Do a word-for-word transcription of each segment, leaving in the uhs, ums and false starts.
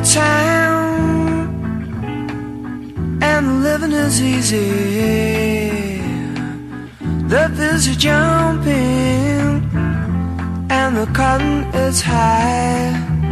town, and the living is easy. The bills are jumping, and the cotton is high.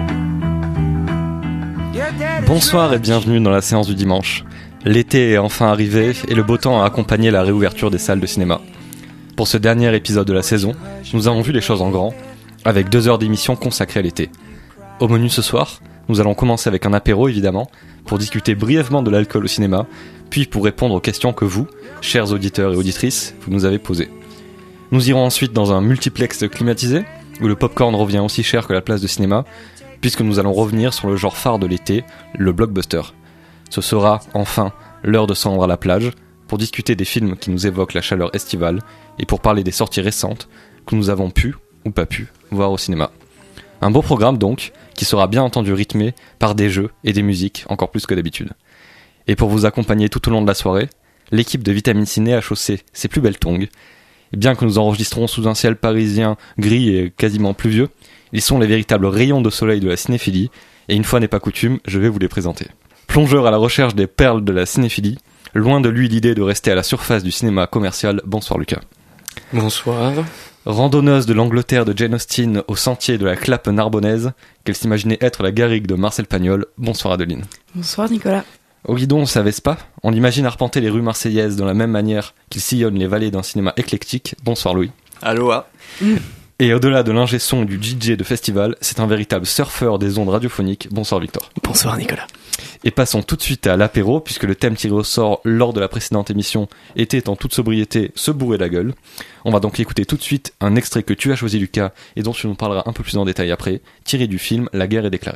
Bonsoir et bienvenue dans la séance du dimanche. L'été est enfin arrivé et le beau temps a accompagné la réouverture des salles de cinéma. Pour ce dernier épisode de la saison, nous avons vu les choses en grand, avec deux heures d'émission consacrées à l'été. Au menu ce soir, nous allons commencer avec un apéro évidemment, pour discuter brièvement de l'alcool au cinéma, puis pour répondre aux questions que vous, chers auditeurs et auditrices, vous nous avez posées. Nous irons ensuite dans un multiplex climatisé, où le popcorn revient aussi cher que la place de cinéma, puisque nous allons revenir sur le genre phare de l'été, le blockbuster. Ce sera, enfin, l'heure de s'en rendre à la plage, pour discuter des films qui nous évoquent la chaleur estivale, et pour parler des sorties récentes que nous avons pu, ou pas pu, voir au cinéma. Un beau programme donc, qui sera bien entendu rythmé par des jeux et des musiques encore plus que d'habitude. Et pour vous accompagner tout au long de la soirée, l'équipe de Vitamine Ciné a chaussé ses plus belles tongs. Et bien que nous enregistrons sous un ciel parisien gris et quasiment pluvieux, ils sont les véritables rayons de soleil de la cinéphilie, et une fois n'est pas coutume, je vais vous les présenter. Plongeur à la recherche des perles de la cinéphilie, loin de lui l'idée de rester à la surface du cinéma commercial, bonsoir Lucas. Bonsoir. Randonneuse de l'Angleterre de Jane Austen au sentier de la Clappe narbonnaise, qu'elle s'imaginait être la garrigue de Marcel Pagnol, bonsoir Adeline. Bonsoir Nicolas. Au guidon, sa Vespa, on l'imagine arpenter les rues marseillaises de la même manière qu'il sillonne les vallées d'un cinéma éclectique, bonsoir Louis. Aloha. Et au-delà de l'ingé son du D J de festival, c'est un véritable surfeur des ondes radiophoniques, bonsoir Victor. Bonsoir Nicolas. Et passons tout de suite à l'apéro, puisque le thème tiré au sort lors de la précédente émission était en toute sobriété se bourrer la gueule. On va donc écouter tout de suite un extrait que tu as choisi Lucas, et dont tu nous parleras un peu plus en détail après, tiré du film La guerre est déclarée.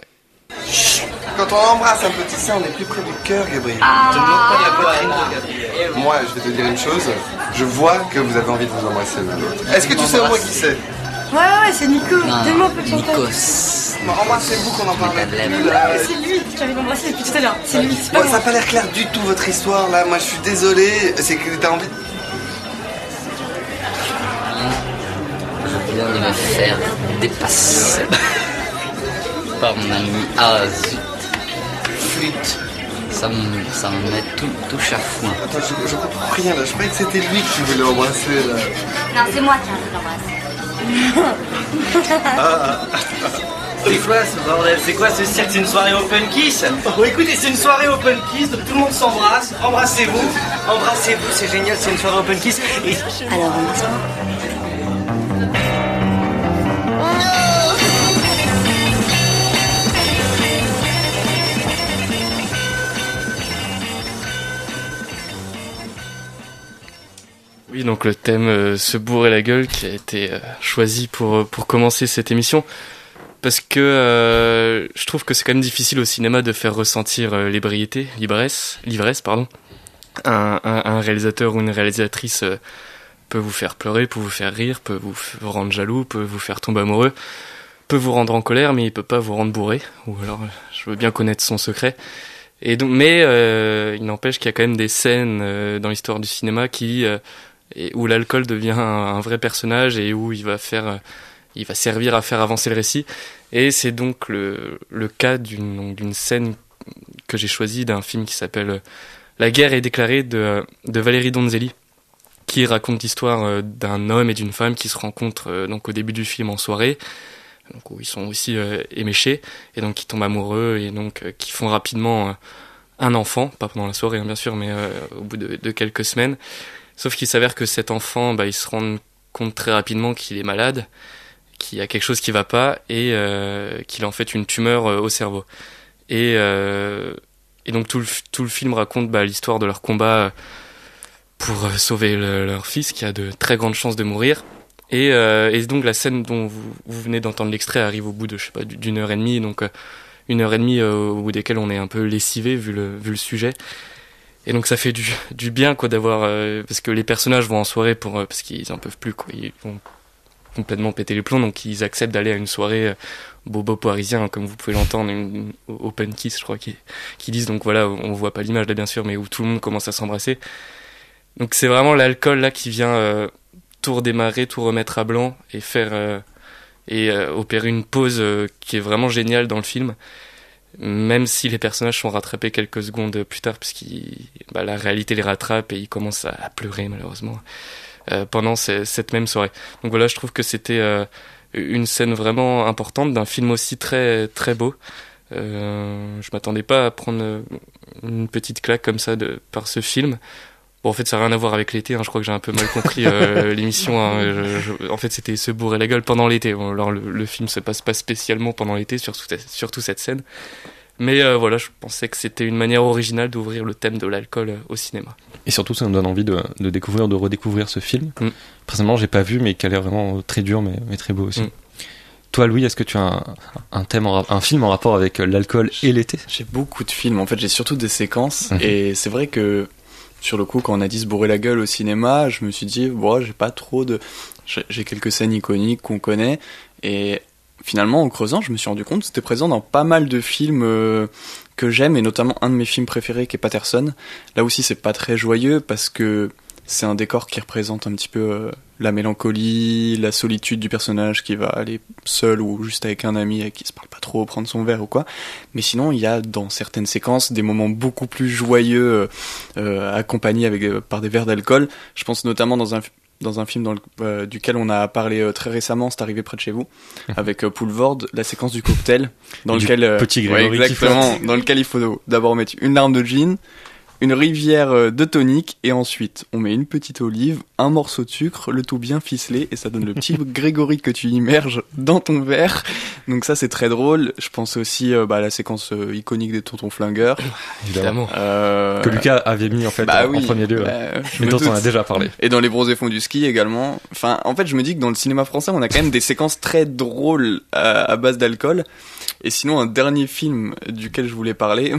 Quand on embrasse un petit sein, on est plus près du cœur, Gabriel. Ah, te moque pas de la poitrine de Gabriel. Moi, je vais te dire une chose, je vois que vous avez envie de vous embrasser l'un l'autre. Est-ce que tu sais au moins qui c'est ? Ouais, ouais, c'est Nico. Non, Tellement peu de Nikos. Bon, embrassez-vous qu'on en parle. Mais là, c'est lui qui avait embrassé depuis tout à l'heure. C'est lui, c'est pas Bon, ça moi. n'a pas l'air clair du tout votre histoire là, moi je suis désolé, c'est que t'as envie de... Je viens de me faire dépasser par mon ami. Ah zut. Flûte. Ça me, ça me met tout, tout chafouin. Attends, je, je comprends rien là, je croyais que c'était lui qui voulait embrasser là. Non, c'est moi qui ai envie d'embrasser. C'est quoi ce bordel? C'est quoi ce cirque? C'est une soirée open kiss? Oh, écoutez, c'est une soirée open kiss, donc tout le monde s'embrasse. Embrassez-vous, embrassez-vous, c'est génial, c'est une soirée open kiss. Et... Alors, embrasse-moi. Oui, donc le thème euh, se bourrer la gueule qui a été euh, choisi pour, pour commencer cette émission. Parce que euh, je trouve que c'est quand même difficile au cinéma de faire ressentir euh, l'ébriété, l'ivresse, l'ivresse, pardon. Un, un, un réalisateur ou une réalisatrice euh, peut vous faire pleurer, peut vous faire rire, peut vous, f- vous rendre jaloux, peut vous faire tomber amoureux, peut vous rendre en colère, mais il peut pas vous rendre bourré. Ou alors, je veux bien connaître son secret. Et donc, mais euh, il n'empêche qu'il y a quand même des scènes euh, dans l'histoire du cinéma qui euh, et où l'alcool devient un, un vrai personnage et où il va faire, euh, il va servir à faire avancer le récit. Et c'est donc le, le cas d'une, donc, d'une scène que j'ai choisie d'un film qui s'appelle La guerre est déclarée de, de Valérie Donzelli, qui raconte l'histoire d'un homme et d'une femme qui se rencontrent euh, donc au début du film en soirée, donc où ils sont aussi euh, éméchés et donc qui tombent amoureux et donc euh, qui font rapidement euh, un enfant, pas pendant la soirée hein, bien sûr, mais euh, au bout de, de quelques semaines. Sauf qu'il s'avère que cet enfant, bah, il se rend compte très rapidement qu'il est malade, qu'il y a quelque chose qui va pas et euh, qu'il a en fait une tumeur euh, au cerveau. Et, euh, et donc tout le, tout le film raconte bah, l'histoire de leur combat pour euh, sauver le, leur fils qui a de très grandes chances de mourir. Et, euh, et donc la scène dont vous, vous venez d'entendre l'extrait arrive au bout de je sais pas d'une heure et demie, donc euh, une heure et demie euh, au bout desquelles on est un peu lessivé vu le vu le sujet. Et donc ça fait du du bien quoi d'avoir euh, parce que les personnages vont en soirée pour euh, parce qu'ils en peuvent plus quoi, ils vont complètement péter les plombs, donc ils acceptent d'aller à une soirée euh, bobo parisien hein, comme vous pouvez l'entendre, une, une open kiss je crois qui qui disent, donc voilà, on voit pas l'image là bien sûr, mais où tout le monde commence à s'embrasser. Donc c'est vraiment l'alcool là qui vient euh, tout redémarrer, tout remettre à blanc et faire euh, et euh, opérer une pause euh, qui est vraiment géniale dans le film. même si les personnages sont rattrapés quelques secondes plus tard, puisque bah, la réalité les rattrape et ils commencent à, à pleurer malheureusement euh, pendant ce, cette même soirée. Donc voilà, je trouve que c'était euh, une scène vraiment importante d'un film aussi très très beau. Euh, je m'attendais pas à prendre une petite claque comme ça de, par ce film. Bon, en fait, ça n'a rien à voir avec l'été, hein, je crois que j'ai un peu mal compris euh, l'émission. Hein, je, je, en fait, c'était se bourrer la gueule pendant l'été. Bon, alors, le, le film se passe pas spécialement pendant l'été, surtout, surtout cette scène. Mais euh, voilà, je pensais que c'était une manière originale d'ouvrir le thème de l'alcool euh, au cinéma. Et surtout, ça nous donne envie de, de découvrir, de redécouvrir ce film. Mm. Personnellement, j'ai pas vu, mais qui a l'air vraiment très dur, mais, mais très beau aussi. Mm. Toi, Louis, est-ce que tu as un, un thème, en, un film en rapport avec l'alcool et l'été ? J'ai beaucoup de films. En fait, j'ai surtout des séquences. Mmh. Et c'est vrai que, sur le coup, quand on a dit se bourrer la gueule au cinéma, je me suis dit, bon, j'ai pas trop de... J'ai quelques scènes iconiques qu'on connaît. Et finalement, en creusant, je me suis rendu compte que c'était présent dans pas mal de films euh, que j'aime, et notamment un de mes films préférés qui est Patterson. Là aussi, c'est pas très joyeux parce que c'est un décor qui représente un petit peu euh, la mélancolie, la solitude du personnage qui va aller seul ou juste avec un ami avec qui se parle pas trop, prendre son verre ou quoi. Mais sinon, il y a dans certaines séquences des moments beaucoup plus joyeux, euh, accompagnés avec, euh, par des verres d'alcool. Je pense notamment dans un, dans un film dans le, euh, duquel on a parlé euh, très récemment, c'est arrivé près de chez vous, avec euh, Poulvord, la séquence du cocktail, dans du lequel... Euh, petit Grégory ouais, exactement, dans lequel il faut d'abord mettre une larme de gin, une rivière de tonique, et ensuite on met une petite olive, un morceau de sucre, le tout bien ficelé, et ça donne le petit Grégory que tu immerges dans ton verre. Donc ça, c'est très drôle. Je pense aussi euh, bah, à la séquence euh, iconique des tontons flingueurs. Évidemment. Euh... Que Lucas avait mis en fait bah, en, oui, en premier lieu. bah, mais dont on a déjà parlé. Et dans Les bronzés fonds du ski également. Enfin, en fait, je me dis que dans le cinéma français, on a quand même des séquences très drôles à, à base d'alcool. Et sinon, un dernier film duquel je voulais parler,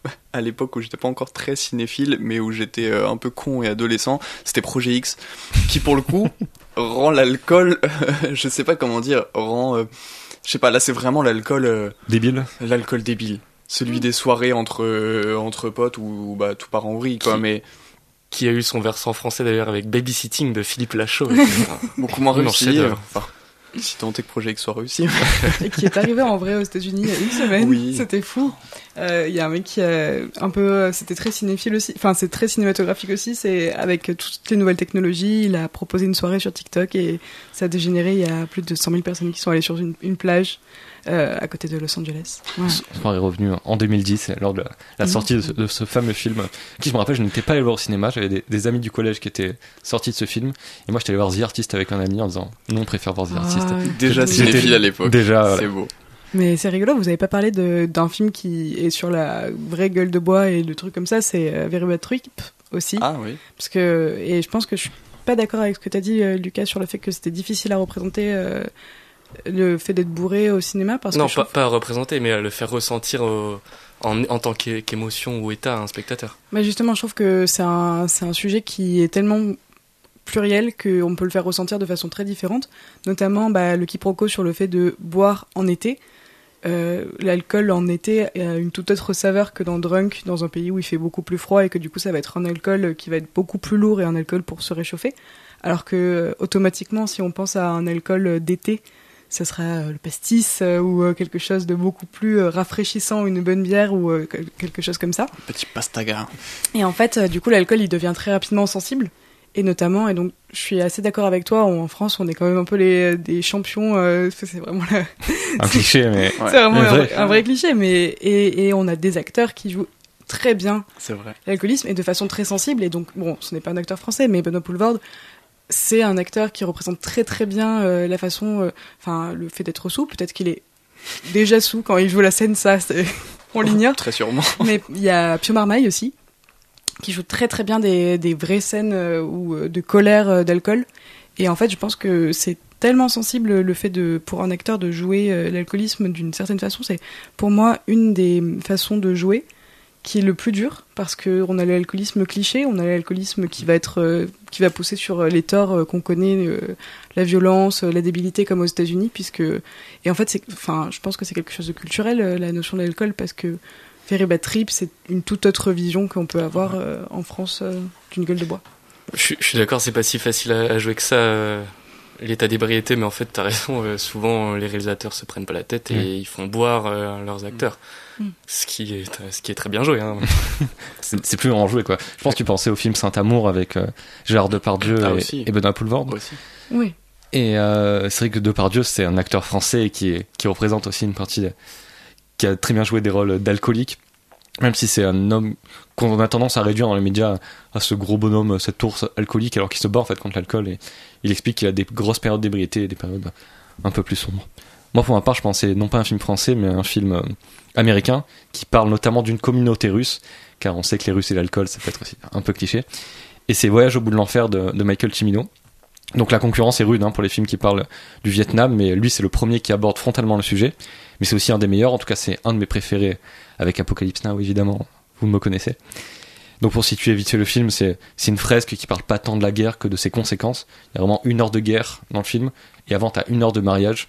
à l'époque où j'étais pas encore très cinéphile, mais où j'étais un peu con et adolescent, c'était Projet X, qui pour le coup rend l'alcool, euh, je sais pas comment dire, rend, euh, je sais pas, là c'est vraiment l'alcool... Euh, débile L'alcool débile. Celui des soirées entre, euh, entre potes où bah, tout part en vrille, quoi, qui, mais... Qui a eu son versant français d'ailleurs avec Babysitting de Philippe Lachaud. Beaucoup moins réussi. Euh, enfin, si tant est que Projet X soit réussi. Et qui est arrivé en vrai aux États-Unis il y a une semaine. Oui. C'était fou. Il euh, y a un mec qui a un peu, c'était très cinéphile aussi. Enfin, c'est très cinématographique aussi. C'est avec toutes les nouvelles technologies. Il a proposé une soirée sur TikTok et ça a dégénéré. Il y a plus de cent mille personnes qui sont allées sur une, une plage euh, à côté de Los Angeles. Ouais. Ce soir est revenu en deux mille dix lors de la, la sortie de ce, de ce fameux film. Qui je me rappelle, je n'étais pas allé le voir au cinéma. J'avais des, des amis du collège qui étaient sortis de ce film et moi j'étais allé voir The Artist avec un ami en disant non, on préfère voir The Artist. Ah, déjà cinéphile à l'époque. Déjà, c'est voilà. beau. Mais c'est rigolo, vous avez pas parlé de, d'un film qui est sur la vraie gueule de bois et le truc comme ça, c'est euh, Very Bad Trip aussi. Ah oui. Parce que, et je pense que je suis pas d'accord avec ce que t'as dit, euh, Lucas, sur le fait que c'était difficile à représenter euh, le fait d'être bourré au cinéma. Parce non, que pas, trouve... pas à représenter, mais à le faire ressentir au, en, en tant qu'émotion ou état à un spectateur. Mais justement, je trouve que c'est un, c'est un sujet qui est tellement pluriel qu'on peut le faire ressentir de façon très différente, notamment bah, le quiproquo sur le fait de boire en été. Euh, l'alcool en été a une toute autre saveur que dans Drunk, dans un pays où il fait beaucoup plus froid et que du coup ça va être un alcool qui va être beaucoup plus lourd et un alcool pour se réchauffer, alors que euh, automatiquement si on pense à un alcool d'été, ça sera euh, le pastis euh, ou euh, quelque chose de beaucoup plus euh, rafraîchissant, une bonne bière ou euh, quelque chose comme ça. Petit pastaga. Et en fait, euh, du coup l'alcool il devient très rapidement sensible. Et notamment, et donc je suis assez d'accord avec toi, en France on est quand même un peu les, des champions, euh, c'est vraiment la... un cliché, mais c'est vraiment mais un, vrai. un vrai cliché, mais et, et on a des acteurs qui jouent très bien c'est vrai. L'alcoolisme et de façon très sensible, et donc bon, ce n'est pas un acteur français, mais Benoît Poelvoorde, c'est un acteur qui représente très très bien euh, la façon, enfin euh, le fait d'être sous, peut-être qu'il est déjà sous quand il joue la scène, ça c'est... on l'ignore. Très sûrement. Mais il y a Pio Marmaille aussi, qui joue très très bien des, des vraies scènes euh, ou euh, de colère, euh, d'alcool. Et en fait, je pense que c'est tellement sensible le fait de, pour un acteur de jouer euh, l'alcoolisme d'une certaine façon. C'est pour moi une des façons de jouer qui est le plus dur, parce qu'on a l'alcoolisme cliché, on a l'alcoolisme qui va être euh, qui va pousser sur les torts euh, qu'on connaît, euh, la violence, euh, la débilité, comme aux États-Unis, puisque et en fait, c'est, enfin, je pense que c'est quelque chose de culturel, euh, la notion de l'alcool, parce que Very Bad Trip, c'est une toute autre vision qu'on peut avoir euh, en France euh, d'une gueule de bois. Je, je suis d'accord, c'est pas si facile à, à jouer que ça. Euh, l'état d'ébriété, mais en fait, t'as raison, euh, souvent les réalisateurs se prennent pas la tête et mmh. ils font boire euh, leurs acteurs. Mmh. Ce, qui est, ce qui est très bien joué. Hein. c'est, c'est plus vraiment joué, quoi. Je pense que tu pensais au film Saint-Amour avec euh, Gérard Depardieu ah, et, et Benoît Poelvoorde. Aussi. Oui. Et euh, c'est vrai que Depardieu, c'est un acteur français qui, est, qui représente aussi une partie de, qui a très bien joué des rôles d'alcoolique. Même si c'est un homme qu'on a tendance à réduire dans les médias à ce gros bonhomme, cet ours alcoolique, alors qu'il se bat en fait contre l'alcool et il explique qu'il a des grosses périodes d'ébriété et des périodes un peu plus sombres. Moi, pour ma part, je pensais non pas un film français, mais un film euh, américain qui parle notamment d'une communauté russe, car on sait que les Russes et l'alcool, ça peut être aussi un peu cliché. Et c'est Voyage au bout de l'enfer de, de Michael Cimino. Donc la concurrence est rude hein, pour les films qui parlent du Vietnam, mais lui, c'est le premier qui aborde frontalement le sujet. Mais c'est aussi un des meilleurs, en tout cas, c'est un de mes préférés, avec Apocalypse Now, évidemment, vous me connaissez. Donc pour situer vite fait le film, c'est, c'est une fresque qui parle pas tant de la guerre que de ses conséquences. Il y a vraiment une heure de guerre dans le film, et avant t'as une heure de mariage,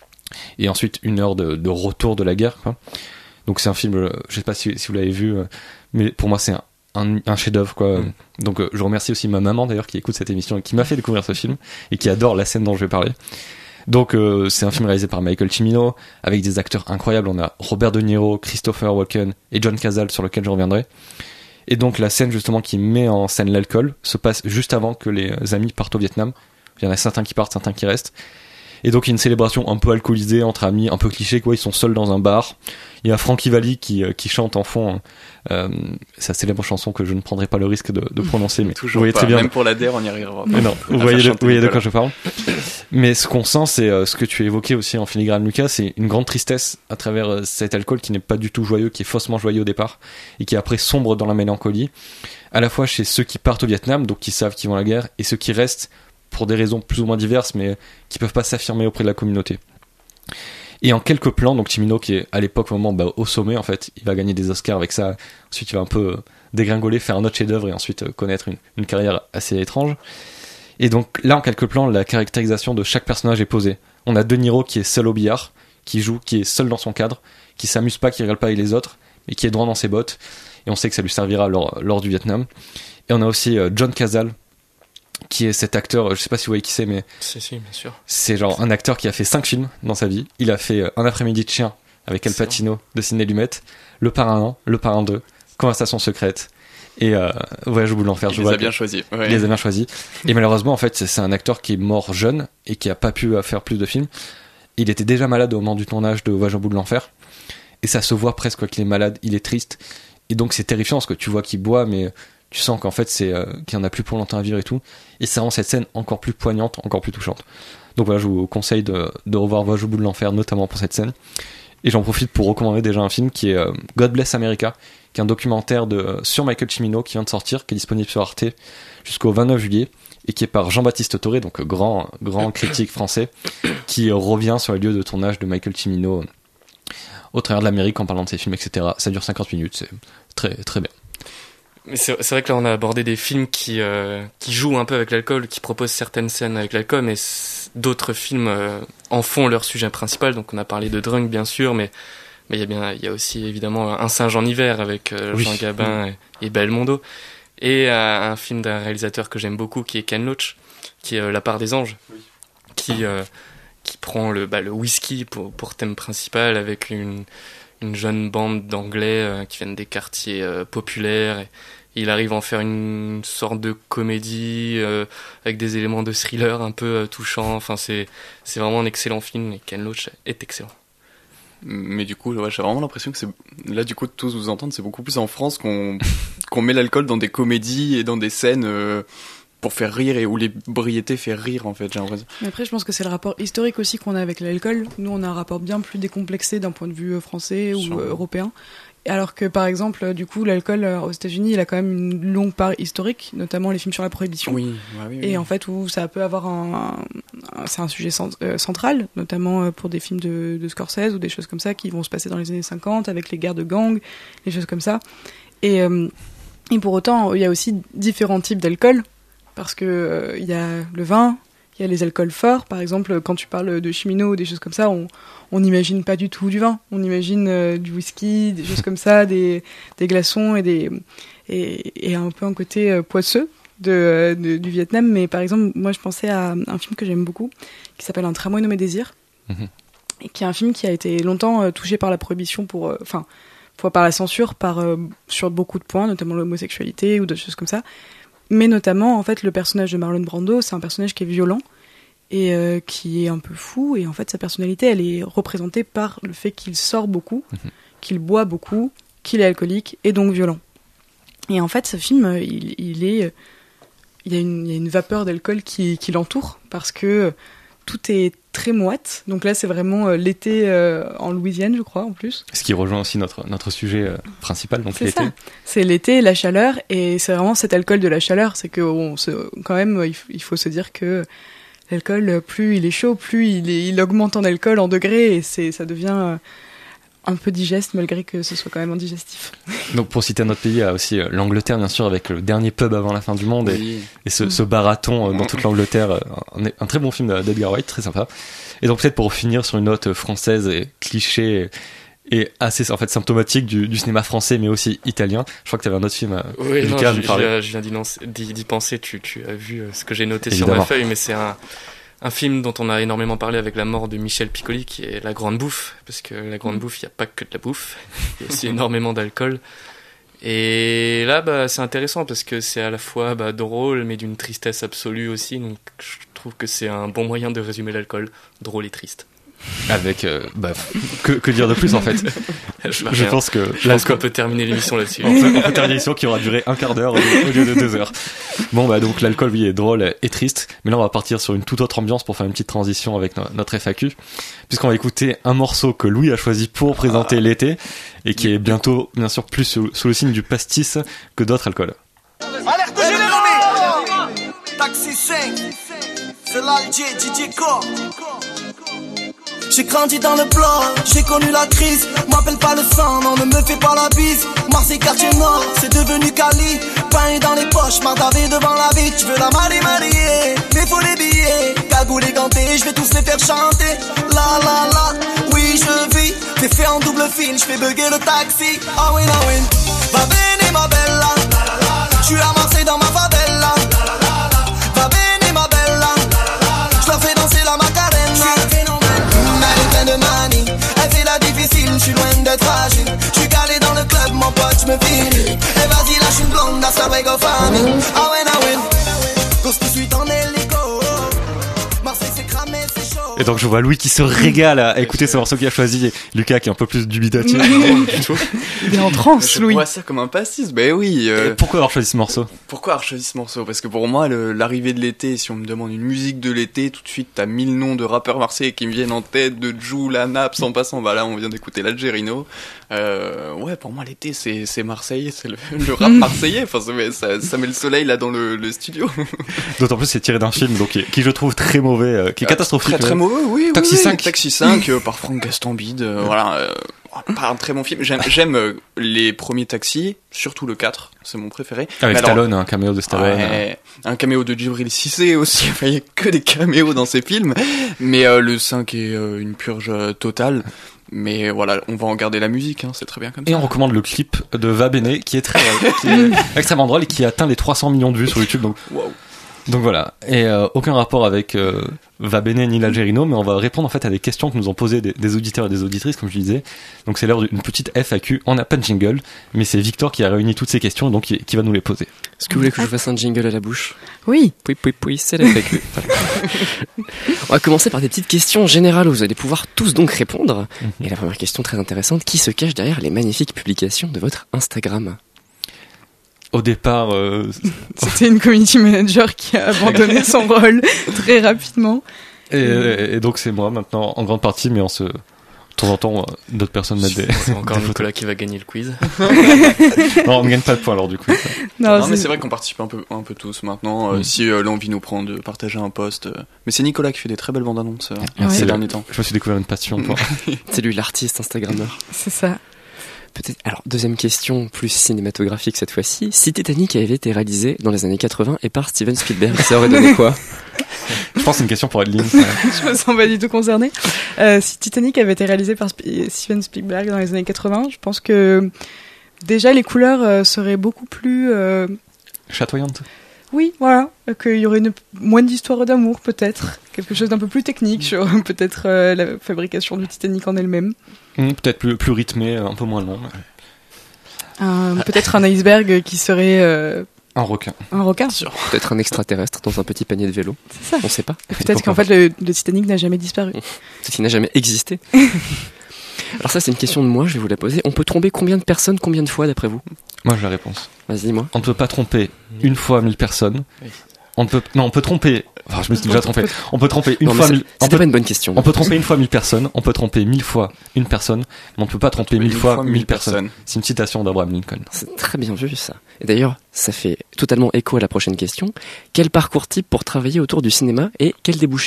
et ensuite une heure de, de retour de la guerre, quoi. Donc c'est un film, je sais pas si, si vous l'avez vu, mais pour moi c'est un, un, un chef-d'œuvre, quoi. Mm. Donc je remercie aussi ma maman d'ailleurs qui écoute cette émission et qui m'a fait découvrir ce film, et qui adore la scène dont je vais parler. Donc euh, c'est un film réalisé par Michael Cimino avec des acteurs incroyables. On a Robert De Niro, Christopher Walken et John Cazale sur lequel je reviendrai. Et donc la scène justement qui met en scène l'alcool se passe juste avant que les amis partent au Vietnam. Il y en a certains qui partent, certains qui restent. Et donc il y a une célébration un peu alcoolisée entre amis, un peu cliché, quoi. Ils sont seuls dans un bar. Il y a Frankie Valli qui, euh, qui chante en fond euh, sa célèbre chanson que je ne prendrai pas le risque de, de prononcer, mais toujours vous voyez pas. Très bien. Même pour la D E R, on y arrivera pas. Mais non, vous voyez, de, vous voyez de quoi je parle. Mais ce qu'on sent, c'est euh, ce que tu as évoqué aussi en filigrane, Lucas, c'est une grande tristesse à travers euh, cet alcool qui n'est pas du tout joyeux, qui est faussement joyeux au départ, et qui après sombre dans la mélancolie, à la fois chez ceux qui partent au Vietnam, donc qui savent qu'ils vont à la guerre, et ceux qui restent pour des raisons plus ou moins diverses, mais qui peuvent pas s'affirmer auprès de la communauté. Et en quelques plans, donc Cimino qui est à l'époque vraiment bah, au sommet en fait, il va gagner des Oscars avec ça, ensuite il va un peu euh, dégringoler, faire un autre chef-d'œuvre et ensuite euh, connaître une, une carrière assez étrange. Et donc là en quelques plans, la caractérisation de chaque personnage est posée. On a De Niro qui est seul au billard, qui joue, qui est seul dans son cadre, qui s'amuse pas, qui rigole pas avec les autres, mais qui est droit dans ses bottes, et on sait que ça lui servira lors, lors du Vietnam. Et on a aussi euh, John Cazale, qui est cet acteur, je sais pas si vous voyez qui c'est, mais si, si, bien sûr. C'est genre un acteur qui a fait cinq films dans sa vie. Il a fait Un après-midi de chien avec Al Pacino de Sidney Lumet, Le Parrain un, Le Parrain deux, Conversation secrète et euh, Voyage au bout de l'enfer. Il les a bien choisis. Ouais. Il les a bien choisis. Et malheureusement, en fait, c'est, c'est un acteur qui est mort jeune et qui a pas pu faire plus de films. Il était déjà malade au moment du tournage de Voyage au bout de l'enfer. Et ça se voit presque quoi, qu'il est malade, il est triste. Et donc c'est terrifiant parce que tu vois qu'il boit, mais tu sens qu'en fait c'est euh, qu'il n'y en a plus pour longtemps à vivre et tout, et ça rend cette scène encore plus poignante, encore plus touchante. Donc voilà, je vous conseille de, de revoir Voyage au bout de l'enfer, notamment pour cette scène. Et j'en profite pour recommander déjà un film qui est euh, God Bless America, qui est un documentaire de, sur Michael Cimino qui vient de sortir, qui est disponible sur Arte jusqu'au vingt-neuf juillet, et qui est par Jean-Baptiste Toré, donc grand, grand critique français, qui revient sur les lieux de tournage de Michael Cimino au travers de l'Amérique en parlant de ses films, et cetera. Ça dure cinquante minutes, c'est très, très bien. Mais c'est, c'est vrai que là on a abordé des films qui euh, qui jouent un peu avec l'alcool, qui proposent certaines scènes avec l'alcool, mais d'autres films euh, en font leur sujet principal. Donc on a parlé de Drunk bien sûr, mais mais il y a bien il y a aussi évidemment Un singe en hiver avec euh, oui. Jean Gabin oui. et, et Belmondo, et euh, un film d'un réalisateur que j'aime beaucoup qui est Ken Loach, qui est euh, La part des anges, oui. qui euh, qui prend le bah, le whisky pour pour thème principal avec une une jeune bande d'anglais euh, qui viennent des quartiers euh, populaires, et il arrive à en faire une sorte de comédie euh, avec des éléments de thriller un peu euh, touchants. Enfin c'est c'est vraiment un excellent film, et Ken Loach est excellent. Mais du coup, ouais, j'ai vraiment l'impression que c'est là du coup de tous vous entendre, c'est beaucoup plus en France qu'on qu'on met l'alcool dans des comédies et dans des scènes euh, pour faire rire, et où l'ébriété fait rire en fait, j'ai l'impression. Mais après je pense que c'est le rapport historique aussi qu'on a avec l'alcool. Nous on a un rapport bien plus décomplexé d'un point de vue français ou euh, européen, alors que par exemple du coup l'alcool euh, aux États-Unis il a quand même une longue part historique, notamment les films sur la prohibition. Oui, ouais, oui, oui. Et en fait où ça peut avoir un, un c'est un sujet cent, euh, central, notamment euh, pour des films de, de Scorsese ou des choses comme ça qui vont se passer dans les années cinquante avec les guerres de gangs, les choses comme ça. Et euh, et pour autant il y a aussi différents types d'alcool. Parce que il euh, y a le vin, il y a les alcools forts. Par exemple, quand tu parles de Cimino ou des choses comme ça, on on n'imagine pas du tout du vin. On imagine euh, du whisky, des choses comme ça, des des glaçons et des et, et un peu un côté euh, poisseux. de, de, du Vietnam, mais par exemple, moi je pensais à un film que j'aime beaucoup, qui s'appelle Un tramway nommé Désir, mm-hmm. et qui est un film qui a été longtemps euh, touché par la prohibition, pour, enfin, euh, pour, par la censure, par, euh, sur beaucoup de points, notamment l'homosexualité ou d'autres choses comme ça. Mais notamment, en fait, le personnage de Marlon Brando, c'est un personnage qui est violent et euh, qui est un peu fou, et en fait, sa personnalité, elle est représentée par le fait qu'il sort beaucoup, mm-hmm. qu'il boit beaucoup, qu'il est alcoolique et donc violent. Et en fait, ce film, il, il est, il y a une, il y a une vapeur d'alcool qui, qui l'entoure, parce que tout est très moite. Donc là, c'est vraiment l'été euh, en Louisiane, je crois, en plus. Ce qui rejoint aussi notre, notre sujet euh, principal, donc c'est l'été. Ça. C'est l'été, la chaleur, et c'est vraiment cet alcool de la chaleur. C'est que on se, quand même, il, il faut se dire que l'alcool, plus il est chaud, plus il, est, il augmente en alcool, en degrés, et c'est, ça devient euh, un peu digeste, malgré que ce soit quand même indigestif. Donc pour citer un autre pays, il y a aussi euh, l'Angleterre, bien sûr, avec le dernier pub avant la fin du monde, oui. et, et ce, ce barathon euh, dans toute l'Angleterre, euh, un, un très bon film d'Edgar Wright, très sympa. Et donc peut-être pour finir sur une note française et cliché et, et assez en fait symptomatique du, du cinéma français, mais aussi italien. Je crois que tu avais un autre film. Euh, oui, Lucas, non, je, je viens d'y, lancer, d'y, d'y penser. Tu, tu as vu ce que j'ai noté Évidemment. Sur ma feuille, mais c'est un Un film dont on a énormément parlé avec la mort de Michel Piccoli, qui est La Grande Bouffe, parce que La Grande Bouffe, il n'y a pas que de la bouffe, il y a aussi énormément d'alcool. Et là, bah, c'est intéressant parce que c'est à la fois bah, drôle, mais d'une tristesse absolue aussi. Donc, je trouve que c'est un bon moyen de résumer l'alcool, drôle et triste. Avec, euh, bah, que, que dire de plus en fait. Je, je pense que je pense qu'on peut terminer l'émission là-dessus. On peut, on peut terminer l'émission qui aura duré un quart d'heure au lieu de deux heures. Bon bah donc l'alcool oui est drôle et triste, mais là on va partir sur une toute autre ambiance pour faire une petite transition avec no- notre F A Q, puisqu'on va écouter un morceau que Louis a choisi pour présenter ah. l'été et qui est bientôt bien sûr plus sous, sous le signe du pastis que d'autres alcools. Alerte générale. Taxi cinq, c'est l'Alger, Didier Corps. J'ai grandi dans le bloc, j'ai connu la crise. M'appelle pas le sang, non, ne me fais pas la bise. Marseille, quartier nord, c'est devenu Cali. Pain dans les poches, mardavé devant la vie. Tu veux la marier, marier, mais faut les billets. Cagoule et ganté, je vais tous les faire chanter. La la la, oui je vis. T'es fait en double fil, je fais bugger le taxi. Ah oui, ah oui. Va bene ma bella. Je suis à Marseille dans ma favela. Va bene ma bella. Je la fais danser la macarena. De manie, elle fait la difficile, je suis loin d'être fragile. Je suis calé dans le club, mon pote, je me file. Et vas-y, lâche une blonde, hasta luego famille. Ah ouais, ah ouais. Cause tout de suite en hélico. Marseille c'est cramé, c'est chaud. Et donc je vois Louis qui se régale à écouter ce morceau qu'il a choisi, et Lucas qui est un peu plus dubitatif. Il est en transe, Louis. Je vois ça comme un pastis, ben oui. Euh... Pourquoi avoir choisi ce morceau ? Pourquoi avoir choisi ce morceau ? Parce que pour moi, le, l'arrivée de l'été, si on me demande une musique de l'été, tout de suite t'as mille noms de rappeurs marseillais qui me viennent en tête, de Jul, la Naps, en passant, bah là on vient d'écouter l'Algerino. Euh, ouais, pour moi l'été c'est, c'est Marseille, c'est le, le rap marseillais, enfin ça met, ça, ça met le soleil là dans le, le studio. D'autant plus c'est tiré d'un film donc, qui, qui je trouve très mauvais, euh, qui est catastrophique. Très très mauvais, oui. Taxi oui, cinq. Taxi cinq euh, par Franck Gastambide, euh, voilà. Euh, pas un très bon film. J'aime, j'aime euh, les premiers Taxis, surtout le quatre, c'est mon préféré. Avec alors, Stallone, un caméo de Stallone. Ouais, un caméo de Djibril Cissé aussi, enfin il y a que des caméos dans ces films. Mais euh, le cinq est euh, une purge euh, totale. Mais voilà, on va en garder la musique, hein, c'est très bien comme et ça. Et on recommande le clip de Va Bene, qui est très, qui est extrêmement drôle et qui atteint les trois cents millions de vues sur YouTube. Donc, wow. Donc voilà, et euh, aucun rapport avec euh, Va Bene ni l'Algerino, mais on va répondre en fait à des questions que nous ont posées des, des auditeurs et des auditrices, comme je disais. Donc c'est l'heure d'une petite F A Q. On n'a pas de jingle, mais c'est Victor qui a réuni toutes ces questions, donc qui, qui va nous les poser. Est-ce que vous voulez que je fasse un jingle à la bouche ? Oui. Oui, oui, oui, c'est la F A Q. On va commencer par des petites questions générales où vous allez pouvoir tous donc répondre. Mm-hmm. Et la première question très intéressante, qui se cache derrière les magnifiques publications de votre Instagram ? Au départ, euh... c'était une community manager qui a abandonné son rôle très rapidement. Et, et, et donc c'est moi maintenant en grande partie, mais on se... de temps en temps, d'autres personnes mettent des. C'est encore des Nicolas qui va gagner le quiz. Non, on ne gagne pas de points alors du coup. Non, non c'est... mais c'est vrai qu'on participe un peu, un peu tous maintenant. Mm. Euh, si euh, l'envie nous prend de partager un post, euh... mais c'est Nicolas qui fait des très belles bandes annonces euh, ouais. ces ouais. derniers temps. Je me suis découvert une passion. Toi. C'est lui l'artiste Instagrammeur. C'est ça. Peut-être. Alors, deuxième question, plus cinématographique cette fois-ci. Si Titanic avait été réalisé dans les années quatre-vingts et par Steven Spielberg, ça aurait donné quoi ? Je pense que c'est une question pour Adeline. Je me sens pas du tout concernée. Euh, si Titanic avait été réalisé par Sp- Steven Spielberg dans les années quatre-vingts, je pense que déjà les couleurs euh, seraient beaucoup plus... Euh... chatoyantes. oui, voilà, qu'il y aurait une, moins d'histoires d'amour peut-être, quelque chose d'un peu plus technique sur peut-être euh, la fabrication du Titanic en elle-même. Mmh, peut-être plus, plus rythmé, un peu moins long. Un, peut-être un iceberg qui serait... Euh, un requin. Un requin. Peut-être un extraterrestre dans un petit panier de vélo. C'est ça. On sait pas. Et peut-être qu'en fait le, le Titanic n'a jamais disparu. Peut-être qu'il n'a jamais existé. Alors ça c'est une question de moi, je vais vous la poser. On peut tromper combien de personnes, combien de fois d'après vous ? Moi j'ai la réponse. Vas-y, moi. On ne peut pas tromper une fois mille personnes. Oui. On peut, non, on peut tromper. Enfin, je me suis déjà trompé. On peut tromper une non, fois mille. C'était pas une bonne question. On peut tromper une fois mille personnes. On peut tromper mille fois une personne. Mais on ne peut pas tromper mille fois mille personnes. C'est une citation d'Abraham Lincoln. C'est très bien vu ça. Et d'ailleurs, ça fait totalement écho à la prochaine question. Quel parcours type pour travailler autour du cinéma et quel débouché ?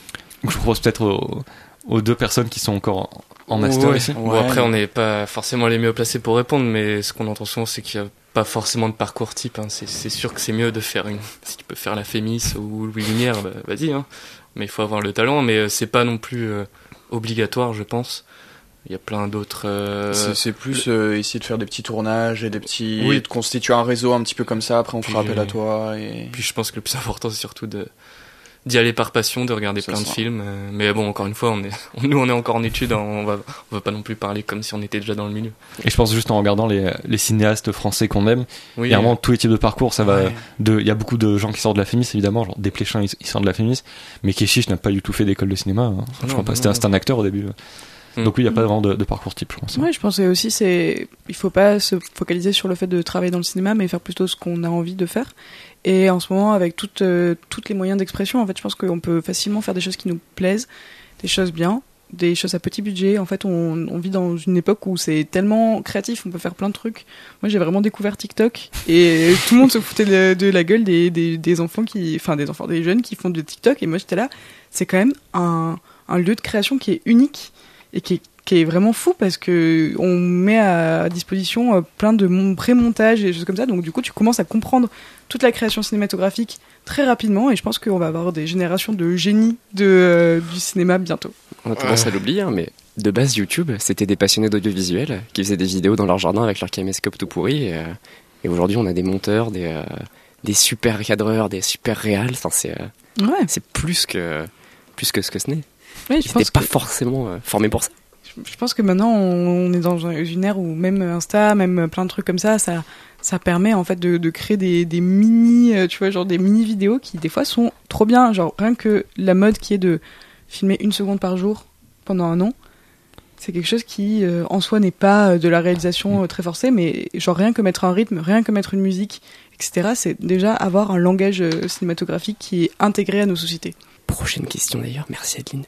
Je propose peut-être aux, aux deux personnes qui sont encore en, en master ouais, ici. Ouais. Bon, après, on n'est pas forcément les mieux placés pour répondre, mais ce qu'on entend souvent, c'est qu'il y a pas forcément de parcours type, hein. c'est, c'est sûr que c'est mieux de faire une, si tu peux faire la Fémis ou Louis Lumière, bah, vas-y, hein. Mais il faut avoir le talent, mais c'est pas non plus euh, obligatoire, je pense. Il y a plein d'autres... Euh... C'est, c'est plus euh, essayer de faire des petits tournages et des petits... Oui. Et de constituer un réseau un petit peu comme ça, après on fera appel à toi. Et... Puis je pense que le plus important, c'est surtout de... d'y aller par passion, de regarder c'est plein ça. de films. Euh, mais bon, encore une fois, on est, nous on est encore en études, on va, on va pas non plus parler comme si on était déjà dans le milieu. Et je pense juste en regardant les, les cinéastes français qu'on aime, oui, il y a vraiment tous les types de parcours. Ça va ouais. de, il y a beaucoup de gens qui sortent de la Fémis évidemment, genre Desplechin ils, ils sortent de la Fémis, mais Keshish n'a pas du tout fait d'école de cinéma. Hein. Enfin, non, je crois pas. C'était, c'était un acteur au début. Mmh. Donc oui, il n'y a pas vraiment de, de parcours type, je pense. Ouais, je pensais aussi, c'est, il faut pas se focaliser sur le fait de travailler dans le cinéma, mais faire plutôt ce qu'on a envie de faire. Et en ce moment, avec toutes, euh, toutes les moyens d'expression, en fait, je pense qu'on peut facilement faire des choses qui nous plaisent, des choses bien, des choses à petit budget. En fait, on, on vit dans une époque où c'est tellement créatif, on peut faire plein de trucs. Moi, j'ai vraiment découvert TikTok et tout le monde se foutait de, de la gueule des, des, des enfants qui, enfin, des enfants, des jeunes qui font de TikTok. Et moi, j'étais là. C'est quand même un, un lieu de création qui est unique et qui est, qui est vraiment fou parce que on met à disposition plein de pré-montages et des choses comme ça. Donc, du coup, tu commences à comprendre toute la création cinématographique très rapidement et je pense qu'on va avoir des générations de génies de, euh, du cinéma bientôt. On a tendance à l'oublier, hein, mais de base, YouTube, c'était des passionnés d'audiovisuel qui faisaient des vidéos dans leur jardin avec leur caméscope tout pourri. Et, euh, et aujourd'hui, on a des monteurs, des, euh, des super cadreurs, des super réals. Enfin, c'est, euh, ouais. c'est plus que, plus que ce que ce n'est. Oui, je pense pas que... forcément euh, formé pour ça. Je pense que maintenant, on est dans une ère où même Insta, même plein de trucs comme ça, ça, ça permet en fait de, de créer des, des mini, tu vois, genre des mini vidéos qui des fois sont trop bien. Genre rien que la mode qui est de filmer une seconde par jour pendant un an, c'est quelque chose qui euh, en soi n'est pas de la réalisation euh, très forcée, mais genre rien que mettre un rythme, rien que mettre une musique, et cetera. C'est déjà avoir un langage euh, cinématographique qui est intégré à nos sociétés. Prochaine question d'ailleurs, merci Adeline.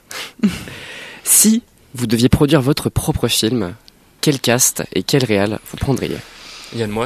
Si vous deviez produire votre propre film, quel cast et quel réal vous prendriez ? Yann Moix.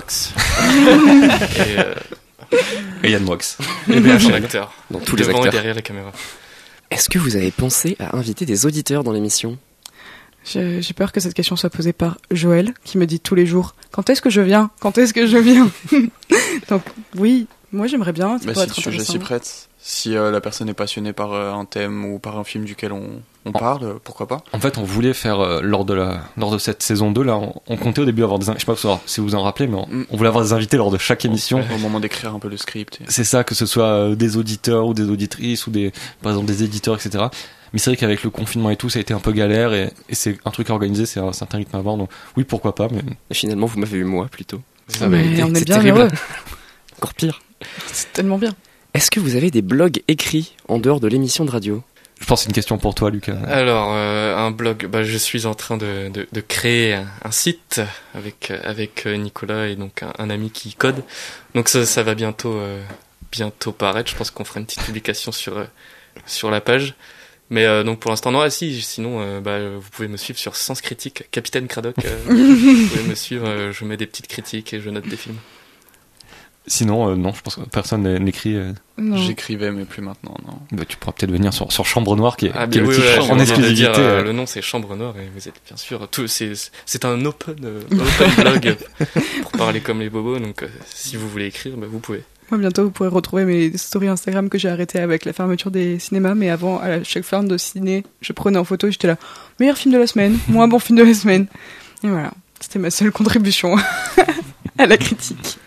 et, euh... et Yann Moix. Et bien un acteur. Dans tous Devant les acteurs. Et derrière la caméra. Est-ce que vous avez pensé à inviter des auditeurs dans l'émission ? J'ai, j'ai peur que cette question soit posée par Joël, qui me dit tous les jours « Quand est-ce que je viens ? Quand est-ce que je viens ?» Donc oui, moi j'aimerais bien. Ça bah, pourrait si être le sujet s'y prête, si euh, la personne est passionnée par euh, un thème ou par un film duquel on, on parle, euh, pourquoi pas ? En fait, on voulait faire, euh, lors, de la, lors de cette saison deux, là, on, on comptait au début avoir des... Je sais pas si vous vous en rappelez, mais on, mm. on voulait avoir des invités lors de chaque émission. Au moment d'écrire un peu le script. Et... C'est ça, que ce soit euh, des auditeurs ou des auditrices ou des, par exemple des éditeurs, et cetera. Mais c'est vrai qu'avec le confinement et tout, ça a été un peu galère et, et c'est un truc à organiser, c'est un certain rythme à avoir. Donc oui, pourquoi pas. Mais et finalement, vous m'avez eu moi plutôt. Ça mais été, on est bien heureux. Encore pire. C'est tellement bien. Est-ce que vous avez des blogs écrits en dehors de l'émission de radio ? Je pense que c'est une question pour toi, Lucas. Alors, euh, un blog, bah, je suis en train de, de, de créer un, un site avec, avec Nicolas et donc un, un ami qui code. Donc ça, ça va bientôt, euh, bientôt paraître. Je pense qu'on fera une petite publication sur, euh, sur la page. Mais euh, donc pour l'instant non, ah si, sinon euh, bah, vous pouvez me suivre sur Sens Critique, Capitaine Cradock, euh, vous pouvez me suivre, euh, je mets des petites critiques et je note des films. Sinon, euh, non, je pense que personne n'écrit. Euh... J'écrivais, mais plus maintenant, non. Bah, tu pourras peut-être venir sur, sur Chambre Noire, qui est, ah, qui est oui, le titre ouais, en exclusivité. Dire, euh, le nom c'est Chambre Noire et vous êtes bien sûr. Tout, c'est, c'est un open, euh, open blog pour parler comme les bobos, donc euh, si vous voulez écrire, bah, vous pouvez. Moi, bientôt, vous pourrez retrouver mes stories Instagram que j'ai arrêtées avec la fermeture des cinémas. Mais avant, à chaque fin de ciné, je prenais en photo et j'étais là, meilleur film de la semaine, moins bon film de la semaine. Et voilà, c'était ma seule contribution à la critique.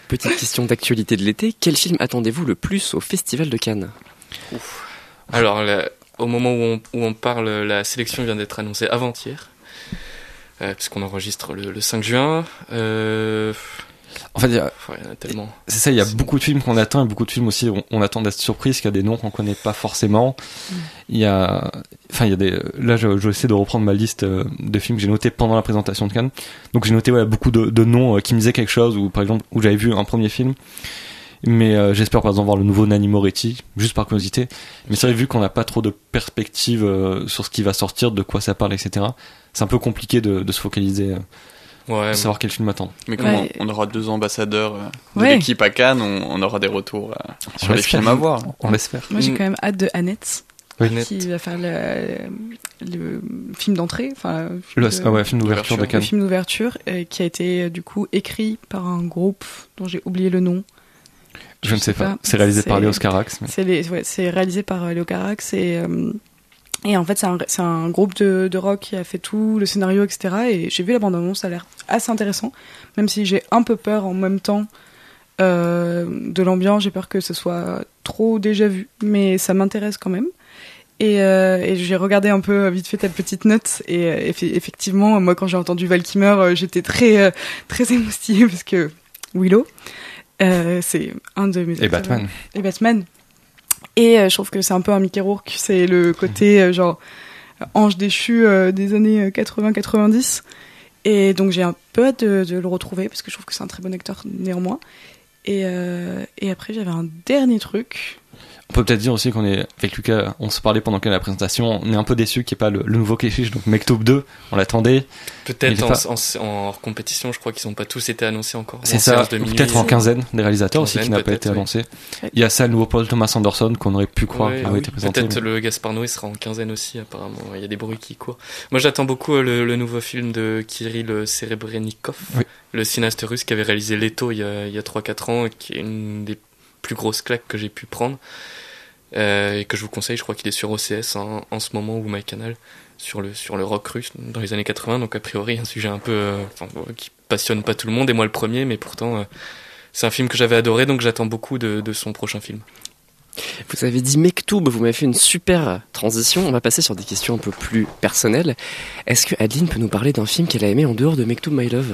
Petite question d'actualité de l'été, quel film attendez-vous le plus au Festival de Cannes? Ouf. Alors, là, au moment où on, où on parle, la sélection vient d'être annoncée avant-hier, euh, puisqu'on enregistre le, le cinq juin. Euh... En fait, il y a, ouais, il y en a tellement. C'est ça, il y a beaucoup de films qu'on attend et beaucoup de films aussi on, on attend d'être surprise, qu'il y a des noms qu'on connaît pas forcément. Mm. Il y a, enfin, il y a des, là, je, je vais essayer de reprendre ma liste de films que j'ai notés pendant la présentation de Cannes. Donc, j'ai noté, ouais, beaucoup de, de noms qui me disaient quelque chose, ou par exemple, où j'avais vu un premier film. Mais euh, j'espère par exemple voir le nouveau Nanni Moretti, juste par curiosité. Mais c'est vrai, vu qu'on n'a pas trop de perspectives euh, sur ce qui va sortir, de quoi ça parle, et cetera. C'est un peu compliqué de, de se focaliser. Euh, Ouais, de savoir quel film attendre. Mais comment ouais. on aura deux ambassadeurs de ouais. l'équipe à Cannes, on, on aura des retours euh, sur les films à voir. On l'espère. Moi j'ai quand même hâte de Annette, oui. qui va faire le, le film d'entrée, enfin le, le ah ouais, film d'ouverture de Cannes. Le film d'ouverture euh, qui a été du coup écrit par un groupe dont j'ai oublié le nom. Je, Je ne sais pas. pas. C'est réalisé c'est, par Léo Carax. Mais... C'est, les, ouais, c'est réalisé par Léo Carax et euh, Et en fait, c'est un, c'est un groupe de, de rock qui a fait tout, le scénario, et cetera. Et j'ai vu la bande-annonce, ça a l'air assez intéressant. Même si j'ai un peu peur en même temps euh, de l'ambiance, j'ai peur que ce soit trop déjà vu. Mais ça m'intéresse quand même. Et, euh, et j'ai regardé un peu vite fait ta petite note. Et euh, effectivement, moi, quand j'ai entendu Val Kilmer, euh, j'étais très, euh, très émoustillée parce que Willow, euh, c'est un de mes... Et Batman. Et Batman. Et euh, je trouve que c'est un peu un Mickey Rourke, c'est le côté euh, genre ange déchu euh, des années quatre-vingts quatre-vingt-dix. Et donc j'ai un peu hâte de, de le retrouver parce que je trouve que c'est un très bon acteur néanmoins. Et, euh, et après j'avais un dernier truc. On peut peut-être dire aussi qu'on est, avec Lucas, on se parlait pendant que la présentation, on est un peu déçus qu'il n'y ait pas le, le nouveau Keshish, donc Mektoub deux, on l'attendait. Peut-être en, pas... en, en hors compétition, je crois qu'ils n'ont pas tous été annoncés encore. C'est ça, peut-être en quinzaine, des réalisateurs quinzaine, aussi qui n'a pas été oui. annoncé. Il y a ça, le nouveau Paul Thomas Anderson, qu'on aurait pu croire ouais, avait oui. été présenté. Peut-être mais... le Gaspard Noé sera en quinzaine aussi, apparemment. Il y a des bruits qui courent. Moi, j'attends beaucoup le, le nouveau film de Kirill Serebrennikov, oui. le cinéaste russe qui avait réalisé Leto il y a, il y a trois quatre ans, et qui est une des plus grosses claques que j'ai pu prendre. Euh, et que je vous conseille, je crois qu'il est sur O C S en, en ce moment, ou MyCanal, sur le, sur le rock russe dans les années quatre-vingts, donc a priori un sujet un peu euh, enfin, qui passionne pas tout le monde, et moi le premier, mais pourtant euh, c'est un film que j'avais adoré, donc j'attends beaucoup de, de son prochain film. Vous avez dit Mektoub, vous m'avez fait une super transition, on va passer sur des questions un peu plus personnelles. Est-ce que Adeline peut nous parler d'un film qu'elle a aimé en dehors de Mektoub My Love?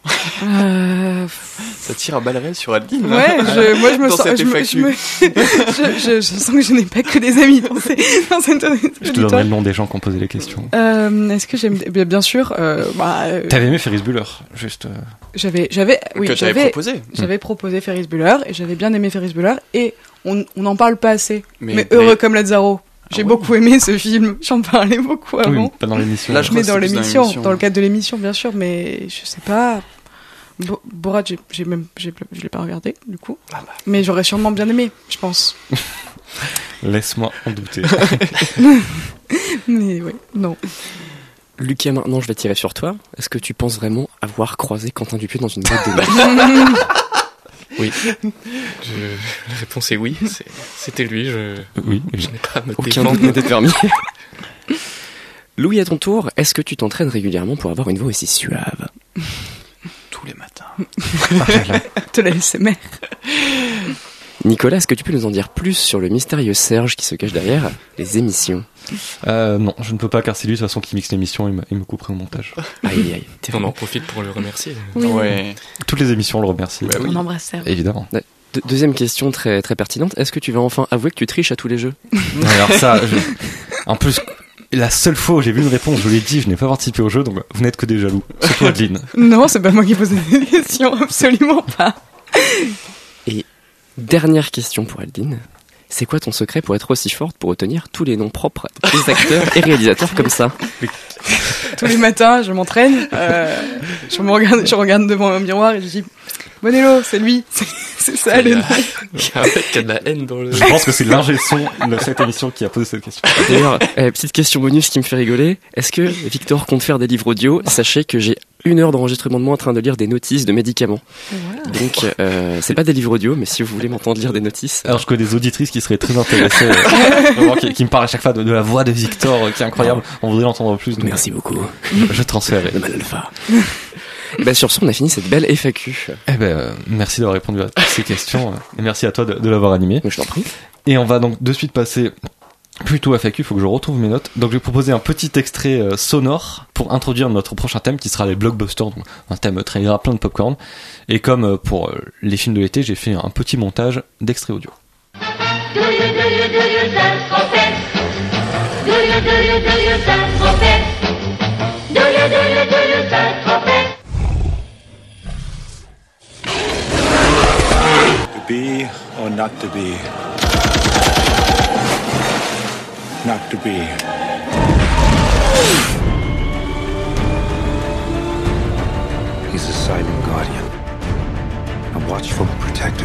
Euh... Ça tire à balles réelles sur Adeline. Ouais, je, moi je me sens, je, me, je, me, je, je, je sens que je n'ai pas que des amis dans, ces, dans cette auditoire. Je te donnerai le nom des gens qui ont posé les questions. Euh, est-ce que j'aime, bien, bien sûr. Euh, bah, euh... T'avais aimé Ferris Bueller, juste. Euh... J'avais, j'avais, oui, que j'avais proposé. J'avais mmh. proposé Ferris Bueller et j'avais bien aimé Ferris Bueller et on on n'en parle pas assez. Mais, mais heureux mais... comme Lazaro. J'ai ah ouais. beaucoup aimé ce film, j'en parlais beaucoup avant. Oui, pas dans l'émission. Là, je mais dans l'émission, dans, l'émission, dans le cadre de l'émission, bien sûr, mais je sais pas. Bo- Borat, j'ai, j'ai même, j'ai, je l'ai pas regardé, du coup. Ah bah. Mais j'aurais sûrement bien aimé, je pense. Laisse-moi en douter. Mais oui, non. Lucas, maintenant, je vais tirer sur toi. Est-ce que tu penses vraiment avoir croisé Quentin Dupieux dans une boîte de nuit? Oui. Je... La réponse est oui. C'est... C'était lui. Je... Oui. Je n'ai pas à me Aucun doute n'était permis. Louis, à ton tour, est-ce que tu t'entraînes régulièrement pour avoir une voix aussi suave? Tous les matins. De la S M R. Nicolas, est-ce que tu peux nous en dire plus sur le mystérieux Serge qui se cache derrière les émissions? euh, Non, je ne peux pas, car c'est lui de toute façon qui mixe l'émission et me, il me couperait au montage. Aïe aïe. On en profite pour le remercier. Oui. Ouais. Toutes les émissions, on le remercie. Bah, oui. On embrasse Serge. Évidemment. De- deuxième question très, très pertinente. Est-ce que tu vas enfin avouer que tu triches à tous les jeux? Alors ça, je... en plus... La seule fois où j'ai vu une réponse, je l'ai dit, je n'ai pas participé au jeu, donc vous n'êtes que des jaloux. Surtout Adeline. Non, c'est pas moi qui pose des questions, absolument pas. Et dernière question pour Adeline. C'est quoi ton secret pour être aussi forte pour retenir tous les noms propres des acteurs et réalisateurs comme ça? Tous les matins, je m'entraîne, euh, je me regarde, je regarde devant un miroir et je dis Bonello, c'est lui, c'est, c'est ça il le nom. Il y a un mec qui a de la haine dans le... Je pense que c'est l'ingé son de cette émission qui a posé cette question. D'ailleurs, euh, petite question bonus qui me fait rigoler. Est-ce que Victor compte faire des livres audio? Sachez que j'ai une heure d'enregistrement de moi en train de lire des notices de médicaments. Voilà. Donc, euh, c'est pas des livres audio, mais si vous voulez m'entendre lire des notices... Alors, je connais des auditrices qui seraient très intéressées, euh, vraiment, qui, qui me parlent à chaque fois de, de la voix de Victor, euh, qui est incroyable. On voudrait l'entendre plus. Donc, merci beaucoup. Je, je transfère. Le mal alpha. Bah sur ce, on a fini cette belle F A Q. Eh ben, euh, merci d'avoir répondu à toutes ces questions, euh, et merci à toi de, de l'avoir animé. Mais je t'en prie. Et on va donc de suite passer plutôt à F A Q, il faut que je retrouve mes notes. Donc je vais proposer un petit extrait euh, sonore pour introduire notre prochain thème qui sera les blockbusters, donc un thème très gras, plein de popcorn. Et comme euh, pour euh, les films de l'été, j'ai fait un petit montage d'extraits audio. Do you, do you, do you Saint-Tropez? Do you, do you, do you Saint-Tropez? Do you, do you, do you Saint-Tropez? To be or not to be? Not to be. He's a silent guardian, a watchful protector.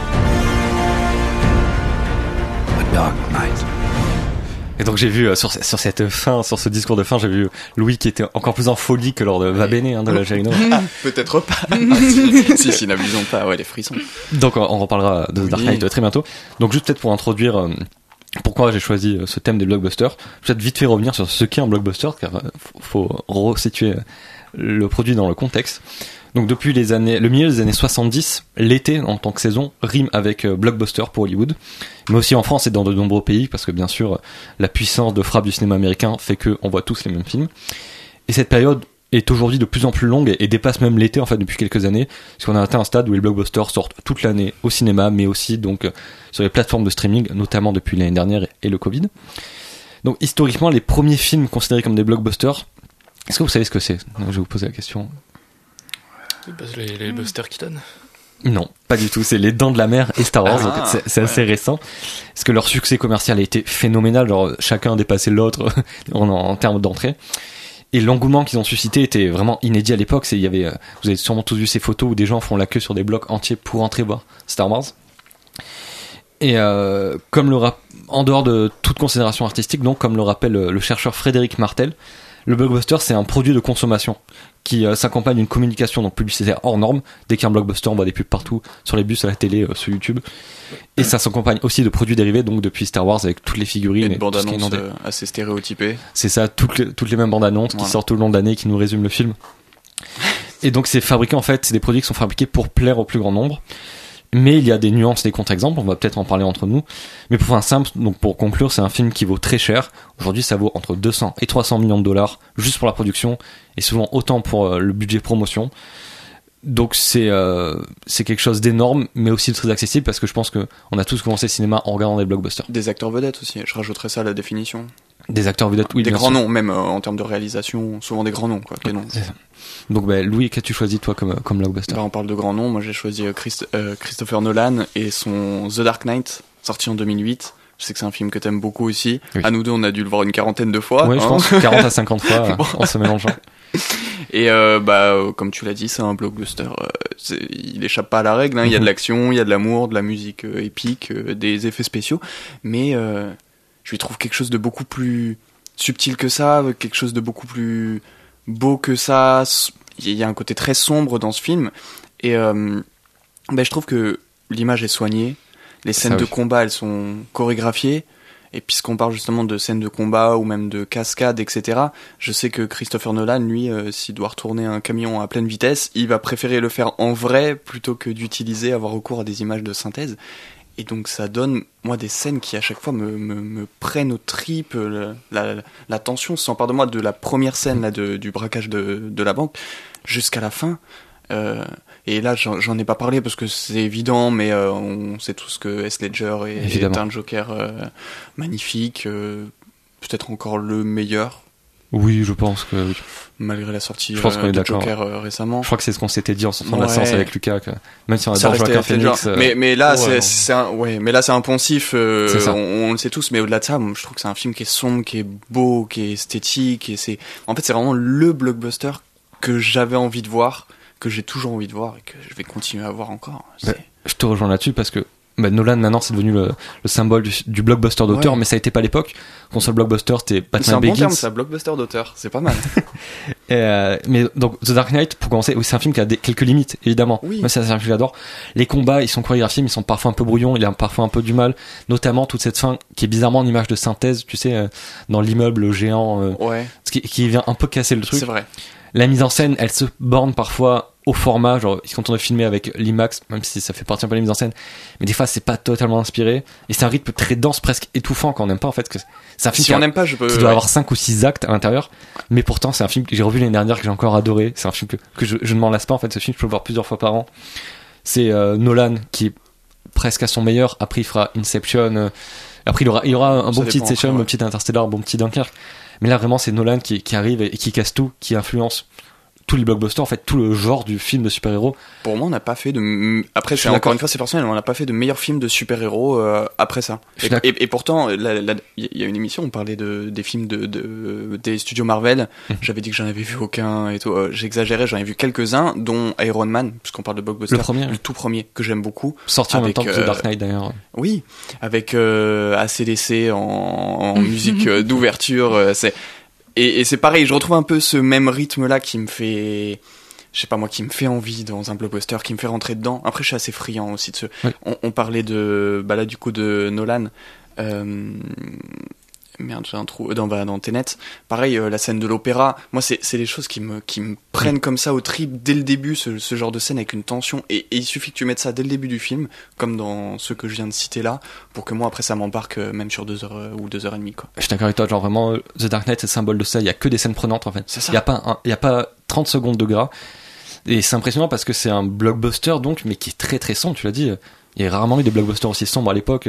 Dark Knight. Et donc j'ai vu euh, sur, sur cette fin, sur ce discours de fin, j'ai vu Louis qui était encore plus en folie que lors de Va Bene hein, de la Gerino. Ah, peut-être pas. si, si, si n'abusons pas, ouais, les frissons. Donc on, on reparlera de The Dark Knight oui. très bientôt. Donc juste peut-être pour introduire euh, pourquoi j'ai choisi euh, ce thème des blockbusters, peut-être vite fait revenir sur ce qu'est un blockbuster, car euh, faut, faut resituer le produit dans le contexte. Donc depuis les années, le milieu des années soixante-dix, l'été en tant que saison rime avec euh, blockbuster pour Hollywood, mais aussi en France et dans de nombreux pays, parce que bien sûr la puissance de frappe du cinéma américain fait que on voit tous les mêmes films. Et cette période est aujourd'hui de plus en plus longue et, et dépasse même l'été en fait depuis quelques années, parce qu'on a atteint un stade où les blockbusters sortent toute l'année au cinéma, mais aussi donc sur les plateformes de streaming, notamment depuis l'année dernière et, et le Covid. Donc historiquement, les premiers films considérés comme des blockbusters, est-ce que vous savez ce que c'est ? Je vais vous poser la question. Les, les Buster Keaton. Non, pas du tout. C'est Les Dents de la Mer et Star Wars. Ah, donc c'est, c'est ouais. assez récent. Parce que leur succès commercial a été phénoménal. Genre, chacun a dépassé l'autre en, en termes d'entrée. Et l'engouement qu'ils ont suscité était vraiment inédit à l'époque. C'est, il y avait, vous avez sûrement tous vu ces photos où des gens font la queue sur des blocs entiers pour entrer voir Star Wars. Et euh, comme le rap- en dehors de toute considération artistique, donc comme le rappelle le chercheur Frédéric Martel, le blockbuster c'est un produit de consommation qui euh, s'accompagne d'une communication donc publicitaire hors norme. Dès qu'il y a un blockbuster, on voit des pubs partout, sur les bus, à la télé, euh, sur YouTube. Et ça s'accompagne aussi de produits dérivés, donc depuis Star Wars avec toutes les figurines et et bandes tout ce qui est annonces inondé. euh, assez stéréotypées. C'est ça, toutes les, toutes les mêmes bandes annonces Voilà. qui sortent tout le long de l'année, qui nous résument le film. Et donc c'est fabriqué en fait, c'est des produits qui sont fabriqués pour plaire au plus grand nombre. Mais il y a des nuances, des contre-exemples, on va peut-être en parler entre nous. Mais pour faire simple, donc pour conclure, c'est un film qui vaut très cher. Aujourd'hui, ça vaut entre deux cents et trois cents millions de dollars juste pour la production, et souvent autant pour euh, le budget promotion. Donc c'est euh, c'est quelque chose d'énorme, mais aussi de très accessible, parce que je pense que on a tous commencé le cinéma en regardant des blockbusters. Des acteurs vedettes aussi, je rajouterais ça à la définition. Des acteurs vedettes, oui. Des bien grands sûr. noms, même euh, en termes de réalisation, souvent des grands noms, quoi. Des noms. C'est ça. Donc bah, Louis, qu'as-tu choisi toi comme, comme blockbuster ? Bah, on parle de grands noms, moi j'ai choisi euh, Christ- euh, Christopher Nolan et son The Dark Knight, sorti en deux mille huit. Je sais que c'est un film que t'aimes beaucoup aussi. Oui. À nous deux, on a dû le voir une quarantaine de fois. Oui, hein. je pense quarante à cinquante fois Bon. en se mélangeant. Et euh, bah euh, comme tu l'as dit, c'est un blockbuster. Euh, c'est, il échappe pas à la règle. Hein. Il y a de l'action, il y a de l'amour, de la musique euh, épique, euh, des effets spéciaux. Mais euh, je lui trouve quelque chose de beaucoup plus subtil que ça, quelque chose de beaucoup plus beau que ça. Il y a un côté très sombre dans ce film. Et euh, bah, je trouve que l'image est soignée. Les scènes Ça, de oui. combat, elles sont chorégraphiées. Et puisqu'on parle justement de scènes de combat ou même de cascades, et cetera, je sais que Christopher Nolan, lui, euh, s'il doit retourner un camion à pleine vitesse, il va préférer le faire en vrai plutôt que d'utiliser, avoir recours à des images de synthèse. Et donc ça donne, moi, des scènes qui à chaque fois me, me, me prennent aux tripes, le- la, la tension s'empare de moi, de la première scène là, de, du braquage de, de la banque jusqu'à la fin. Euh, et là, j'en, j'en ai pas parlé parce que c'est évident, mais euh, on sait tous que Heath Ledger est, est Évidemment. un Joker euh, magnifique, euh, peut-être encore le meilleur, Oui, je pense que oui. malgré la sortie Je pense euh, qu'on est de d'accord. Joker euh, récemment. Je crois que c'est ce qu'on s'était dit en sortant de la Ouais. séance avec Lucas, que même si on Ça adore restait Joaquin Heath Ledger. Phoenix, euh, mais mais là ouais, c'est non. c'est un ouais mais là c'est un poncif euh, C'est ça. on, on le sait tous, mais au-delà de ça, moi, je trouve que c'est un film qui est sombre, qui est beau, qui est esthétique, et c'est en fait c'est vraiment le blockbuster que j'avais envie de voir, que j'ai toujours envie de voir et que je vais continuer à voir encore. C'est- Bah, je te rejoins là-dessus parce que bah, Nolan maintenant c'est devenu le, le symbole du, du blockbuster d'auteur, Ouais. mais ça a été pas à l'époque. Quand seul blockbuster c'était c'est Batman un bon Begins. terme, ça, blockbuster d'auteur, c'est pas mal. Et, euh, mais donc The Dark Knight, pour commencer, oui, c'est un film qui a des, quelques limites évidemment. Oui. Moi c'est un film que j'adore. Les combats ils sont chorégraphiés, mais ils sont parfois un peu brouillons. Il a parfois un peu du mal, notamment toute cette fin qui est bizarrement en image de synthèse, tu sais, euh, dans l'immeuble géant, euh, Ouais, ce qui, qui vient un peu casser le truc. c'est vrai. La mise en scène, elle se borne parfois au format, genre quand on est filmé avec l'IMAX, même si ça fait partie un peu de la mise en scène, mais des fois c'est pas totalement inspiré, et c'est un rythme très dense, presque étouffant quand on n'aime pas en fait. Que c'est un film Si qui, on a- n'aime pas, je peux- qui doit ouais. avoir cinq ou six actes à l'intérieur, mais pourtant c'est un film que j'ai revu l'année dernière, que j'ai encore adoré, c'est un film que, que je, je ne m'en lasse pas en fait, ce film je peux le voir plusieurs fois par an. C'est euh, Nolan qui est presque à son meilleur, après il fera Inception, euh, après il aura, il y aura un Ça bon petit dépend Inception, après, un ouais. bon petit Interstellar, un bon petit Dunkerque, mais là vraiment c'est Nolan qui, qui arrive et, et qui casse tout, qui influence tous les blockbusters, en fait tout le genre du film de super-héros. Pour moi, on n'a pas fait de. Après, Je suis c'est encore d'accord. une fois, c'est personnel, on n'a pas fait de meilleurs films de super-héros euh, après ça. Je suis Et, d'accord. et, et pourtant, la- la- il y a une émission, on parlait de, des films de, de, des studios Marvel. Mhm. J'avais dit que j'en avais vu aucun et tout. Euh, J'exagérais, j'en ai vu quelques-uns, dont Iron Man, puisqu'on parle de blockbuster. Le premier, Le oui. tout premier, que j'aime beaucoup. Sorti en même Avec, temps que The euh, Dark Knight d'ailleurs. Oui, avec euh, A C D C en, en musique euh, d'ouverture. euh, c'est et, et c'est pareil, je retrouve un peu ce même rythme-là qui me fait, je sais pas moi, qui me fait envie dans un blockbuster, qui me fait rentrer dedans. Après, je suis assez friand aussi de ce. Oui. On, on parlait de, bah là du coup de Nolan. Euh, Merde, j'ai un trou dans, bah, dans Tenet. Pareil, euh, la scène de l'opéra. Moi, c'est, c'est des choses qui me, qui me prennent comme ça au trip dès le début, ce, ce genre de scène avec une tension. Et, et il suffit que tu mettes ça dès le début du film, comme dans ceux que je viens de citer là, pour que moi, après, ça m'embarque euh, même sur deux heures euh, ou deux heures et demie, quoi. Je suis d'accord avec toi, genre vraiment, euh, The Dark Knight c'est le symbole de ça, il y a que des scènes prenantes en fait. C'est ça. Il y a pas un- il y a pas trente secondes de gras. Et c'est impressionnant parce que c'est un blockbuster donc, mais qui est très très sombre, tu l'as dit. Il y a rarement eu des blockbusters aussi sombres à l'époque.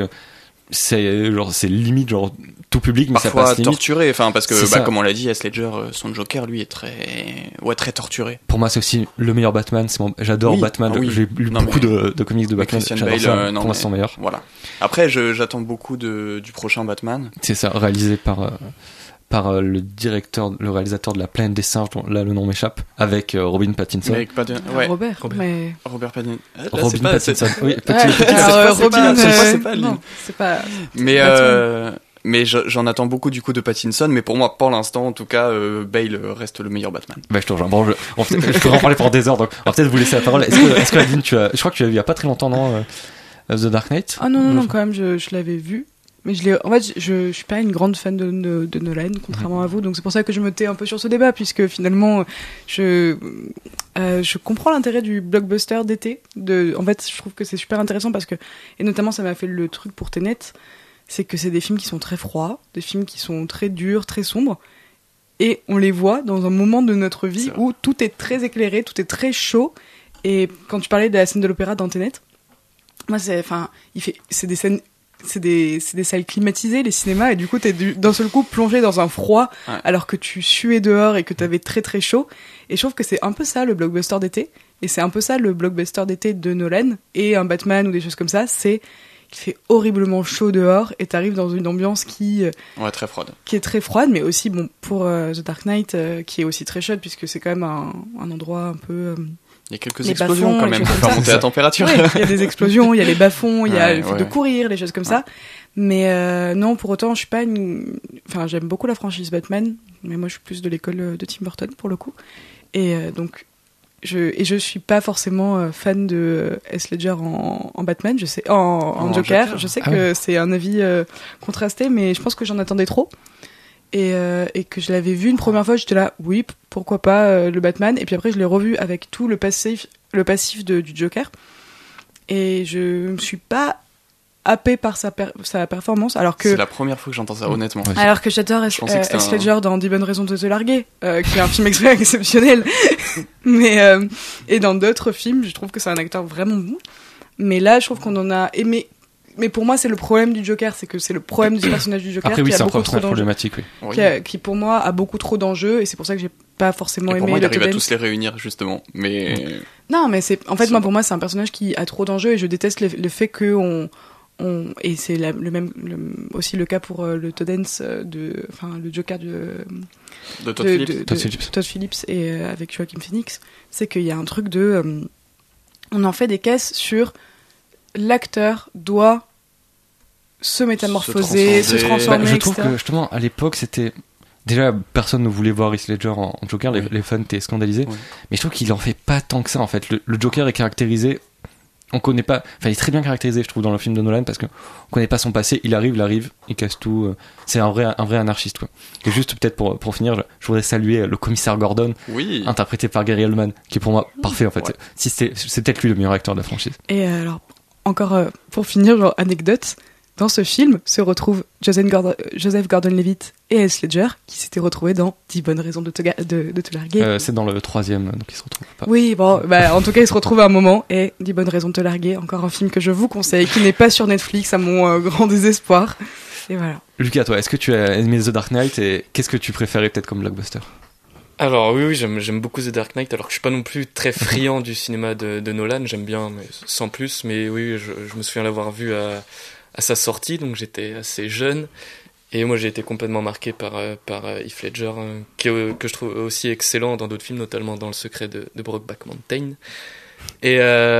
C'est genre, c'est limite genre tout public, mais ça Parfois passe limite. torturé, enfin, parce que, C'est bah, ça. comme on l'a dit, Heath Ledger, euh, son Joker, lui, est très, ouais, très torturé. Pour moi, c'est aussi le meilleur Batman. C'est mon- J'adore Oui, Batman. ah oui. J'ai lu Non, beaucoup mais- de, de comics de Mais Batman. Christian J'adore Bale, ça. euh, non, pour moi, mais- c'est son meilleur. Voilà. Après, je, j'attends beaucoup de, du prochain Batman. C'est ça, réalisé par euh, par euh, le directeur, le réalisateur de La Planète des Singes, dont là le nom m'échappe, avec euh, Robin Pattinson. Mais avec Pattin- ouais. Robert, Robert. mais... Robert Pattinson. Ah, là, Robin c'est pas- Pattinson. c'est- Oui, Ouais, petit, petit- alors, cette euh, fois, c'est pas- Robin, cette fois, euh, c'est pas non, lui. c'est pas... Mais Batman. euh, mais je- j'en attends beaucoup du coup de Pattinson, mais pour moi, pour l'instant, en tout cas, euh, Bale reste le meilleur Batman. Bah, je te rejoins. Bon, je, on peut- je pourrais en parler pendant des heures, donc on va peut-être vous laisser la parole. Est-ce que, est-ce que Adeline, tu as, je crois que tu l'as vu il y a pas très longtemps, non, euh, The Dark Knight? Ah non, non, non, quand même, je, je l'avais vu. Mais je l'ai, en fait, je, je suis pas une grande fan de, de, de Nolan, contrairement à vous, donc c'est pour ça que je me tais un peu sur ce débat, puisque finalement, je, euh, je comprends l'intérêt du blockbuster d'été. De, en fait, je trouve que c'est super intéressant parce que, et notamment, ça m'a fait le truc pour Tenet, c'est que c'est des films qui sont très froids, des films qui sont très durs, très sombres, et on les voit dans un moment de notre vie où tout est très éclairé, tout est très chaud, et quand tu parlais de la scène de l'opéra dans Tenet, moi, c'est, enfin, il fait, c'est des scènes, c'est des, c'est des salles climatisées, les cinémas, et du coup, t'es du- d'un seul coup plongé dans un froid, Ouais. alors que tu suais dehors et que t'avais très très chaud. Et je trouve que c'est un peu ça, le blockbuster d'été. Et c'est un peu ça, le blockbuster d'été de Nolan. Et un Batman ou des choses comme ça, c'est, il fait horriblement chaud dehors, et t'arrives dans une ambiance qui, euh, Ouais, très froide. qui est très froide, mais aussi, bon, pour euh, The Dark Knight, euh, qui est aussi très chaude, puisque c'est quand même un, un endroit un peu, euh, Il y a quelques les explosions bas-fonds, quand les même choses pour comme faire ça. monter la température. Ouais, il y a des explosions, il y a les bas-fonds, il y a Ouais, le fait ouais. de courir, les choses comme ça. Mais euh, non, pour autant, je suis pas une... Enfin, j'aime beaucoup la franchise Batman, mais moi, je suis plus de l'école euh, de Tim Burton, pour le coup. Et euh, donc, je... Et je suis pas forcément euh, fan de euh, Heath Ledger en, en Batman, je sais... En, en En Joker. Joker. Je sais Ah que ouais. c'est un avis euh, contrasté, mais je pense que j'en attendais trop. Et, euh, et que je l'avais vu une première fois, j'étais là, oui, p- pourquoi pas euh, le Batman. Et puis après, je l'ai revu avec tout le passif, le passif de, du Joker. Et je me suis pas happée par sa, per- sa performance, alors que C'est la première fois que j'entends ça, honnêtement. alors que j'adore Heath Je pensais que c'était Heath un- Ledger dans dix bonnes raisons de te larguer, euh, qui est un film ex- exceptionnel. Mais euh, et dans d'autres films, je trouve que c'est un acteur vraiment bon. Mais là, je trouve qu'on en a aimé. Mais pour moi, c'est le problème du Joker, c'est que c'est le problème du personnage du Joker Après, oui, qui c'est a un beaucoup personnage trop d'enjeux. problématique, oui. Oui. Qui, a- qui, pour moi, a beaucoup trop d'enjeux, et c'est pour ça que j'ai pas forcément Et pour aimé moi, il le arrive à Todens. tous les réunir, justement. Mais. Non, mais c'est en fait C'est moi bon. pour moi c'est un personnage qui a trop d'enjeux, et je déteste le, le fait que on, on et c'est la- le même le- aussi le cas pour euh, le Todens euh, de enfin le Joker de De Todd Phillips. de- Todd de- Phillips. Todd Phillips et euh, avec Joaquin Phoenix, c'est qu'il y a un truc de euh, on en fait des caisses sur l'acteur doit se métamorphoser, se transcender. transformer, Bah, je trouve et cetera. que justement à l'époque c'était déjà personne ne voulait voir Heath Ledger en, en Joker, les, Oui. les fans étaient scandalisés, Oui. mais je trouve qu'il en fait pas tant que ça en fait. Le, le Joker est caractérisé on connaît pas, enfin il est très bien caractérisé je trouve dans le film de Nolan parce que on connaît pas son passé, il arrive, il arrive, il casse tout, euh, c'est un vrai, un vrai anarchiste quoi. Et juste peut-être pour, pour finir, je, je voudrais saluer le commissaire Gordon, oui. interprété par Gary Oldman, qui est pour moi parfait en fait. Ouais. Si c'est, c'est peut-être lui le meilleur acteur de la franchise. Et euh, alors, encore euh, pour finir, genre anecdote, dans ce film se retrouvent Joseph Gordon, Joseph Gordon-Levitt et Heath Ledger, qui s'étaient retrouvés dans dix bonnes raisons de te, ga- de, de te larguer. Euh, c'est dans le troisième, donc ils se retrouvent pas. Oui, bon, bah, en tout cas, ils se retrouvent à un moment, et dix bonnes raisons de te larguer, encore un film que je vous conseille, qui n'est pas sur Netflix, à mon euh, grand désespoir. Et voilà. Lucas, toi, est-ce que tu as aimé The Dark Knight, et qu'est-ce que tu préférais peut-être comme blockbuster ? Alors oui, oui, j'aime, j'aime beaucoup The Dark Knight, alors que je suis pas non plus très friand du cinéma de, de Nolan, j'aime bien, mais sans plus, mais oui, je, je me souviens l'avoir vu à... à sa sortie, donc j'étais assez jeune, et moi j'ai été complètement marqué par, par Heath Ledger, hein, que, que je trouve aussi excellent dans d'autres films, notamment dans Le Secret de, de Brokeback Mountain. Et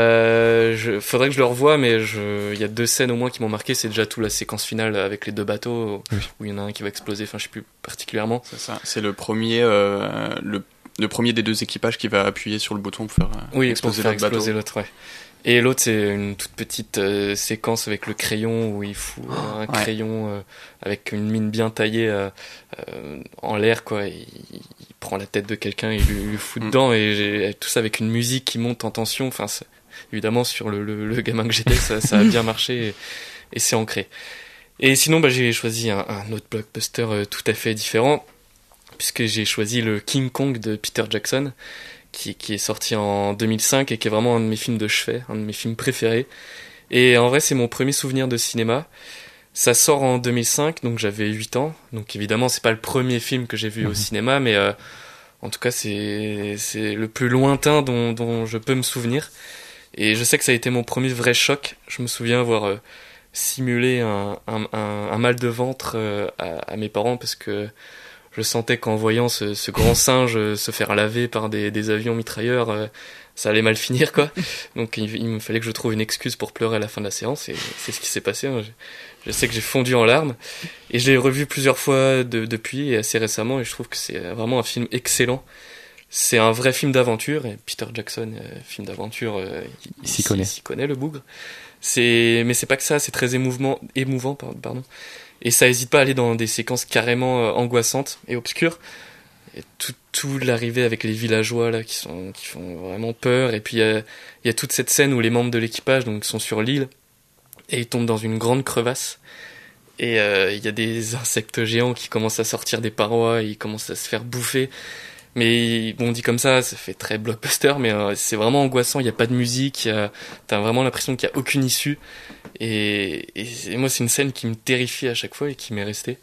euh, je, faudrait que je le revoie, mais il y a deux scènes au moins qui m'ont marqué. C'est déjà toute la séquence finale avec les deux bateaux, oui. où il y en a un qui va exploser, enfin je sais plus particulièrement. C'est ça, c'est le premier, euh, le, le premier des deux équipages qui va appuyer sur le bouton pour faire, euh, oui, exploser, pour faire l'autre exploser bateau. l'autre, ouais. Et l'autre, c'est une toute petite euh, séquence avec le crayon où il fout oh, un ouais. crayon euh, avec une mine bien taillée euh, euh, en l'air, quoi. Et il, il prend la tête de quelqu'un et il lui, lui fout mm. dedans, et j'ai, tout ça avec une musique qui monte en tension. Enfin, c'est, évidemment, sur le, le, le gamin que j'étais, ça, ça a bien marché et, et c'est ancré. Et sinon, bah, j'ai choisi un, un autre blockbuster euh, tout à fait différent, puisque j'ai choisi le King Kong de Peter Jackson. Qui, qui est sorti en deux mille cinq et qui est vraiment un de mes films de chevet, un de mes films préférés. Et en vrai, c'est mon premier souvenir de cinéma. Ça sort en deux mille cinq, donc j'avais huit ans. Donc évidemment, c'est pas le premier film que j'ai vu mmh. au cinéma, mais euh, en tout cas, c'est, c'est le plus lointain dont, dont je peux me souvenir. Et je sais que ça a été mon premier vrai choc. Je me souviens avoir euh, simulé un, un, un, un mal de ventre euh, à, à mes parents parce que je sentais qu'en voyant ce, ce grand singe se faire laver par des, des avions mitrailleurs, euh, ça allait mal finir, quoi. Donc il, il me fallait que je trouve une excuse pour pleurer à la fin de la séance, et c'est ce qui s'est passé. Hein. Je, je sais que j'ai fondu en larmes, et je l'ai revu plusieurs fois de, depuis, et assez récemment, et je trouve que c'est vraiment un film excellent. C'est un vrai film d'aventure, et Peter Jackson, euh, film d'aventure, euh, il, il s'y connaît. Il s'y connaît, le bougre. C'est, mais c'est pas que ça, c'est très émouvant, émouvant, pardon. Et ça hésite pas à aller dans des séquences carrément euh, angoissantes et obscures. Et tout, tout l'arrivée avec les villageois là qui sont qui font vraiment peur. Et puis il y a, y a toute cette scène où les membres de l'équipage donc sont sur l'île et ils tombent dans une grande crevasse. Et il euh, y a des insectes géants qui commencent à sortir des parois, et ils commencent à se faire bouffer. Mais bon, dit comme ça, ça fait très blockbuster, mais euh, c'est vraiment angoissant. Il n'y a pas de musique, y a, t'as vraiment l'impression qu'il n'y a aucune issue. Et, et, et moi, c'est une scène qui me terrifie à chaque fois et qui m'est restée.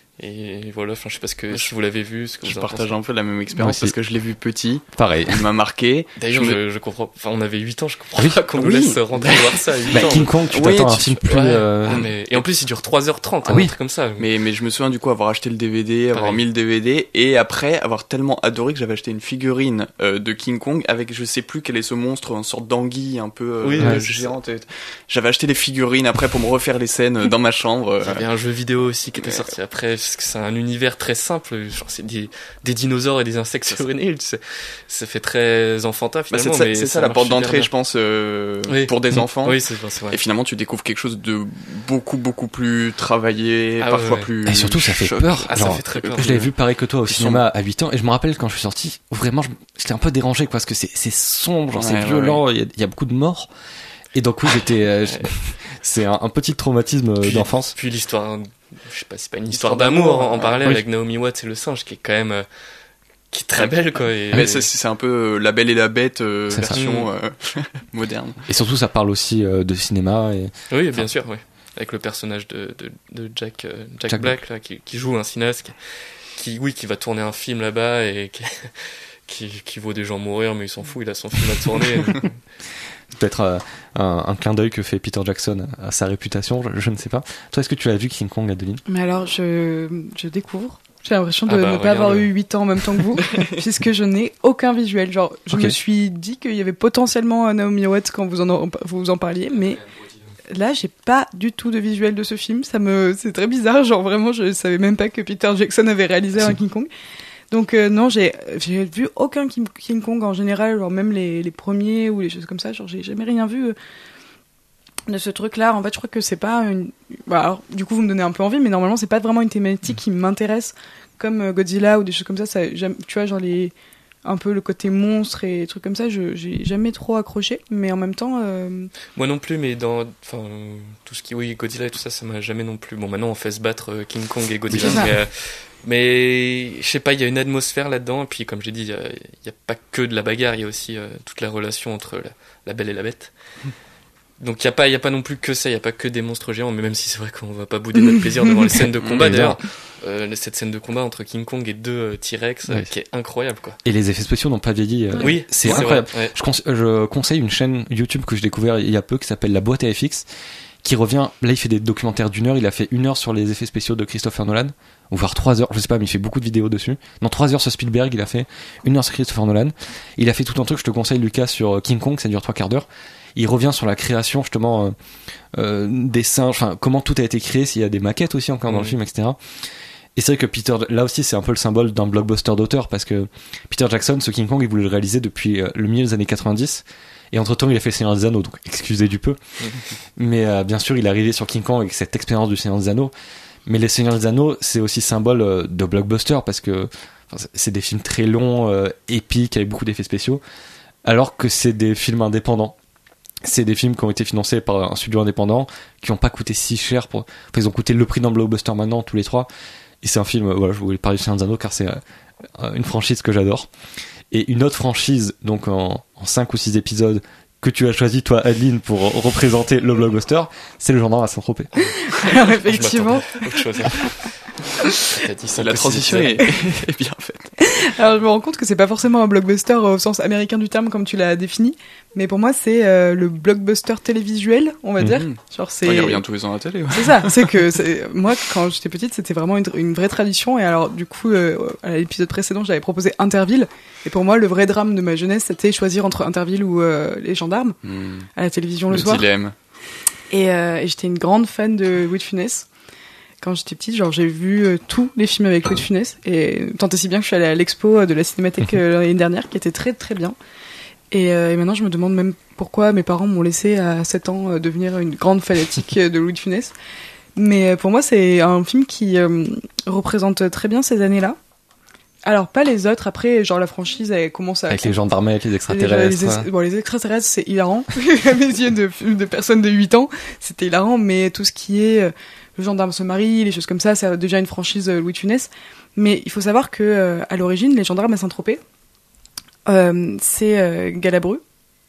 Et voilà, enfin, je sais pas ce que, si vous l'avez vu, ce que je vous en partage pensez. un peu la même expérience parce que je l'ai vu petit. Pareil. Il m'a marqué. D'ailleurs, je, je, me... je comprends, enfin, on avait huit ans, je comprends oui. pas qu'on oui. nous laisse rentrer voir ça à huit bah, ans. King Kong, tu t'attends à un film plus, ouais. euh... ah, mais... Et en plus, il dure trois heures trente, ah, un oui. truc comme ça. Mais, mais je me souviens du coup avoir acheté le D V D, Pareil. avoir mis le D V D, et après avoir tellement adoré que j'avais acheté une figurine euh, de King Kong avec je sais plus quel est ce monstre, une sorte d'anguille un peu euh, oui, euh, ouais, géante. J'avais acheté des figurines après pour me refaire les scènes dans ma chambre. Il y avait un jeu vidéo aussi qui était sorti après, parce que c'est un univers très simple. Genre c'est des, des dinosaures et des insectes sur une île, ça fait très enfantin finalement. Bah c'est ça, mais c'est ça, ça la porte d'entrée, je pense, euh, oui. pour des enfants. Oui, c'est, c'est vrai. Et finalement, tu découvres quelque chose de beaucoup, beaucoup plus travaillé, ah, parfois ouais, ouais. plus. Et surtout, ça fait choc. peur. Ah, Genre, ça fait très peur. Je l'avais vu pareil que toi au cinéma à huit ans, et je me rappelle quand je suis sorti, vraiment, je, j'étais un peu dérangé parce que c'est, c'est sombre, genre, ouais, c'est ouais, violent, il ouais. y, y a beaucoup de morts. Et donc oui, j'étais, euh, c'est un, un petit traumatisme puis, d'enfance. Puis l'histoire, je sais pas, c'est pas une histoire, histoire d'amour, d'amour en parler oui. avec Naomi Watts et le singe, qui est quand même, euh, qui est très belle, quoi. Et, mais c'est, c'est un peu La Belle et la Bête euh, c'est version euh, moderne. Et surtout, ça parle aussi euh, de cinéma. Et... Oui, bien enfin, sûr, oui. Avec le personnage de, de, de Jack, euh, Jack, Jack Black, là, qui, qui joue un cinéaste, qui, qui, oui, qui va tourner un film là-bas et qui, qui, qui vaut des gens mourir, mais il s'en fout, il a son film à tourner. Peut-être euh, un, un clin d'œil que fait Peter Jackson à sa réputation, je, je ne sais pas. Toi, est-ce que tu as vu King Kong, Adeline ? Mais alors, je, je découvre. J'ai l'impression de ah bah, ne pas avoir le... eu huit ans en même temps que vous, puisque je n'ai aucun visuel. Genre, je okay. me suis dit qu'il y avait potentiellement un Naomi Watts quand vous en, vous en parliez, mais là, j'ai pas du tout de visuel de ce film. Ça me, c'est très bizarre. Genre, vraiment, je savais même pas que Peter Jackson avait réalisé c'est... un King Kong. Donc euh, non, j'ai j'ai vu aucun King, King Kong en général, genre même les les premiers ou les choses comme ça, genre j'ai jamais rien vu euh, de ce truc-là. En fait, je crois que c'est pas une bah, alors, du coup vous me donnez un peu envie, mais normalement c'est pas vraiment une thématique qui m'intéresse comme euh, Godzilla ou des choses comme ça, ça j'aime, tu vois, genre les un peu le côté monstre et trucs comme ça, je j'ai jamais trop accroché, mais en même temps euh... moi non plus, mais dans enfin tout ce qui oui Godzilla et tout ça, ça m'a jamais non plus. Bon, maintenant on fait se battre euh, King Kong et Godzilla, mais euh, mais je sais pas, il y a une atmosphère là-dedans, et puis comme j'ai dit, il y a, y a pas que de la bagarre, il y a aussi euh, toute la relation entre la, la belle et la bête. Donc il y a pas il y a pas non plus que ça, il y a pas que des monstres géants, mais même si c'est vrai qu'on va pas bouder notre plaisir devant les scènes de combat d'ailleurs. Euh, cette scène de combat entre King Kong et deux euh, T-Rex euh, ouais. qui est incroyable quoi. Et les effets spéciaux n'ont pas vieilli. Euh, oui, c'est, c'est incroyable. Vrai, ouais. Je, conse- je conseille une chaîne YouTube que j'ai découvert il y a peu qui s'appelle La Boîte à F X, qui revient. Là, il fait des documentaires d'une heure. Il a fait une heure sur les effets spéciaux de Christopher Nolan, ou voire trois heures. Je sais pas, mais il fait beaucoup de vidéos dessus. Non, trois heures sur Spielberg. Il a fait une heure sur Christopher Nolan. Il a fait tout un truc. Je te conseille Lucas sur King Kong. Ça dure trois quarts d'heure. Il revient sur la création justement euh, euh, des singes, enfin comment tout a été créé, s'il y a des maquettes aussi encore dans mmh. le film, et cetera. Et c'est vrai que Peter, là aussi c'est un peu le symbole d'un blockbuster d'auteur, parce que Peter Jackson, ce King Kong, il voulait le réaliser depuis euh, le milieu des années quatre-vingt-dix, et entre temps il a fait le Seigneur des Anneaux, donc excusez du peu. Mmh. Mais euh, bien sûr il est arrivé sur King Kong avec cette expérience du Seigneur des Anneaux, mais les Seigneurs des Anneaux c'est aussi symbole euh, de blockbuster, parce que c'est des films très longs, euh, épiques, avec beaucoup d'effets spéciaux, alors que c'est des films indépendants. C'est des films qui ont été financés par un studio indépendant, qui n'ont pas coûté si cher pour, enfin, ils ont coûté le prix d'un blockbuster maintenant, tous les trois. Et c'est un film, voilà, je voulais parler de Seigneur des Anneaux car c'est euh, une franchise que j'adore. Et une autre franchise, donc en, en cinq ou six épisodes, que tu as choisi, toi, Adeline, pour représenter le blockbuster, c'est Le Gendarme à Saint-Tropez. Alors, effectivement. La transition est, est bien faite. Alors je me rends compte que c'est pas forcément un blockbuster au sens américain du terme comme tu l'as défini, mais pour moi c'est euh, le blockbuster télévisuel, on va mm-hmm. dire. Genre c'est. Oh, il revient tous les ans à la télé. Ouais. C'est ça. C'est que c'est... moi quand j'étais petite c'était vraiment une, une vraie tradition, et alors du coup euh, à l'épisode précédent j'avais proposé Interville, et pour moi le vrai drame de ma jeunesse c'était choisir entre Interville ou euh, Les Gendarmes mm. à la télévision le, le soir. Dilemme. Et, euh, et j'étais une grande fan de Louis de Funès. Quand j'étais petite, genre j'ai vu euh, tous les films avec Louis de Funès, et tant et si bien que je suis allée à l'expo de la Cinémathèque euh, l'année dernière, qui était très très bien. Et, euh, et maintenant je me demande même pourquoi mes parents m'ont laissé à sept ans euh, devenir une grande fanatique de Louis de Funès. Mais euh, pour moi c'est un film qui euh, représente très bien ces années-là. Alors pas les autres, après genre la franchise elle commence à... Avec les gendarmes, avec les extraterrestres. Les, les, bon les extraterrestres c'est hilarant, à mes yeux de, de personnes de huit ans, c'était hilarant, mais tout ce qui est... Euh, le gendarme se marie, les choses comme ça, ça a déjà une franchise euh, Louis de Funès. Mais il faut savoir que euh, à l'origine, les gendarmes à Saint-Tropez, euh, c'est euh, Galabru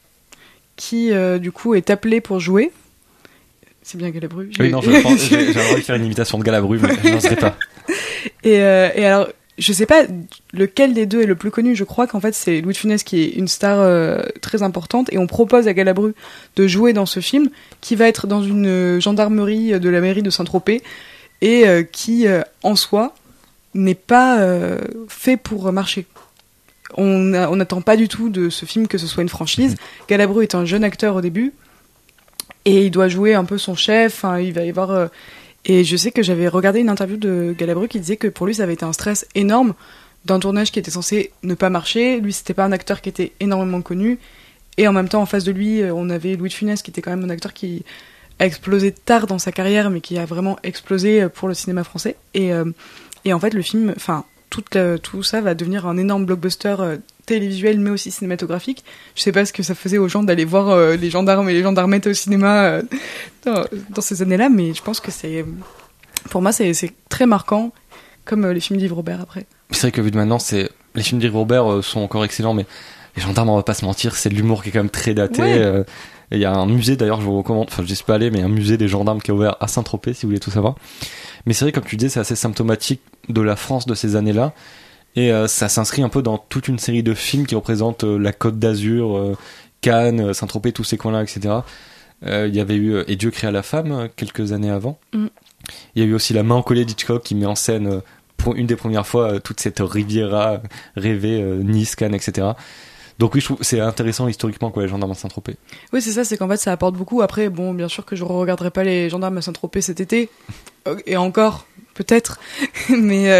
qui euh, du coup est appelé pour jouer. C'est bien Galabru. Oui, non, je pense, j'ai, j'ai envie de faire une imitation de Galabru, mais je n'en serai pas. Et, euh, et alors, je sais pas lequel des deux est le plus connu. Je crois qu'en fait c'est Louis de Funès qui est une star euh, très importante, et on propose à Galabru de jouer dans ce film qui va être dans une gendarmerie de la mairie de Saint-Tropez, et euh, qui euh, en soi n'est pas euh, fait pour marcher. On n'attend pas du tout de ce film que ce soit une franchise. Galabru est un jeune acteur au début et il doit jouer un peu son chef. Hein, il va y avoir euh, Et je sais que j'avais regardé une interview de Galabru qui disait que pour lui ça avait été un stress énorme d'un tournage qui était censé ne pas marcher. Lui c'était pas un acteur qui était énormément connu, et en même temps en face de lui on avait Louis de Funès qui était quand même un acteur qui a explosé tard dans sa carrière mais qui a vraiment explosé pour le cinéma français. Et, euh, et en fait le film, enfin tout, euh, tout ça va devenir un énorme blockbuster euh, télévisuel mais aussi cinématographique. Je sais pas ce que ça faisait aux gens d'aller voir euh, les gendarmes et les gendarmettes au cinéma euh, dans, dans ces années-là, mais je pense que c'est, pour moi c'est, c'est très marquant, comme euh, les films d'Yves Robert après. C'est vrai que vu de maintenant, c'est... les films d'Yves Robert euh, sont encore excellents, mais les gendarmes, on va pas se mentir, c'est de l'humour qui est quand même très daté. Ouais. Euh, il y a un musée d'ailleurs, je vous recommande, enfin je suis pas allé, mais un musée des gendarmes qui est ouvert à Saint-Tropez si vous voulez tout savoir. Mais c'est vrai, comme tu disais, c'est assez symptomatique de la France de ces années-là. Et euh, ça s'inscrit un peu dans toute une série de films qui représentent euh, la Côte d'Azur, euh, Cannes, Saint-Tropez, tous ces coins-là, et cetera. Euh, il y avait eu euh, Et Dieu créa la femme euh, quelques années avant. Mm. Il y a eu aussi La main en collier d'Hitchcock qui met en scène euh, pour une des premières fois euh, toute cette Riviera rêvée, euh, Nice, Cannes, et cetera. Donc oui, je trouve que c'est intéressant historiquement quoi, les gendarmes à Saint-Tropez. Oui, c'est ça, c'est qu'en fait ça apporte beaucoup. Après, bon, bien sûr que je ne regarderai pas les gendarmes à Saint-Tropez cet été, et encore, peut-être, mais, euh,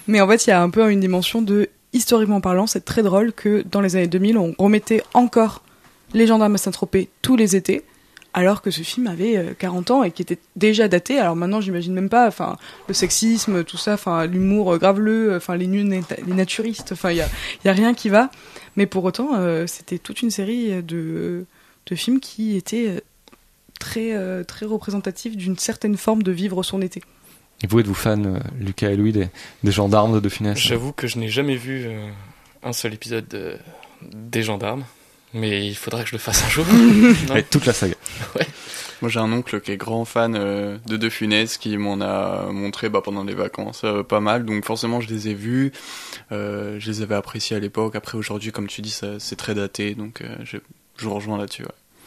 Mais en fait, il y a un peu une dimension de, historiquement parlant, c'est très drôle que dans les années deux mille, on remettait encore Les Gendarmes à Saint-Tropez tous les étés, alors que ce film avait quarante ans et qui était déjà daté. Alors maintenant, j'imagine même pas, enfin, le sexisme, tout ça, enfin, l'humour graveleux, enfin, les nuls, les naturistes, enfin, il y a, y a rien qui va. Mais pour autant, euh, c'était toute une série de, de films qui étaient très, euh, très représentatifs d'une certaine forme de vivre son été. Et vous, êtes-vous fan, euh, Lucas et Louis, des, des Gendarmes de De Funès? J'avoue que je n'ai jamais vu euh, un seul épisode de, des Gendarmes. Mais il faudrait que je le fasse un jour. Avec toute la saga. Ouais. Moi j'ai un oncle qui est grand fan euh, de De Funès qui m'en a montré bah, pendant les vacances euh, pas mal, donc forcément je les ai vus, euh, je les avais appréciés à l'époque. Après aujourd'hui, comme tu dis, ça, c'est très daté, donc euh, je, je vous rejoins là-dessus. Ouais.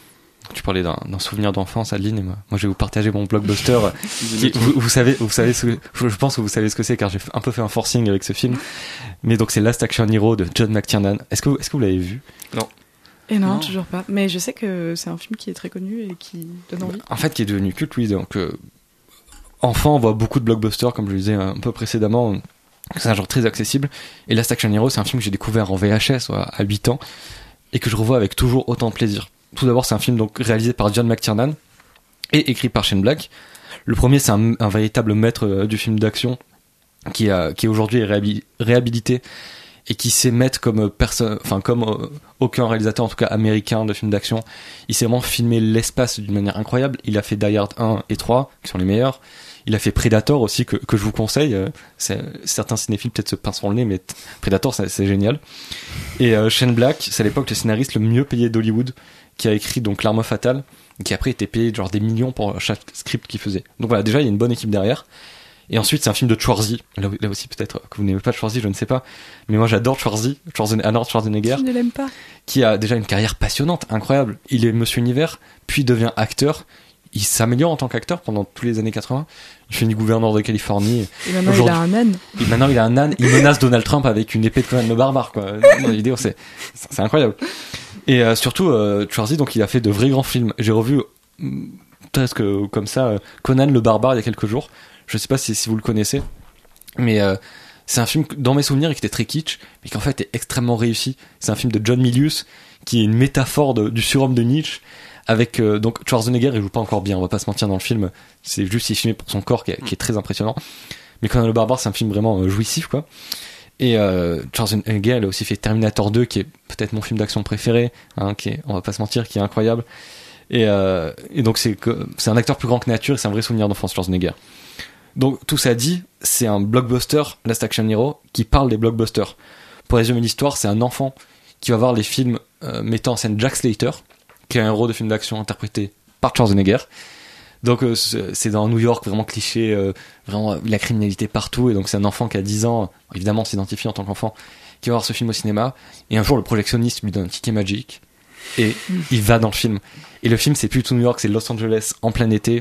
Tu parlais d'un, d'un souvenir d'enfance, Adeline, et moi, moi je vais vous partager mon blockbuster. qui, vous, vous savez, vous savez ce que, je pense que vous savez ce que c'est, car j'ai un peu fait un forcing avec ce film. Mais donc c'est Last Action Hero de John McTiernan. Est-ce que, est-ce que vous l'avez vu? Non. Et non, non, toujours pas. Mais je sais que c'est un film qui est très connu et qui donne envie. En fait, qui est devenu culte, oui. Donc, euh, enfant, on voit beaucoup de blockbusters, comme je le disais un peu précédemment. C'est un genre très accessible. Et Last Action Hero, c'est un film que j'ai découvert en V H S à huit ans et que je revois avec toujours autant de plaisir. Tout d'abord, c'est un film donc réalisé par John McTiernan et écrit par Shane Black. Le premier, c'est un, un véritable maître euh, du film d'action qui, a, qui est aujourd'hui réhabil- réhabilité et qui sait mettre comme personne, enfin comme euh, aucun réalisateur, en tout cas américain, de films d'action. Il sait vraiment filmer l'espace d'une manière incroyable. Il a fait Die Hard un et trois, qui sont les meilleurs. Il a fait Predator aussi, que, que je vous conseille. C'est, certains cinéphiles peut-être se pinceront le nez, mais t- Predator, c'est, c'est génial. Et euh, Shane Black, c'est à l'époque le scénariste le mieux payé d'Hollywood, qui a écrit donc L'Arme Fatale, qui après était payé genre des millions pour chaque script qu'il faisait. Donc voilà, déjà il y a une bonne équipe derrière. Et ensuite, c'est un film de Schwarzy. Là, là aussi, peut-être que vous n'aimez pas Schwarzy, je ne sais pas. Mais moi, j'adore Schwarzy, Schwarzenegger, Arnold Schwarzenegger. Je ne l'aime pas. Qui a déjà une carrière passionnante, incroyable. Il est Monsieur Univers, puis devient acteur. Il s'améliore en tant qu'acteur pendant tous les années quatre-vingts. Il finit gouverneur de Californie. Et maintenant, il a un âne. Et maintenant, il a un âne. Il menace Donald Trump avec une épée de Conan le barbare, quoi. Dans la vidéo, c'est, c'est incroyable. Et euh, surtout, euh, Schwarzy, donc, il a fait de vrais grands films. J'ai revu, presque comme ça, euh, Conan le barbare il y a quelques jours. Je sais pas si, si vous le connaissez, mais euh, c'est un film dans mes souvenirs qui était très kitsch, mais qui en fait est extrêmement réussi. C'est un film de John Milius qui est une métaphore de, du surhomme de Nietzsche, avec euh, donc Schwarzenegger. Il joue pas encore bien, on va pas se mentir dans le film. C'est juste il est filmé pour son corps qui est, qui est très impressionnant. Mais Conan le barbare, c'est un film vraiment euh, jouissif, quoi. Et euh, Schwarzenegger, il a aussi fait Terminator deux, qui est peut-être mon film d'action préféré, hein, qui est, on va pas se mentir, qui est incroyable. Et, euh, et donc c'est que c'est un acteur plus grand que nature, et c'est un vrai souvenir d'enfance, Schwarzenegger. Donc tout ça dit, c'est un blockbuster, Last Action Hero, qui parle des blockbusters. Pour résumer l'histoire, c'est un enfant qui va voir les films euh, mettant en scène Jack Slater, qui est un héros de film d'action interprété par Schwarzenegger. Donc euh, c'est dans New York, vraiment cliché, euh, vraiment la criminalité partout, et donc c'est un enfant qui a dix ans, évidemment s'identifie en tant qu'enfant, qui va voir ce film au cinéma, et un jour le projectionniste lui donne un ticket magique, et il va dans le film. Et le film, c'est plus tout New York, c'est Los Angeles en plein été,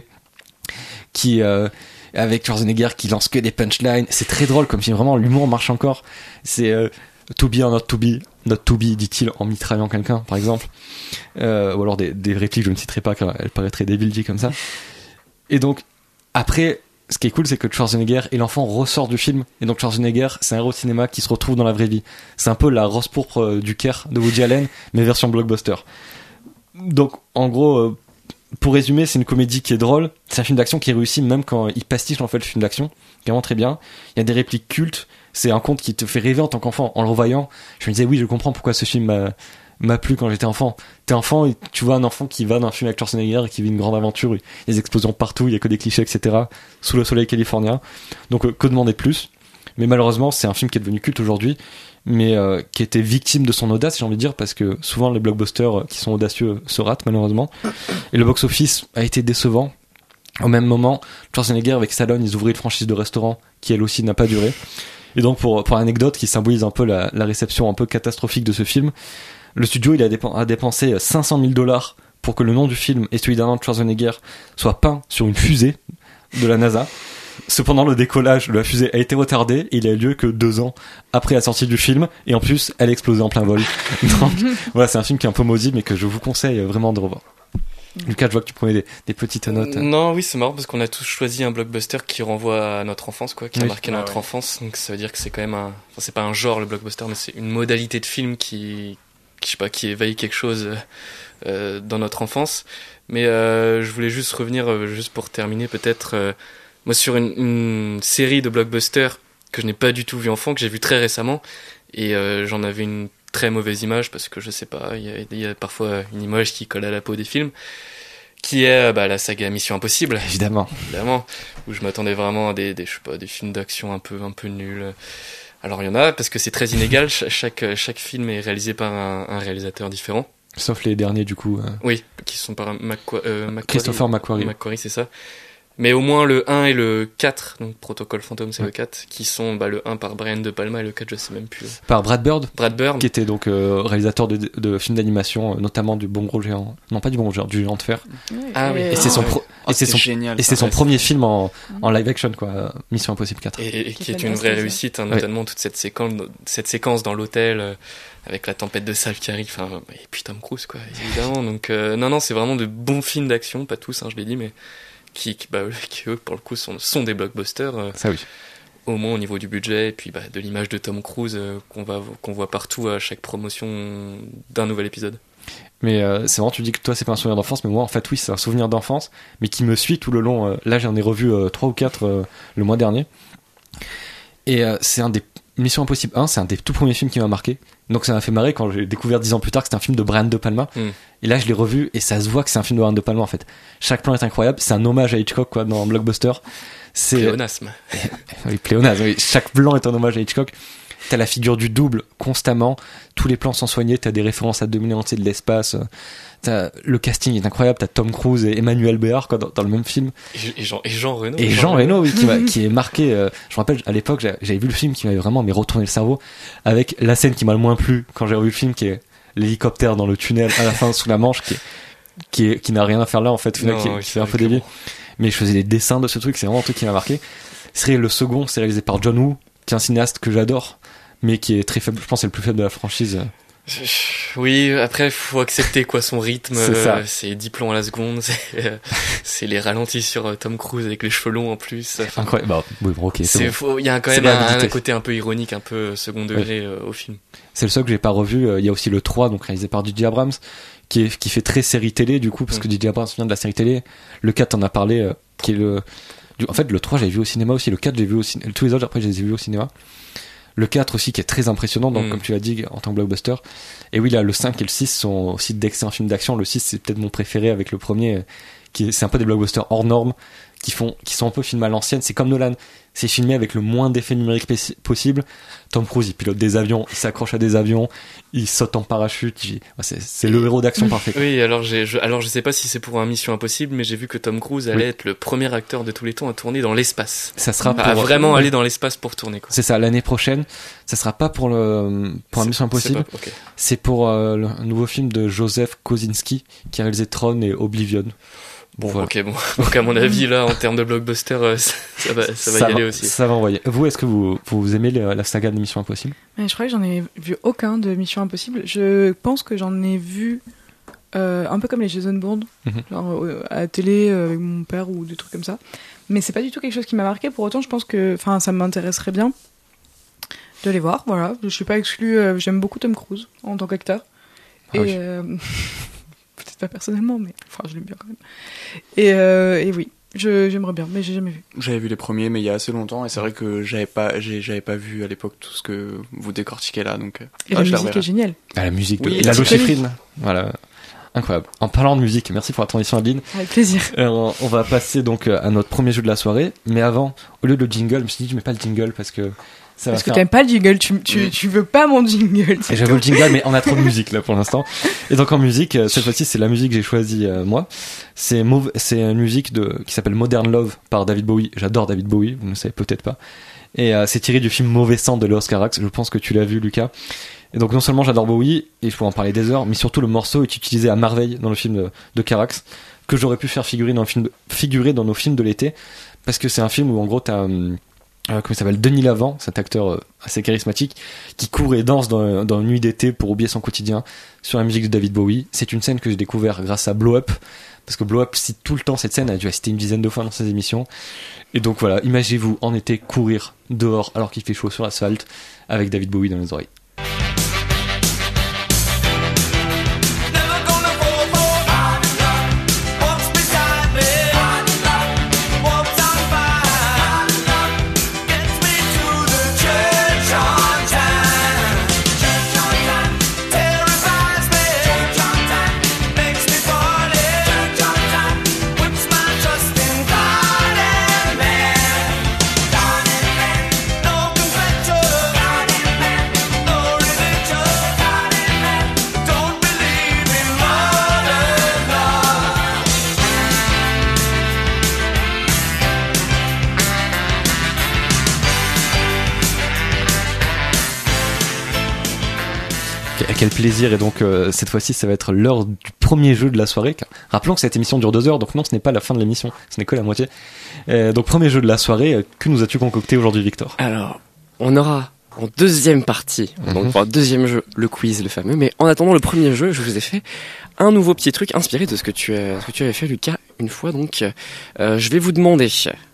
qui... Euh, avec Schwarzenegger qui lance que des punchlines. C'est très drôle comme film, vraiment l'humour marche encore. C'est euh, to be or not to be, not to be, dit-il en mitraillant quelqu'un par exemple, euh, ou alors des, des répliques je ne citerai pas car elles paraîtraient débiles dit comme ça. Et donc après, ce qui est cool, c'est que Schwarzenegger et l'enfant ressort du film, et donc Schwarzenegger, c'est un héros de cinéma qui se retrouve dans la vraie vie. C'est un peu la rose pourpre du Caire de Woody Allen, mais version blockbuster. Donc en gros, euh, pour résumer, c'est une comédie qui est drôle, c'est un film d'action qui est réussi même quand il pastiche en fait le film d'action, qui est vraiment très bien. Il y a des répliques cultes, c'est un conte qui te fait rêver en tant qu'enfant. En le revoyant, je me disais oui, je comprends pourquoi ce film m'a, m'a plu quand j'étais enfant. T'es enfant et tu vois un enfant qui va dans un film avec Schwarzenegger et qui vit une grande aventure, il y a des explosions partout, il y a que des clichés, et cetera. Sous le soleil californien. Donc euh, que demander de plus? Mais malheureusement, c'est un film qui est devenu culte aujourd'hui, mais euh, qui était victime de son audace, j'ai envie de dire, parce que souvent les blockbusters qui sont audacieux se ratent malheureusement. Et le box-office a été décevant. Au même moment, Schwarzenegger avec Stallone, ils ouvraient une franchise de restaurant qui elle aussi n'a pas duré. Et donc pour pour l'anecdote qui symbolise un peu la, la réception un peu catastrophique de ce film, le studio il a, dépen- a dépensé cinq cent mille dollars pour que le nom du film et celui d'Arnold Schwarzenegger soient peints sur une fusée de la NASA. Cependant, le décollage de la fusée a été retardé et il a eu lieu que deux ans après la sortie du film, et en plus, elle a explosé en plein vol. Donc, voilà, c'est un film qui est un peu maudit, mais que je vous conseille vraiment de revoir. Lucas, je vois que tu prenais des, des petites notes. Non, oui, c'est marrant parce qu'on a tous choisi un blockbuster qui renvoie à notre enfance, quoi, qui Oui. a marqué Ah notre ouais. enfance. Donc ça veut dire que c'est quand même un, enfin, c'est pas un genre le blockbuster, mais c'est une modalité de film qui, qui je sais pas, qui éveille quelque chose euh, dans notre enfance. Mais euh, je voulais juste revenir, euh, juste pour terminer, peut-être, euh, moi sur une, une série de blockbusters que je n'ai pas du tout vu enfant, que j'ai vu très récemment, et euh, j'en avais une très mauvaise image parce que je sais pas, il y a, il y a parfois une image qui colle à la peau des films, qui est bah, la saga Mission Impossible. Évidemment. Évidemment, où je m'attendais vraiment à des, des, je sais pas, des films d'action un peu, un peu nuls. Alors il y en a, parce que c'est très inégal, Ch- chaque, chaque film est réalisé par un, un réalisateur différent. Sauf les derniers, du coup. euh, Oui, qui sont par Macqua- euh, Macquarie. Christopher McQuarrie. McQuarrie, c'est ça. Mais au moins le un et le quatre, donc Protocole Fantôme, c'est Ouais. le quatre, qui sont bah, le un par Brian De Palma et le quatre, je sais même plus. Par Brad Bird, Brad Bird. qui était donc euh, réalisateur de, de films d'animation, euh, notamment du Bon Gros Géant. Non, pas du Bon Gros Géant, du Géant de Fer. Ah oui. Et c'est son, Ah, pro- oui. Oh, et c'est son, c'était génial, et c'est ça. son Ouais, premier c'est- film en, en live action, quoi. euh, Mission Impossible quatre. Et, et qui Qui est fait une de vraie la réussite, hein, Ouais. notamment toute cette séquence, cette séquence dans l'hôtel euh, avec la tempête de sable qui arrive. Enfin, et puis Tom Cruise, quoi, évidemment. Donc, euh, non, non, c'est vraiment de bons films d'action, pas tous, hein, je l'ai dit, mais qui, qui, bah, qui eux, pour le coup, sont, sont des blockbusters. euh, Ça, oui. Au moins au niveau du budget et puis bah, de l'image de Tom Cruise euh, qu'on va qu'on voit partout à chaque promotion d'un nouvel épisode. Mais euh, c'est vraiment, tu dis que toi, c'est pas un souvenir d'enfance, mais moi, en fait, oui, c'est un souvenir d'enfance, mais qui me suit tout le long. euh, là, j'en ai revu euh, trois ou quatre euh, le mois dernier. Et euh, c'est un des Mission Impossible un, c'est un des tout premiers films qui m'a marqué. Donc ça m'a fait marrer quand j'ai découvert dix ans plus tard que c'était un film de Brian De Palma. Mm. Et là, je l'ai revu et ça se voit que c'est un film de Brian De Palma en fait. Chaque plan est incroyable. C'est un hommage à Hitchcock quoi dans Blockbuster. C'est Pléonasme. oui, pléonasme. Oui. Chaque plan est un hommage à Hitchcock. T'as la figure du double constamment. Tous les plans sont soignés. T'as des références à deux mille entiers de l'espace. T'as le casting est incroyable. T'as Tom Cruise et Emmanuel Béard quoi dans, dans le même film. Et, et Jean et Jean Reno. Et Jean Reno, oui, qui, m'a- qui est marqué. euh, je me rappelle, à l'époque, j'a- j'avais vu le film qui m'avait vraiment mais retourné le cerveau. Avec la scène qui m'a le moins plu quand j'ai revu le film, qui est l'hélicoptère dans le tunnel à la fin sous la Manche, qui est, qui, est, qui n'a rien à faire là en fait, au final, Non, qui, oui, qui c'est fait un vrai peu que débile. bon. Mais je faisais des dessins de ce truc, c'est vraiment un truc qui m'a marqué. C'est le second, c'est réalisé par John Woo, qui est un cinéaste que j'adore, mais qui est très faible. Je pense que c'est le plus faible de la franchise. Oui, après faut accepter quoi son rythme. C'est ça. euh, c'est dix plombs à la seconde. C'est, euh, c'est les ralentis sur euh, Tom Cruise avec les cheveux longs en plus. Enfin, Incroyable. Bah, oui, bon, ok, c'est c'est bon. faux. Il y a quand C'est même un, réhabilité. un côté un peu ironique, un peu second degré euh, au film. C'est le seul que j'ai pas revu. Euh, Il y a aussi le trois, donc réalisé par J J Abrams, qui, est, qui fait très série télé, du coup, parce que J J Abrams vient de la série télé. Le quatre, on a parlé, euh, qui est le. Du, en fait, le trois, j'avais vu au cinéma aussi. Le quatre, j'ai vu au cinéma. Tous les autres, après, je les ai vus au cinéma. Le quatre aussi, qui est très impressionnant, donc, Mm. comme tu l'as dit, en tant que blockbuster. Et oui, là, le cinq et le six sont aussi d'excellents films d'action. Le six, c'est peut-être mon préféré avec le premier, euh, qui est, c'est un peu des blockbusters hors normes, qui font, qui sont un peu filmés à l'ancienne. C'est comme Nolan. C'est filmé avec le moins d'effets numériques pessi- possible. Tom Cruise, il pilote des avions, il s'accroche à des avions, il saute en parachute. il- C'est, c'est le héros d'action parfait. quoi. Oui, alors j'ai, je, alors je sais pas si c'est pour un Mission Impossible, mais j'ai vu que Tom Cruise allait Oui. être le premier acteur de tous les temps à tourner dans l'espace. Ça sera à pour- vraiment Oui. aller dans l'espace pour tourner quoi. C'est ça, l'année prochaine. Ça sera pas pour le, pour un C'est- Mission Impossible. c'est pas- ok. C'est pour euh, le un nouveau film de Joseph Kosinski, qui a réalisé Tron et Oblivion. Bon, Voilà. ok, bon. Donc à mon avis là, en termes de blockbuster, euh, ça, ça va, ça va y aller aussi. Ça va envoyer. Vous, est-ce que vous, vous aimez le- la saga de Mission Impossible? Mais je crois que j'en ai vu aucun de Mission Impossible. Je pense que j'en ai vu euh, un peu comme les Jason Bourne, Mhm. genre euh, à la télé euh, avec mon père ou des trucs comme ça. Mais c'est pas du tout quelque chose qui m'a marqué. Pour autant, je pense que, enfin, ça m'intéresserait bien de les voir. Voilà, je suis pas exclue. euh, J'aime beaucoup Tom Cruise en tant qu'acteur. Ah et oui. euh, peut-être pas personnellement, mais enfin, je l'aime bien quand même. Et, euh, et oui, je, j'aimerais bien, mais j'ai jamais vu. J'avais vu les premiers, mais il y a assez longtemps, et c'est vrai que j'avais pas, j'ai, j'avais pas vu à l'époque tout ce que vous décortiquez là, donc. euh, Et ah, la je musique reverrai. est géniale. Ah, la musique de Oui, et la c'est Lochifrine. Voilà. Incroyable. En parlant de musique, merci pour la transition Adeline. Avec plaisir. Euh, on- on va passer donc euh, à notre premier jeu de la soirée, mais avant, au lieu de le jingle, je me suis dit je mets pas le jingle parce que ça va Parce que faire... t'aimes pas le jingle, tu, tu, Mm. tu veux pas mon jingle. Et j'avoue le jingle, mais on a trop de musique là pour l'instant. Et donc en musique, euh, cette fois-ci c'est la musique que j'ai choisie euh, moi. C'est mauve- c'est une musique de qui s'appelle Modern Love par David Bowie. J'adore David Bowie, vous ne le savez peut-être pas. Et euh, c'est tiré du film Mauvais sang de Léos Carax. Je pense que tu l'as vu, Lucas. Et donc non seulement j'adore Bowie et je pourrais en parler des heures, mais surtout le morceau est utilisé à merveille dans le film de, de Carax, que j'aurais pu faire figurer dans le film, de- figurer dans nos films de l'été, parce que c'est un film où en gros t'as hum, euh, comment il s'appelle, Denis Lavant, cet acteur euh, assez charismatique, qui court et danse dans, dans une nuit d'été pour oublier son quotidien sur la musique de David Bowie. C'est une scène que j'ai découvert grâce à Blow Up, parce que Blow Up cite tout le temps cette scène, elle a dû la citer une dizaine de fois dans ses émissions. Et donc voilà, imaginez-vous en été courir dehors alors qu'il fait chaud sur l'asphalte avec David Bowie dans les oreilles. Quel plaisir, et donc euh, cette fois-ci ça va être l'heure du premier jeu de la soirée. Rappelons que cette émission dure deux heures, donc non, ce n'est pas la fin de l'émission, ce n'est que la moitié. Euh, donc premier jeu de la soirée, euh, que nous as-tu concocté aujourd'hui, Victor? Alors, on aura en deuxième partie, mm-hmm. donc pour un deuxième jeu, le quiz, le fameux, mais en attendant le premier jeu, je vous ai fait un nouveau petit truc inspiré de ce que tu, as, ce que tu avais fait, Lucas, une fois. Donc euh, je vais vous demander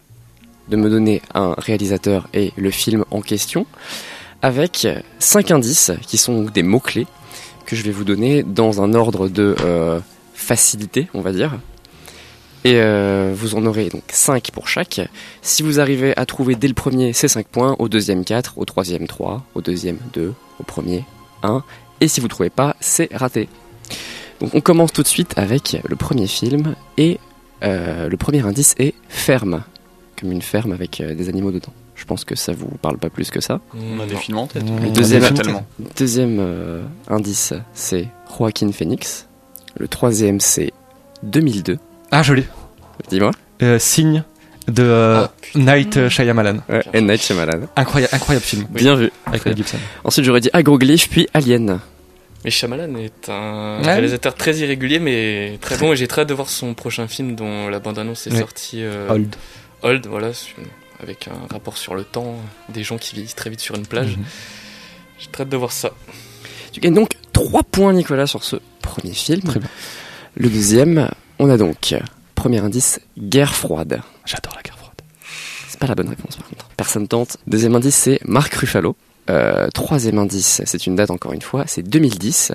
de me donner un réalisateur et le film en question, avec cinq indices qui sont des mots-clés que je vais vous donner dans un ordre de euh, facilité, on va dire. Et euh, vous en aurez donc cinq pour chaque. Si vous arrivez à trouver dès le premier, c'est cinq points, au deuxième quatre, au troisième trois, au deuxième deux, au premier un, et si vous ne trouvez pas, c'est raté. Donc on commence tout de suite avec le premier film, et euh, le premier indice est ferme, comme une ferme avec euh, des animaux dedans. Je pense que ça vous parle pas plus que ça. On a des films en tête. Le deuxième, deuxième euh, indice, c'est Joaquin Phoenix. Le troisième, c'est deux mille deux. Ah, joli. Dis-moi. Euh, Signe de euh, ah, Night Shyamalan. Ouais, et Night Shyamalan. Incroyable, incroyable film. Oui. Bien vu. Avec Mel Gibson. Ensuite, j'aurais dit Agroglyph, puis Alien. Mais Shyamalan est un ouais. réalisateur très irrégulier, mais très bon. Et j'ai très hâte de voir son prochain film dont la bande-annonce est ouais. sortie. Euh, Old. Old, voilà. Avec un rapport sur le temps, des gens qui vieillissent très vite sur une plage. Mmh. J'ai très hâte de voir ça. Tu gagnes donc trois points, Nicolas, sur ce premier film. Très bien. Le deuxième, on a donc, premier indice, Guerre froide. J'adore la guerre froide. C'est pas la bonne réponse, par contre. Personne tente. Deuxième indice, c'est Mark Ruffalo. Euh, troisième indice, c'est une date encore une fois, c'est deux mille dix.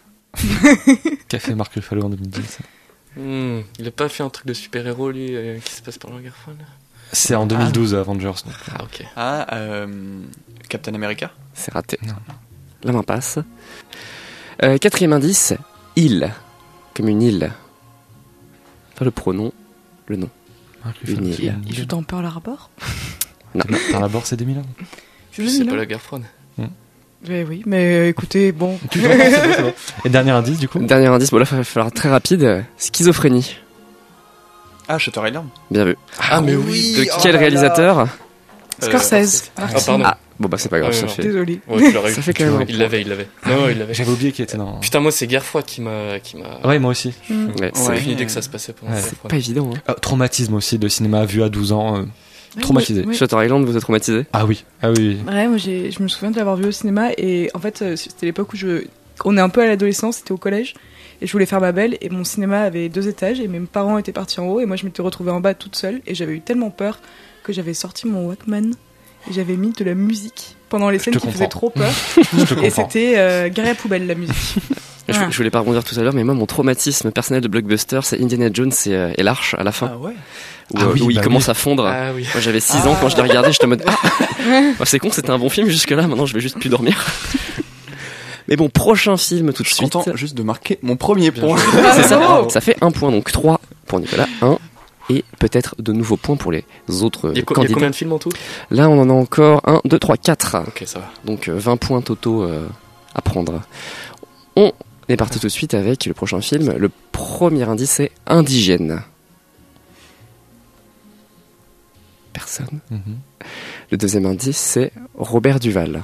Qu'a fait Mark Ruffalo en deux mille dix? mmh, Il a pas fait un truc de super-héros, lui, euh, qui se passe pendant la guerre froide? C'est en deux mille douze, ah. Avengers. Donc. Ah, ok. Ah, euh, Captain America? C'est raté. Non. La main passe. Euh, quatrième indice, île. Comme une île. Pas le pronom, le nom. Ah, une île. île. Il joue dans Pearl Harbor? Non. Pearl Harbor, c'est deux mille un. C'est pas la guerre froide. Mmh. Mais oui, mais écoutez, bon. c'est bon, c'est bon. Et dernier indice, du coup? Dernier indice, bon là, il va falloir très rapide. Schizophrénie. Ah, Shutter Island. Bien vu. Ah, mais oui. De quel oh réalisateur? Scorsese. Ah, pardon. Ah, bon bah c'est pas grave, ouais, ça non. fait. Désolé. Ouais, tu ça fait quand même. Il l'avait, il l'avait. Non, il l'avait. J'avais oublié qu'il était dans. Putain, moi c'est Guerre froide qui m'a, qui m'a. Ouais, moi aussi. Mmh. Ouais, c'est ouais. aucune idée que ça se passait pendant. Ouais. C'est pas évident. Hein. Euh, traumatisme aussi de cinéma vu à douze ans. Euh, oui, traumatisé. Oui. Shutter Island, vous êtes traumatisé? Ah oui, ah oui. Ouais, moi j'ai, je me souviens de l'avoir vu au cinéma, et en fait c'était l'époque où je, on est un peu à l'adolescence, c'était au collège. Et je voulais faire ma belle, et mon cinéma avait deux étages, et mes parents étaient partis en haut, et moi je m'étais retrouvée en bas toute seule, et j'avais eu tellement peur que j'avais sorti mon Walkman, et j'avais mis de la musique pendant les scènes qui faisaient trop peur. Et c'était euh, garé à poubelle, la musique. Je, voilà. je voulais pas rebondir tout à l'heure, mais moi mon traumatisme personnel de blockbuster, c'est Indiana Jones et, euh, et l'Arche à la fin. Ah ouais. Où, ah oui, où bah il oui. commence à fondre. Ah oui. Moi j'avais six ah. ans quand je l'ai regardé, j'étais en mode ah bah, c'est con, c'était un bon film jusque là, maintenant je vais juste plus dormir. Mais bon, prochain film tout de je suite. Je suis content juste de marquer mon premier point. C'est ça, ça fait un point, donc trois pour Nicolas, un, et peut-être de nouveaux points pour les autres il y a co- candidats. Il y a combien de films en tout? Là, on en a encore un, deux, trois, quatre. Ok, ça va. Donc euh, vingt points totaux euh, à prendre. On est parti tout de suite avec le prochain film. Le premier indice, c'est Indigène. Personne. Mm-hmm. Le deuxième indice, c'est Robert Duval.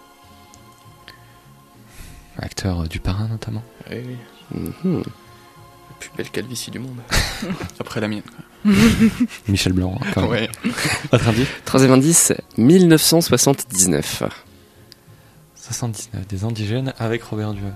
Acteur euh, du Parrain, notamment. Oui, oui. Mm-hmm. La plus belle calvitie du monde. Après la mienne. Michel Blanc, hein, quand même. Ouais. Autre indice. Troisième indice, mille neuf cent soixante-dix-neuf. soixante-dix-neuf, des indigènes avec Robert Duval.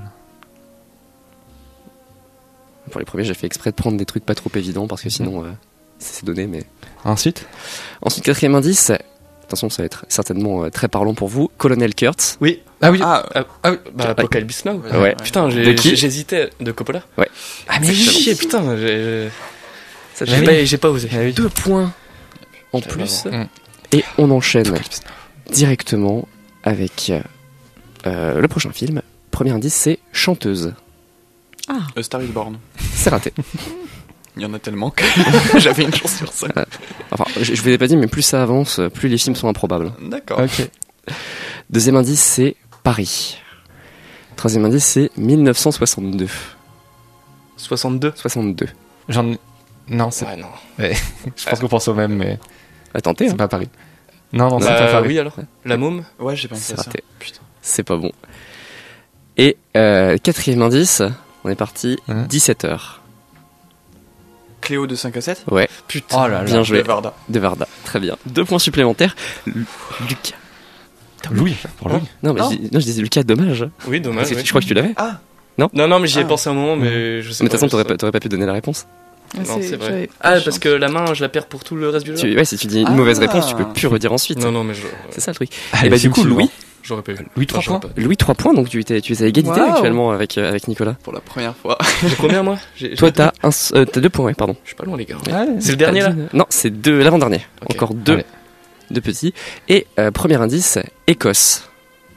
Pour les premiers, j'ai fait exprès de prendre des trucs pas trop évidents parce que sinon, euh, c'est donné, mais... Ensuite Ensuite, quatrième indice, attention, ça va être certainement euh, très parlant pour vous, Colonel Kurtz. Oui. Ah oui. Ah, Ah, ah oui, bah, Apocalypse Now. Ouais. Ouais. Putain, j'ai- De qui j'ai- j'hésitais. De Coppola. Ouais. Ah mais Exactement. chier, putain, j'ai Ça, j'ai pas, j'ai pas osé. Deux points en J'avais plus. avant. Et on enchaîne directement avec euh, le prochain film. Premier indice, c'est Chanteuse. Ah. A Star is Born. C'est raté. Il y en a tellement que j'avais une chance sur ça. Euh, Enfin, je, je vous ai pas dit, mais plus ça avance, plus les films sont improbables. D'accord. Ok. Deuxième indice, c'est Paris. Troisième indice, c'est mille neuf cent soixante-deux. soixante-deux. soixante-deux. J'en ai... Non, c'est... Ouais, non. Ouais. Je pense qu'on pense au même, mais À tenter, c'est hein. pas Paris. Non, non, c'est Bah, pas Paris. oui alors. La môme. Ouais, j'ai pensé C'est à ça. raté. Putain. C'est pas bon. Et euh, quatrième indice, on est parti, Hein dix-sept heures. Cléo de cinq à sept. Ouais, Putain. Oh là là. bien joué. De Varda. De Varda, très bien. Deux points supplémentaires. Lu- Lucas. Louis, pour Louis. Non, mais Non. je, dis- non, je disais Lucas, dommage. Oui, dommage. Parce que oui. Je crois que tu l'avais. Ah. Non, non, mais j'y ai Ah. pensé un moment, mais je sais Mais de pas. toute façon, je t'aurais sais pas, t'aurais pas pu donner la réponse. Non, C'est- c'est vrai. j'avais pas Ah, de parce chance. que la main, je la perds pour tout le reste du jeu. Tu, ouais, si tu dis une Ah. mauvaise réponse, tu peux plus redire ensuite. Non, non, mais je... C'est ça le truc. Allez, Et bah, du film coup, suivant. Louis, j'aurais pas eu. Louis, trois j'aurais points. pas eu. Louis trois points, donc tu étais, tu es à égalité Wow. actuellement avec, euh, avec Nicolas. Pour la première fois. J'ai combien moi J'ai- j'ai Toi, deux. t'as un, euh, t'as deux points, ouais, pardon. Je suis pas loin, les gars. Allez. C'est le dernier là Non, c'est deux, l'avant-dernier. Ok. Encore deux, Allez. deux petits. Et euh, premier indice, Écosse.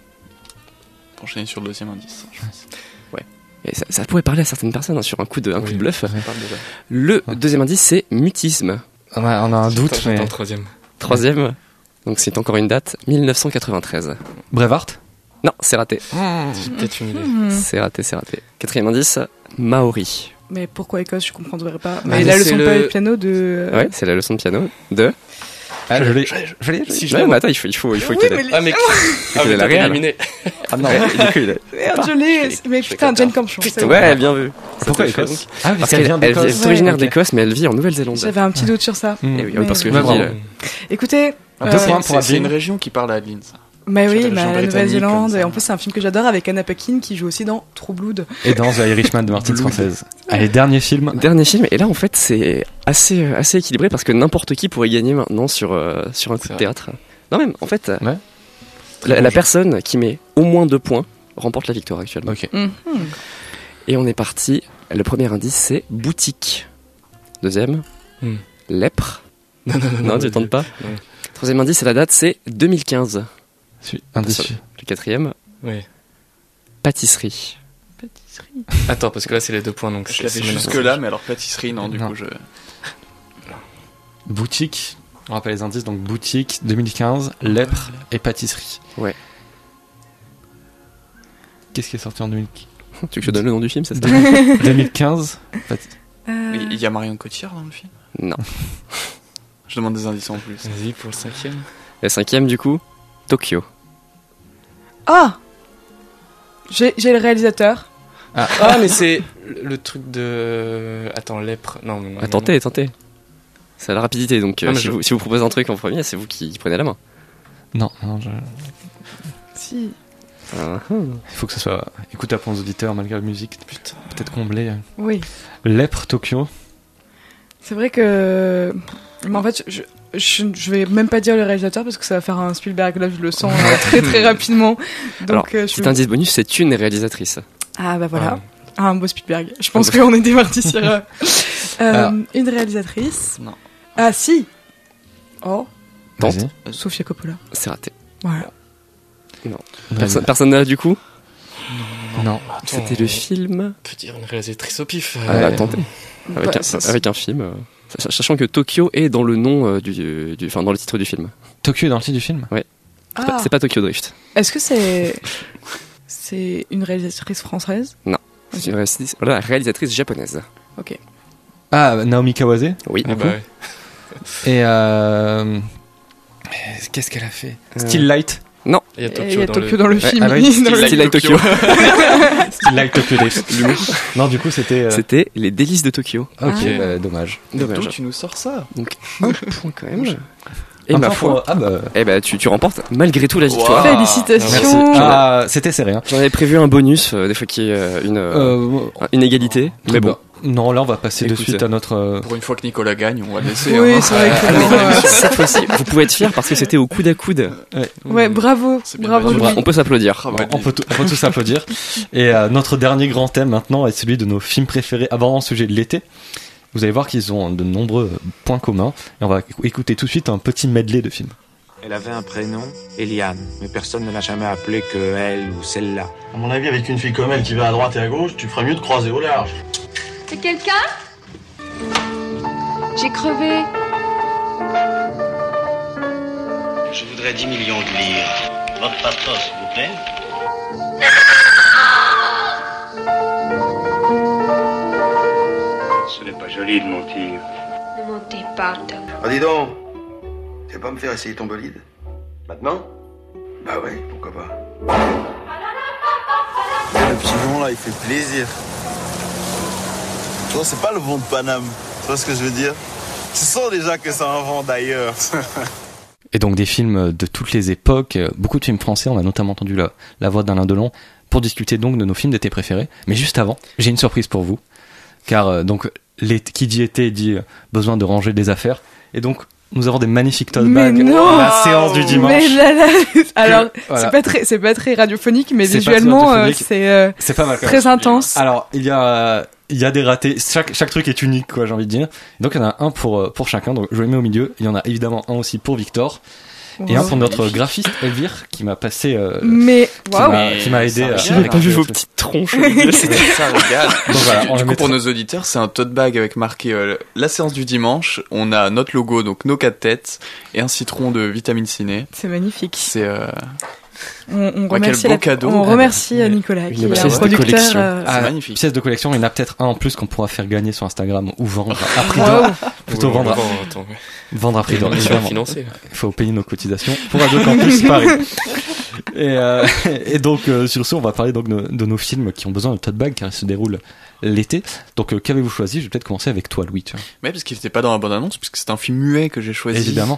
Pour enchaîner sur le deuxième indice. je pense. Et ça, ça pourrait parler à certaines personnes hein, sur un coup de, un coup Oui. de bluff. On parle déjà. Le deuxième indice, c'est mutisme. On a, on a un doute, Attends, mais... j'attends le troisième. Troisième, donc c'est encore une date, mille neuf cent quatre-vingt-treize. Braveheart. Non, c'est raté. J'ai peut-être une idée. Hmm. C'est raté, c'est raté. Quatrième indice, Maori. Mais pourquoi Écosse, je comprendrais pas. Ah, Mais mais la c'est leçon de le- piano de. Ouais, c'est la leçon de piano de... Ah, je l'ai. Je- je- Je l'ai. Si je Ouais, l'ai, mais moi. attends, il faut, il faut, il faut Oui, qu'il mais ait... les- Ah, mais. Ah, qu'il mais ait la t'as réelle. éliminé. Ah non. Ouais, du coup, il a- Merde, je l'ai. Mais je putain, fais Jane comme Campion. Putain, c'est Ouais, bien vu. Pourquoi Ça te fait Écosse donc. Ah, oui, Parce qu'elle qu'elle vient elle d'Écosse. est originaire ok. d'Écosse, mais elle vit en Nouvelle-Zélande. J'avais un petit doute sur ça. Hmm. Eh oui, Mais- parce que Ouais, je dis, bravo. euh, Écoutez. Deux euh, points pour C'est c'est Adeline. une région qui parle à Adeline, ça. Bah Sur oui, la bah, région la britannique, Nouvelle-Zélande. comme ça. Et en plus, c'est un film que j'adore avec Anna Paquin qui joue aussi dans True Blood. Et dans The Irishman de Martin Scorsese. Allez, dernier film. Dernier film, et là en fait c'est assez, euh, assez équilibré parce que n'importe qui pourrait gagner maintenant sur, euh, sur un coup C'est de vrai. théâtre. Non même, en fait, Ouais. la, la personne qui met au moins deux points remporte la victoire actuellement. Ok. Mhm. Et on est parti, le premier indice c'est boutique. Deuxième, Hmm. lèpre. Non, non, non. Non, tu tentes pas. Non. Troisième indice, et la date c'est deux mille quinze. Suis- Indice. Le quatrième, Oui. pâtisserie. Attends, parce que là, c'est les deux points, donc Je c'est l'avais c'est jusque là, mais alors pâtisserie, non, du Non. coup, je. Boutique. On rappelle les indices. Donc boutique, deux mille quinze, lèpre et pâtisserie. Ouais. Qu'est-ce qui est sorti en deux mille quinze Tu veux que je te donne le nom du film, c'est ça? deux mille quinze. pâti- Euh, Il y a Marion Cotillard dans le film. Non. Je demande des indices en plus. Vas-y, pour le cinquième. Le cinquième du coup, Tokyo. Ah J'ai j'ai le réalisateur. Ah, mais c'est le le truc de. Attends, lèpre. Non, non, non. Ah, tentez, tentez. C'est à la rapidité, donc euh, Non, mais si, je- vous, si vous proposez un truc en premier, c'est vous qui prenez la main. Non, non, je... Si. Ah, il faut que ce soit écoutable pour nos auditeurs malgré la musique. Putain. Peut-être comblé. euh. Oui. Lèpre, Tokyo. C'est vrai que. Mais en fait, je, je, je vais même pas dire le réalisateur parce que ça va faire un Spielberg. Là, je le sens euh, très très rapidement. Donc, Alors, euh, je petit vais- indice bonus, c'est une réalisatrice. Ah bah voilà. Ah. Ah, un beau Spielberg. Je pense Un beau- qu'on était parti sur euh, euh, Alors. une réalisatrice. Non. Ah si. Oh, Tente. Vas-y. Sofia Coppola. C'est raté. Voilà. Personne, personne n'a du coup. Non. C'était le film. On peut dire une réalisatrice au pif. Ah, Ouais. bah, tentez. Avec, Bah, un, ça, c'est- avec un film. euh, sach- Sachant que Tokyo est dans le nom euh, du, du, enfin dans le titre du film. Tokyo est dans le titre du film. C'est Ah. pas, c'est pas Tokyo Drift. Est-ce que c'est c'est une réalisatrice française? Non. C'est une réalisatrice, voilà, réalisatrice japonaise. Ok. Ah, Naomi Kawase. Oui. Ah, bah ouais. Et euh... Qu'est-ce qu'elle a fait Euh, Still Light. Non. Il y a Et Tokyo, il y a dans, Tokyo le... dans le Ouais, film. ah oui, Dans le- Still Like Tokyo. Still Like Tokyo Drift. Non, du coup, c'était. euh, C'était les délices de Tokyo. Ok, Ah. bah, dommage. Dommage. D'où tu nous sors ça? Donc un point quand même. Et Un ma point foi, pour- Ah bah. eh ben tu, tu remportes malgré tout la victoire. Wow. Félicitations. Merci. Ah, c'était serré. Hein. J'en avais prévu un bonus, euh, des fois qu'il y ait euh, une, euh, Euh, une égalité, mais bon. bah, non, là, on va passer de Écoute, suite à notre. euh, Pour une fois que Nicolas gagne, on va le laisser. Oui, hein. c'est vrai que Ah, mais bon, euh, cette fois-ci, vous pouvez être fiers parce que c'était au coude à coude. ouais. ouais, bravo, C'est bien bravo. battu. Louis. On peut s'applaudir. Bravo. On peut, tout- on peut tous applaudir. Et euh, notre dernier grand thème maintenant est celui de nos films préférés abordant le sujet de l'été. Vous allez voir qu'ils ont de nombreux points communs. Et on va écouter tout de suite un petit medley de films. Elle avait un prénom, Eliane, mais personne ne l'a jamais appelée que elle ou celle-là. À mon avis, avec une fille comme elle qui va à droite et à gauche, tu ferais mieux de croiser au large. C'est quelqu'un? J'ai crevé. Je voudrais dix millions de livres. Votre patron, s'il vous plaît. Ce n'est pas joli de mentir. Ne mentez pas, Tom. Ah, dis donc, tu vas pas me faire essayer ton bolide? Maintenant? Bah ouais, pourquoi pas. Le petit nom là, il fait plaisir. Non, c'est pas le vent de Paname, tu vois ce que je veux dire? Tu sens déjà que c'est un vent d'ailleurs. Et donc des films de toutes les époques, euh, beaucoup de films français, on a notamment entendu la, la voix d'Alain Delon, pour discuter donc de nos films d'été préférés. Mais juste avant, j'ai une surprise pour vous, car euh, donc les, qui dit été dit euh, besoin de ranger des affaires, et donc nous avons des magnifiques tote Mais bags non. à la séance du dimanche. Mais là, là, alors, voilà. c'est pas très, c'est pas très radiophonique, mais C'est pas visuellement, très euh, radiophonique. c'est euh, C'est pas mal. quand très même. intense. Alors il y a euh, il y a des ratés. Chaque chaque truc est unique, quoi, j'ai envie de dire. Donc il y en a un pour euh, pour chacun. Donc je les mets au milieu. Il y en a évidemment un aussi pour Victor. Et un pour notre graphiste Elvire qui m'a passé euh, Mais, qui waouh. m'a- qui m'a aidé à J'avais pas vu à- vos petites tronches. C'était ça, regarde. Donc voilà, on du le coup, mettra- pour nos auditeurs, c'est un tote bag avec marqué euh, la séance du dimanche. On a notre logo, donc nos quatre têtes, et un citron de vitamine ciné. C'est magnifique. C'est euh, On, on Bah, remercie, quel beau la- cadeau. on remercie euh, Nicolas, Une qui est pièce un de producteur. collection. euh, Ah, magnifique. Pièce de collection, il y en a peut-être un en plus qu'on pourra faire gagner sur Instagram ou vendre à prix Wow. d'or. Plutôt Ouais, vendre, à- bon, attends, ouais. vendre à prix d'or. On est évidemment. financé, là. Il faut payer nos cotisations pour Radio Campus Paris. Et, euh, et donc euh, sur ce, on va parler donc de, de nos films qui ont besoin de tote bag car ils se déroulent l'été. Donc euh, qu'avez-vous choisi? Je vais peut-être commencer avec toi, Louis. Tu vois. Ouais, parce qu'il n'était pas dans la bande annonce, puisque c'est un film muet que j'ai choisi. Évidemment.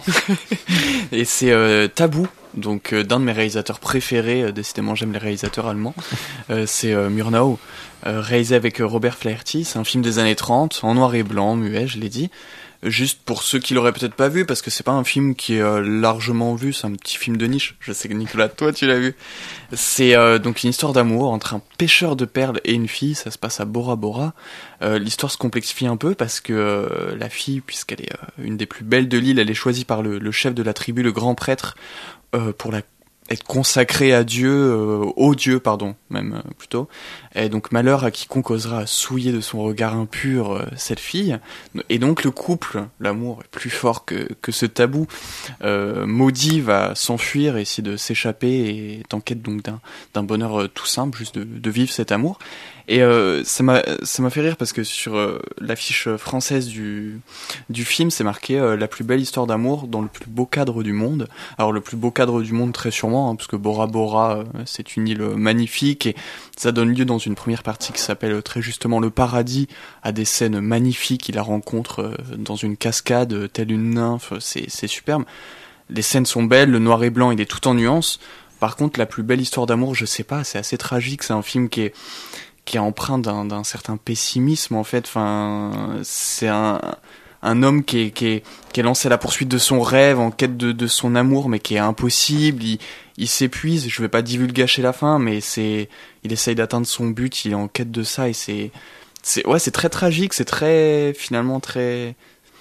Et c'est euh, Tabou, donc euh, d'un de mes réalisateurs préférés. euh, décidément, j'aime les réalisateurs allemands. Euh, c'est euh, Murnau, euh, réalisé avec euh, Robert Flaherty. C'est un film des années trente, en noir et blanc, muet, je l'ai dit. Juste pour ceux qui l'auraient peut-être pas vu, parce que c'est pas un film qui est euh, largement vu, c'est un petit film de niche. Je sais que Nicolas, toi tu l'as vu. C'est euh, donc une histoire d'amour entre un pêcheur de perles et une fille, ça se passe à Bora Bora. Euh, l'histoire se complexifie un peu parce que euh, la fille, puisqu'elle est euh, une des plus belles de l'île, elle est choisie par le, le chef de la tribu, le grand prêtre, euh, pour la être consacré à Dieu, euh, au Dieu, pardon, même euh, plutôt. Et donc malheur à quiconque osera souiller de son regard impur euh, cette fille. Et donc le couple, l'amour est plus fort que, que ce tabou. Euh, Maudit va s'enfuir, essayer de s'échapper et est en quête donc d'un, d'un bonheur euh, tout simple, juste de, de vivre cet amour. Et euh, ça m'a ça m'a fait rire parce que sur euh, l'affiche française du du film, c'est marqué euh, la plus belle histoire d'amour dans le plus beau cadre du monde. Alors le plus beau cadre du monde très sûrement, hein, parce que Bora Bora, euh, c'est une île magnifique et ça donne lieu dans une première partie qui s'appelle très justement le paradis, à des scènes magnifiques. Il la rencontre euh, dans une cascade euh, telle une nymphe, c'est c'est superbe. Les scènes sont belles, le noir et blanc il est tout en nuances. Par contre, la plus belle histoire d'amour, je sais pas, c'est assez tragique. C'est un film qui est qui est empreint d'un, d'un certain pessimisme en fait. Enfin, c'est un, un homme qui est, qui, est, qui est lancé à la poursuite de son rêve, en quête de, de son amour, mais qui est impossible. Il, il s'épuise. Je vais pas divulgacher la fin, mais c'est, il essaye d'atteindre son but. Il est en quête de ça et c'est, c'est, ouais, c'est très tragique. C'est très, finalement très.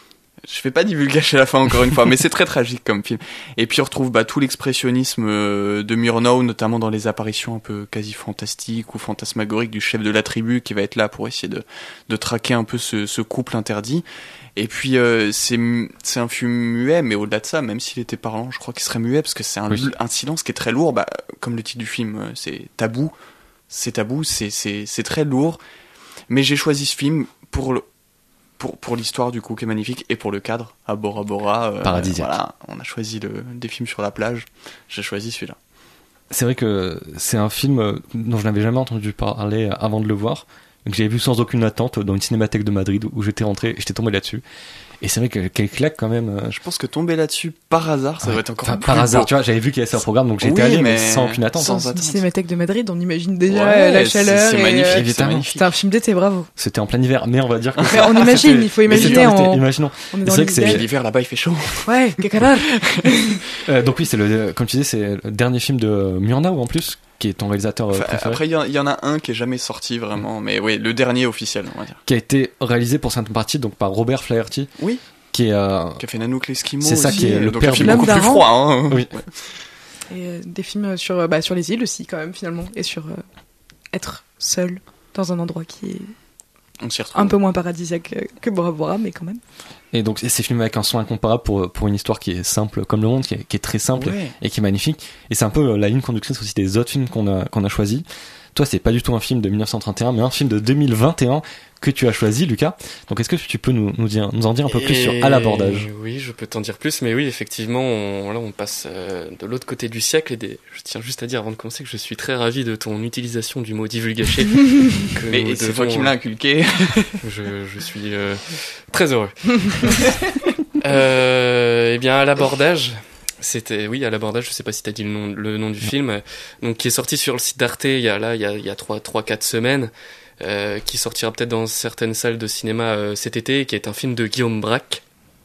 Je fais pas divulgacher la fin encore une fois, mais c'est très tragique comme film. Et puis on retrouve bah, tout l'expressionnisme euh, de Murnau, notamment dans les apparitions un peu quasi fantastiques ou fantasmagoriques du chef de la tribu qui va être là pour essayer de, de traquer un peu ce, ce couple interdit. Et puis euh, c'est, c'est un film muet, mais au-delà de ça, même s'il était parlant, je crois qu'il serait muet parce que c'est un, Oui. un silence qui est très lourd. Bah, comme le titre du film, euh, c'est tabou. C'est tabou, c'est, c'est, c'est très lourd. Mais j'ai choisi ce film pour le Pour, pour l'histoire du coup qui est magnifique et pour le cadre à Bora Bora. Euh, Paradisiaque. Voilà, on a choisi le, des films sur la plage. J'ai choisi celui-là. c'est vrai que c'est un film dont je n'avais jamais entendu parler avant de le voir, que j'avais vu sans aucune attente dans une cinémathèque de Madrid où j'étais rentré et j'étais tombé là-dessus. Et c'est vrai que quelle claque quand même. Je pense que tomber là-dessus par hasard, ça ouais. va être encore enfin, plus par hasard, beau. tu vois, j'avais vu qu'il y avait ça au programme, donc j'étais oui, allé, mais, mais sans aucune attente. Sans hein. une cinémathèque de Madrid, on imagine déjà ouais, la chaleur. C'est, c'est et magnifique, euh, c'est magnifique. C'était un film d'été, bravo. C'était en plein hiver, mais on va dire que mais on imagine, il faut imaginer. En... Imaginons. On est c'est dans vrai que c'est l'hiver là-bas, il fait chaud. Ouais, que calor. euh, donc oui, c'est le, comme tu disais, c'est le dernier film de Murnau en plus, qui est ton réalisateur enfin, préféré. Après, il y, y en a un qui est jamais sorti vraiment, mais oui, le dernier officiel, on va dire. Qui a été réalisé pour certaines parties donc par Robert Flaherty. Oui. Qui est euh... qui a fait Nanook l'Esquimau. C'est ça aussi, qui est le donc père un film du beaucoup plus froid. Hein. Oui. Ouais. Et euh, des films sur bah, sur les îles aussi quand même finalement, et sur euh, être seul dans un endroit qui est On s'y retrouve. un peu moins paradisiaque que Bora Bora, mais quand même. Et donc c'est filmé avec un son incomparable pour pour une histoire qui est simple comme le monde, qui est, qui est très simple ouais. et qui est magnifique. Et c'est un peu la ligne conductrice aussi des autres films qu'on a qu'on a choisi. Toi, c'est pas du tout un film de dix-neuf cent trente et un, mais un film de deux mille vingt et un que tu as choisi, Lucas. Donc, est-ce que tu peux nous, nous, dire, nous en dire un peu plus et sur À l'abordage ? Oui, je peux t'en dire plus, mais oui, effectivement, on, là, on passe euh, de l'autre côté du siècle. Et des... je tiens juste à dire avant de commencer que je suis très ravi de ton utilisation du mot divulgaché. que mais nous c'est devons, toi qui me l'as inculqué. je, je suis euh, très heureux. euh, eh bien, À l'abordage. C'était, oui, À l'abordage, je sais pas si t'as dit le nom, le nom du film, donc qui est sorti sur le site d'Arte il y a là, il y a, il y a trois, trois, quatre semaines, euh, qui sortira peut-être dans certaines salles de cinéma euh, cet été, qui est un film de Guillaume Braque,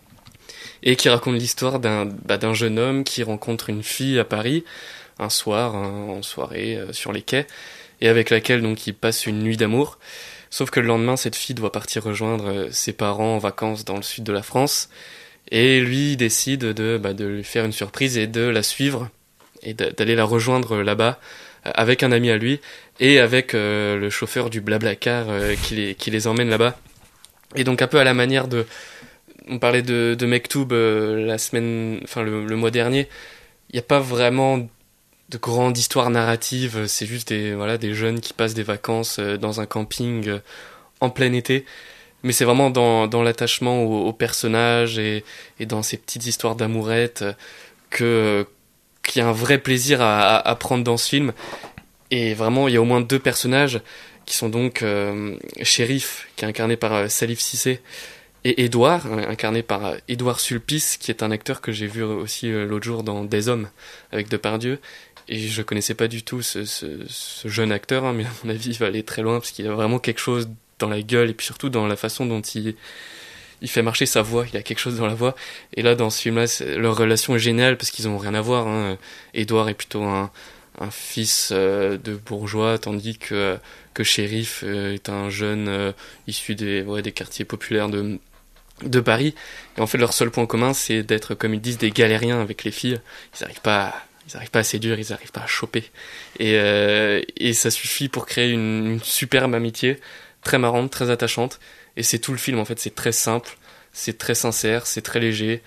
et qui raconte l'histoire d'un, bah, d'un jeune homme qui rencontre une fille à Paris, un soir, hein, en soirée, euh, sur les quais, et avec laquelle, donc, il passe une nuit d'amour. Sauf que le lendemain, cette fille doit partir rejoindre euh, ses parents en vacances dans le sud de la France. Et lui décide de, bah, de lui faire une surprise et de la suivre et d'aller la rejoindre là-bas avec un ami à lui et avec euh, le chauffeur du Blablacar euh, qui, les, qui les emmène là-bas. Et donc un peu à la manière de... On parlait de, de Mektoub euh, la semaine, enfin le, le mois dernier. Il n'y a pas vraiment de grande histoire narrative. C'est juste des, voilà, des jeunes qui passent des vacances euh, dans un camping euh, en plein été. Mais c'est vraiment dans, dans l'attachement aux, aux personnages et, et dans ces petites histoires d'amourettes que, qu'il y a un vrai plaisir à, à, à prendre dans ce film. Et vraiment, il y a au moins deux personnages qui sont donc euh, Shérif, qui est incarné par euh, Salif Cissé, et Édouard, incarné par euh, Édouard Sulpice, qui est un acteur que j'ai vu aussi euh, l'autre jour dans Des Hommes, avec Depardieu. Et je connaissais pas du tout ce, ce, ce jeune acteur, hein, mais à mon avis, il va aller très loin, parce qu'il a vraiment quelque chose dans la gueule et puis surtout dans la façon dont il il fait marcher sa voix, il a quelque chose dans la voix. Et là dans ce film là leur relation est géniale parce qu'ils ont rien à voir, hein. Édouard est plutôt un un fils euh, de bourgeois tandis que que Shérif euh, est un jeune euh, issu des ouais, des quartiers populaires de de Paris. Et en fait leur seul point commun c'est d'être, comme ils disent, des galériens avec les filles. Ils arrivent pas à Ils n'arrivent pas à séduire, ils n'arrivent pas à choper. Et, euh, et ça suffit pour créer une, une superbe amitié, très marrante, très attachante. Et c'est tout le film, en fait. C'est très simple, c'est très sincère, c'est très léger.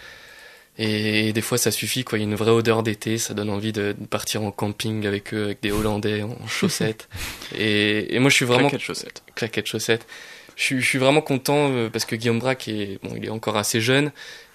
Et, et des fois, ça suffit, quoi. Il y a une vraie odeur d'été, ça donne envie de, de partir en camping avec eux, avec des Hollandais en chaussettes. et, et moi, je suis vraiment... Claquettes chaussettes. Claquettes chaussettes. Je suis, je suis vraiment content euh, parce que Guillaume Braque, est, bon, il est encore assez jeune.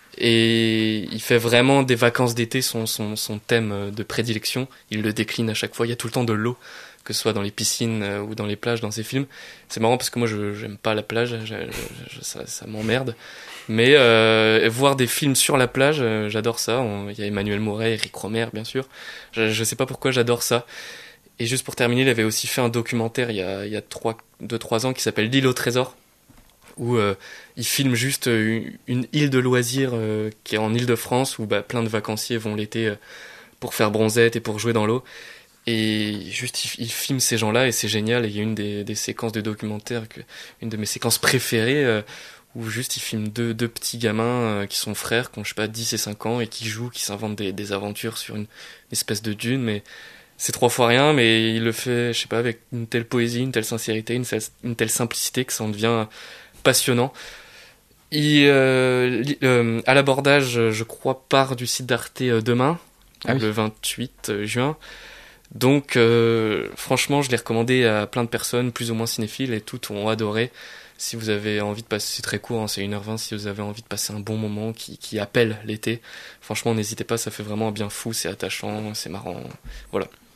Et il fait vraiment des vacances d'été son, son, son thème de prédilection. Il le décline à chaque fois. Il y a tout le temps de l'eau, que ce soit dans les piscines ou dans les plages dans ses films. C'est marrant parce que moi, je j'aime pas la plage. Je, je, ça, ça m'emmerde. Mais euh, voir des films sur la plage, j'adore ça. On, il y a Emmanuel Mouret, Eric Romer, bien sûr. Je, je sais pas pourquoi j'adore ça. Et juste pour terminer, il avait aussi fait un documentaire il y a, il y a trois, deux, trois ans qui s'appelle L'île au trésor, où euh, il filme juste une, une île de loisirs euh, qui est en Île-de-France, où bah, plein de vacanciers vont l'été euh, pour faire bronzette et pour jouer dans l'eau. Et juste, il, il filme ces gens-là et c'est génial. Et il y a une des, des séquences de documentaire, que, une de mes séquences préférées, euh, où juste il filme deux, deux petits gamins euh, qui sont frères, qui ont, je sais pas, dix et cinq ans, et qui jouent, qui s'inventent des, des aventures sur une, une espèce de dune. Mais c'est trois fois rien, mais il le fait, je sais pas, avec une telle poésie, une telle sincérité, une, une telle simplicité que ça en devient passionnant. Il, euh, euh, à l'abordage, je crois, part du site d'Arte euh, demain, ah oui. le vingt-huit juin. Donc, euh, franchement, je l'ai recommandé à plein de personnes, plus ou moins cinéphiles, et toutes ont adoré. Si vous avez envie de passer, c'est très court, hein, c'est une heure vingt, si vous avez envie de passer un bon moment qui, qui appelle l'été, franchement, n'hésitez pas, ça fait vraiment un bien fou, c'est attachant, c'est marrant, voilà.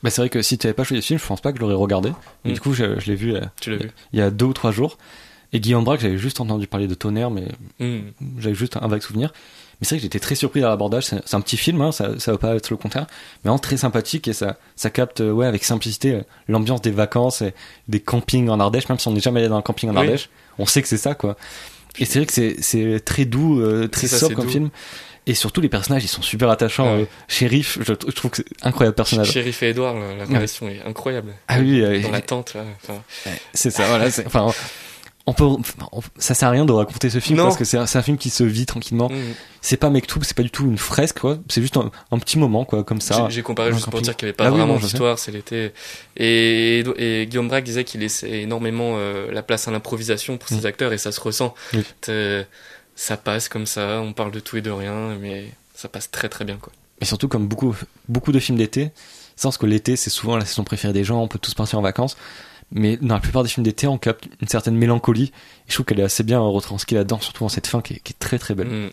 Bah c'est vrai que si tu avais pas choisi le film, je pense pas que je l'aurais regardé. Mais Mm. du coup, je, je l'ai vu, euh, Tu l'as vu. il y a deux ou trois jours. Et Guillaume Braque, j'avais juste entendu parler de Tonnerre, mais Mm. j'avais juste un vague souvenir. Mais c'est vrai que j'étais très surpris dans l'abordage. C'est, c'est un petit film, hein, ça, ça va pas être le contraire, mais vraiment très sympathique et ça, ça capte, euh, ouais, avec simplicité, euh, l'ambiance des vacances, et des campings en Ardèche. Même si on n'est jamais allé dans un camping en Oui. Ardèche, on sait que c'est ça, quoi. Et c'est vrai que c'est, c'est très doux, euh, très C'est ça, sobre c'est comme doux. film. Et surtout, les personnages, ils sont super attachants. Ouais. Euh, Shérif, je, je trouve que c'est un incroyable personnage. Shérif et Edouard, la, la relation est incroyable. Ah oui, euh, dans la tente, là. Enfin, c'est ça, voilà. C'est, enfin, on peut, on- ça sert à rien de raconter ce film Non. parce que c'est un, c'est un film qui se vit tranquillement. Mm. C'est pas Mektoub, c'est pas du tout une fresque, quoi. C'est juste un, un petit moment, quoi, comme ça. J'ai, j'ai comparé Dans un juste pour camping. dire qu'il n'y avait pas Ah oui, vraiment non, je sais. d'histoire, c'est l'été. Et, et Guillaume Braque disait qu'il laissait énormément euh, la place à l'improvisation pour ses Mm. acteurs et ça se ressent. Oui. T'es- Ça passe comme ça, on parle de tout et de rien, mais ça passe très très bien, quoi. Et surtout, comme beaucoup, beaucoup de films d'été, c'est parce que l'été, c'est souvent la saison préférée des gens, on peut tous partir en vacances. Mais dans la plupart des films d'été, on capte une certaine mélancolie. Et je trouve qu'elle est assez bien retranscrite là-dedans, surtout dans cette fin qui est, qui est très très belle. Mm.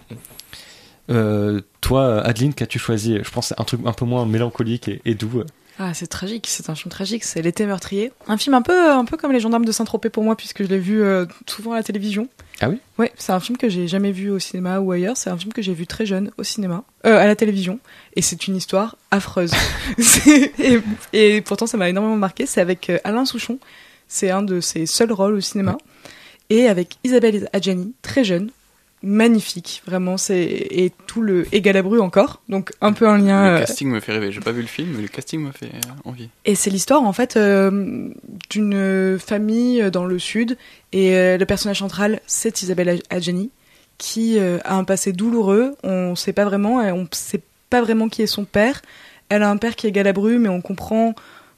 Euh, toi, Adeline, qu'as-tu choisi? Je pense que c'est un truc un peu moins mélancolique et, et doux. Ah, c'est tragique, c'est un film tragique, c'est L'été meurtrier. Un film un peu, un peu comme Les Gendarmes de Saint-Tropez pour moi, puisque je l'ai vu euh, souvent à la télévision. Ah oui? Ouais, c'est un film que j'ai jamais vu au cinéma ou ailleurs, c'est un film que j'ai vu très jeune au cinéma, euh, à la télévision, et c'est une histoire affreuse. C'est- et, et pourtant ça m'a énormément marqué, c'est avec euh, Alain Souchon, c'est un de ses seuls rôles au cinéma, et avec Isabelle Adjani, très jeune, magnifique, vraiment, c'est et tout le et Galabru encore, donc un peu un lien. Le euh, casting me fait rêver. J'ai pas vu le film, mais le casting me fait euh, envie. Et c'est l'histoire en fait euh, d'une famille dans le sud et euh, le personnage central c'est Isabelle Adjani qui euh, a un passé douloureux, on sait pas vraiment, et on sait pas vraiment qui est son père. Elle a un père qui est Galabru mais on comprend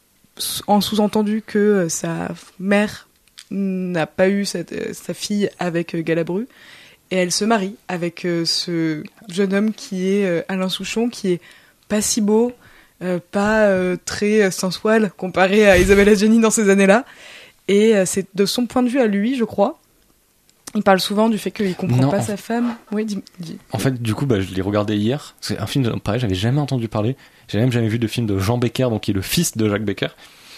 en sous-entendu que euh, sa mère n'a pas eu cette, euh, sa fille avec euh, Galabru. Et elle se marie avec euh, ce jeune homme qui est euh, Alain Souchon, qui est pas si beau, euh, pas euh, très euh, sensuel comparé à Isabelle Adjani dans ces années-là. Et euh, c'est de son point de vue à lui, je crois. Il parle souvent du fait qu'il comprend Non, pas en- sa femme. Oui, dis. dis. En fait, du coup, bah, je l'ai regardé hier. C'est un film, de- pareil, j'avais jamais entendu parler. J'ai même jamais vu de film de Jean Becker, donc qui est le fils de Jacques Becker.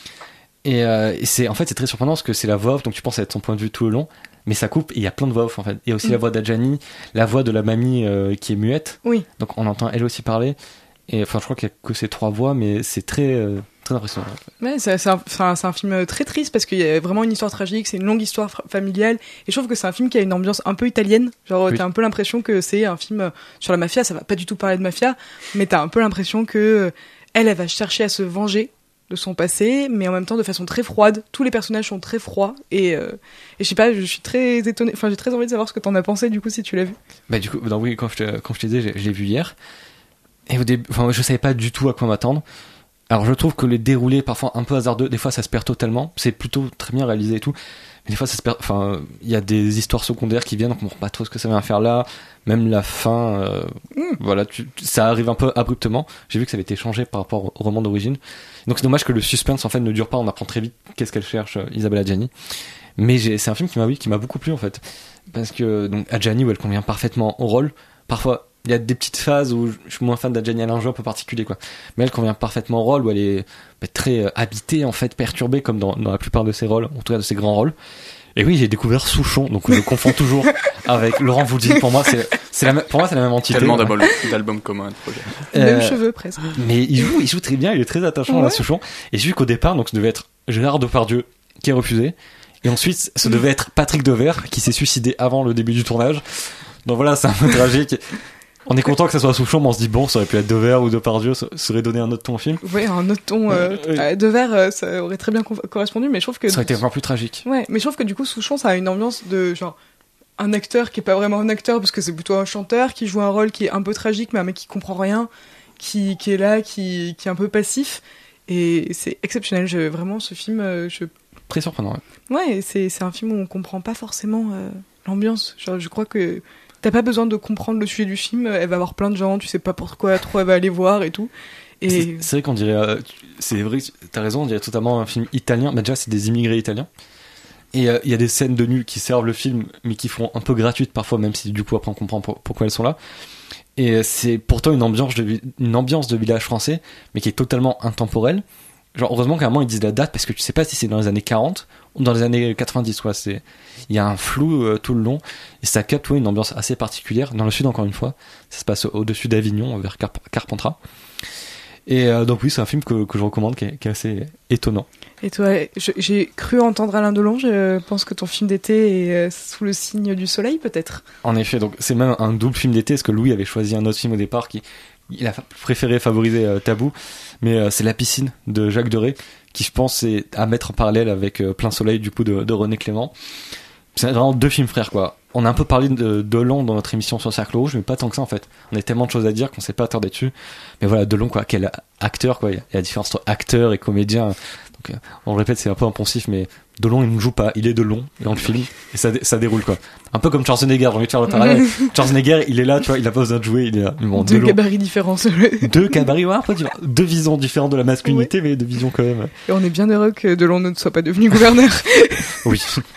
Et, euh, et c'est, en fait, c'est très surprenant parce que c'est la voix off, donc tu penses être son point de vue tout le long, mais ça coupe et il y a plein de voix off en fait. Il y a aussi Mm. la voix d'Adjani, la voix de la mamie euh, qui est muette. Oui. Donc on entend elle aussi parler. Et enfin, je crois qu'il y a que ces trois voix, mais c'est très, euh, très impressionnant. En fait. Ouais, c'est, c'est, un, enfin, c'est un film très triste parce qu'il y a vraiment une histoire tragique, c'est une longue histoire fra- familiale. Et je trouve que c'est un film qui a une ambiance un peu italienne. Genre, Oui. t'as un peu l'impression que c'est un film euh, sur la mafia, ça va pas du tout parler de mafia, mais t'as un peu l'impression que euh, elle, elle va chercher à se venger de son passé, mais en même temps de façon très froide. Tous les personnages sont très froids et, euh, et je sais pas, je suis très étonnée, enfin j'ai très envie de savoir ce que t'en as pensé du coup si tu l'as vu. Bah du coup, non, oui, quand je te, quand je te disais, j'ai- je l'ai vu hier. Et au début, enfin, je savais pas du tout à quoi m'attendre. Alors je trouve que les déroulés parfois un peu hasardeux, des fois ça se perd totalement. C'est plutôt très bien réalisé et tout. Mais des fois ça se perd. Enfin, il y a des histoires secondaires qui viennent, donc on comprend pas trop ce que ça vient faire là. Même la fin, euh, voilà, tu, tu- ça arrive un peu abruptement. J'ai vu que ça avait été changé par rapport au roman d'origine. Donc c'est dommage que le suspense en fait ne dure pas. On apprend très vite qu'est-ce qu'elle cherche, euh, Isabelle Adjani. Mais j'ai, c'est un film qui m'a, oui, qui m'a beaucoup plu en fait, parce que donc Adjani où elle convient parfaitement au rôle. Parfois il y a des petites phases où je suis moins fan d'Adjani, elle a un jeu un peu particulier quoi. Mais elle convient parfaitement au rôle où elle est bah, très euh, habitée en fait, perturbée comme dans, dans la plupart de ses rôles, en tout cas de ses grands rôles. Et oui, j'ai découvert Souchon, donc je le confonds toujours avec Laurent Voulzy. Pour moi, c'est, c'est la, même- pour moi, c'est la même entité. Tellement Ouais. d'albums, d'albums communs de projet. Même Euh, cheveux presque. Mais il joue, il joue très bien, il est très attachant Ouais. là, Souchon. Et j'ai vu qu'au départ, donc, ça devait être Gérard Depardieu qui est refusé. Et ensuite, ça devait être Patrick Devers qui s'est suicidé avant le début du tournage. Donc voilà, c'est un peu tragique. On est content que ça soit Souchon, mais on se dit bon, ça aurait pu être Devers ou Depardieu, ça ça aurait donné un autre ton au film. Ouais, un autre ton euh, Oui. euh, de verre, euh, ça aurait très bien co- correspondu, mais je trouve que Ça aurait été encore plus tragique. ouais, mais je trouve que du coup Souchon ça a une ambiance de genre un acteur qui est pas vraiment un acteur parce que c'est plutôt un chanteur qui joue un rôle qui est un peu tragique mais un mec qui comprend rien, qui qui est là, qui qui est un peu passif et c'est exceptionnel. Je vraiment ce film euh, je Très surprenant, ouais. ouais, c'est c'est un film où on comprend pas forcément euh, l'ambiance. Genre je crois que t'as pas besoin de comprendre le sujet du film, elle va avoir plein de gens, tu sais pas pourquoi trop elle va aller voir et tout. Et C'est, c'est vrai qu'on dirait, euh, tu- c'est vrai, que t'as raison, on dirait totalement un film italien. Bah déjà, c'est des immigrés italiens. Et euh, il y a des scènes de nu qui servent le film, mais qui font un peu gratuites parfois, même si du coup après on comprend pour- pourquoi elles sont là. Et euh, c'est pourtant une ambiance de, vi- une ambiance de village français, mais qui est totalement intemporelle. genre heureusement qu'à un moment ils disent la date parce que tu sais pas si c'est dans les années quarante ou dans les années quatre-vingt-dix, quoi. C'est, il y a un flou euh, tout le long et ça capte ouais, une ambiance assez particulière. Dans le sud, encore une fois, ça se passe au-dessus d'Avignon, vers Carp- Carpentras. Et euh, donc oui, c'est un film que, que je recommande, qui est, qui est assez étonnant. Et toi, je, j'ai cru entendre Alain Delon, je pense que ton film d'été est euh, sous le signe du soleil, peut-être. En effet, donc c'est même un double film d'été, parce que Louis avait choisi un autre film au départ qui il a préféré favoriser euh, Tabou, mais euh, c'est La Piscine de Jacques Deray, qui je pense est à mettre en parallèle avec euh, Plein Soleil du coup de, de René Clément. C'est vraiment deux films frères, quoi. On a un peu parlé de Delon dans notre émission sur Cercle Rouge, mais pas tant que ça en fait. On a tellement de choses à dire qu'on s'est pas attardé dessus. Mais voilà, Delon, quoi, quel acteur, quoi. Il y a la différence entre acteur et comédien. Donc, euh, on le répète, c'est un peu impensif, mais Delon, il ne joue pas, il est Delon dans le film, et ça, ça déroule, quoi. Un peu comme Schwarzenegger, j'ai envie de faire le parallèle. Schwarzenegger, il est là, tu vois, il a pas besoin de jouer, il est là. Bon, deux Delon, gabarits différents. deux gabarits, ouais, après, deux visions différentes de la masculinité, ouais. Mais deux visions quand même. Et on est bien heureux que Delon ne soit pas devenu gouverneur. Oui.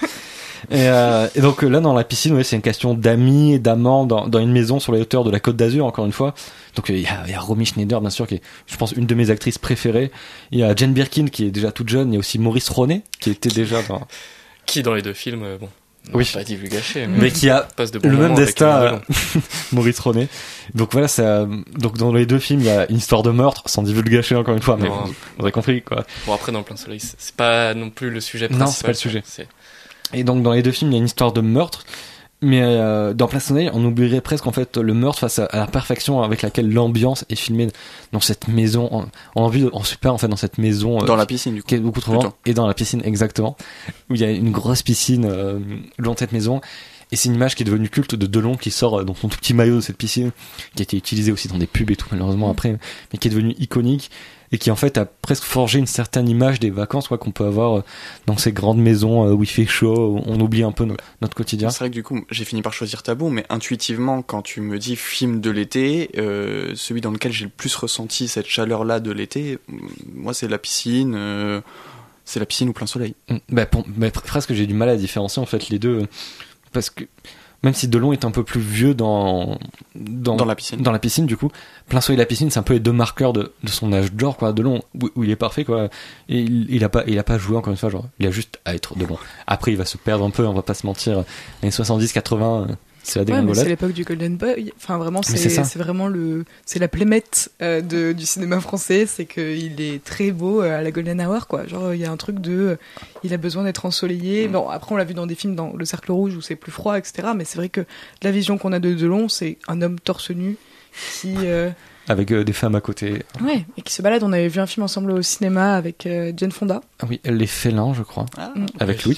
Et, euh, et donc là dans la piscine, ouais, c'est une question d'amis et d'amants dans, dans une maison sur les hauteurs de la Côte d'Azur, encore une fois. Donc il y a, y a Romy Schneider, bien sûr, qui est, je pense, une de mes actrices préférées. Il y a Jane Birkin qui est déjà toute jeune. Il y a aussi Maurice Ronet qui était qui, déjà dans qui dans les deux films, euh, bon, oui, pas divulgaché, mais, mais qui a passe de bon le même destin, de Maurice Ronet. Donc voilà, ça. Donc dans les deux films, il y a une histoire de meurtre, sans divulgacher encore une fois, mais non, vous, vous avez compris, quoi. Bon après dans Plein Soleil, c'est, c'est pas non plus le sujet principal. Non, c'est pas le sujet. C'est... Et donc dans les deux films, il y a une histoire de meurtre, mais euh, dans Plein Soleil, on oublierait presque en fait le meurtre face à, à la perfection avec laquelle l'ambiance est filmée dans cette maison. On, on a envie en super en fait dans cette maison dans euh, la piscine du coup. Qui est beaucoup trop grande, et dans la piscine exactement, où il y a une grosse piscine euh, dans cette maison. Et c'est une image qui est devenue culte de Delon qui sort dans son tout petit maillot de cette piscine, qui a été utilisé aussi dans des pubs et tout malheureusement après, mais qui est devenue iconique et qui en fait a presque forgé une certaine image des vacances, quoi, qu'on peut avoir dans ces grandes maisons où il fait chaud, où on oublie un peu no- notre quotidien. C'est vrai que du coup j'ai fini par choisir Tabou, mais intuitivement quand tu me dis film de l'été, euh, celui dans lequel j'ai le plus ressenti cette chaleur-là de l'été, moi c'est la piscine. Euh, c'est la piscine ou Plein Soleil. Bah, pour, bah, presque j'ai du mal à différencier en fait les deux. Parce que même si Delon est un peu plus vieux dans dans, dans la piscine, dans la piscine du coup, Plein Soleil et la piscine, c'est un peu les deux marqueurs de, de son âge d'or, quoi. Delon où, où il est parfait, quoi. Et il, il a pas il a pas joué encore une fois, genre il a juste à être Delon. Après il va se perdre un peu, on va pas se mentir. Années soixante-dix quatre-vingts, c'est la ouais, dégringolade. mais c'est l'époque du Golden Boy. Enfin vraiment c'est c'est, c'est vraiment le c'est la plémette euh, de du cinéma français, c'est que il est très beau euh, à la Golden Hour, quoi. Genre il y a un truc de euh, il a besoin d'être ensoleillé. Mm. Bon après on l'a vu dans des films dans Le Cercle Rouge où c'est plus froid, et cetera. Mais c'est vrai que la vision qu'on a de Delon, c'est un homme torse nu qui euh... avec euh, des femmes à côté. Ouais, et qui se balade. On avait vu un film ensemble au cinéma avec euh, Jane Fonda. Ah oui, Les Félins, je crois, ah, avec oui. Louis.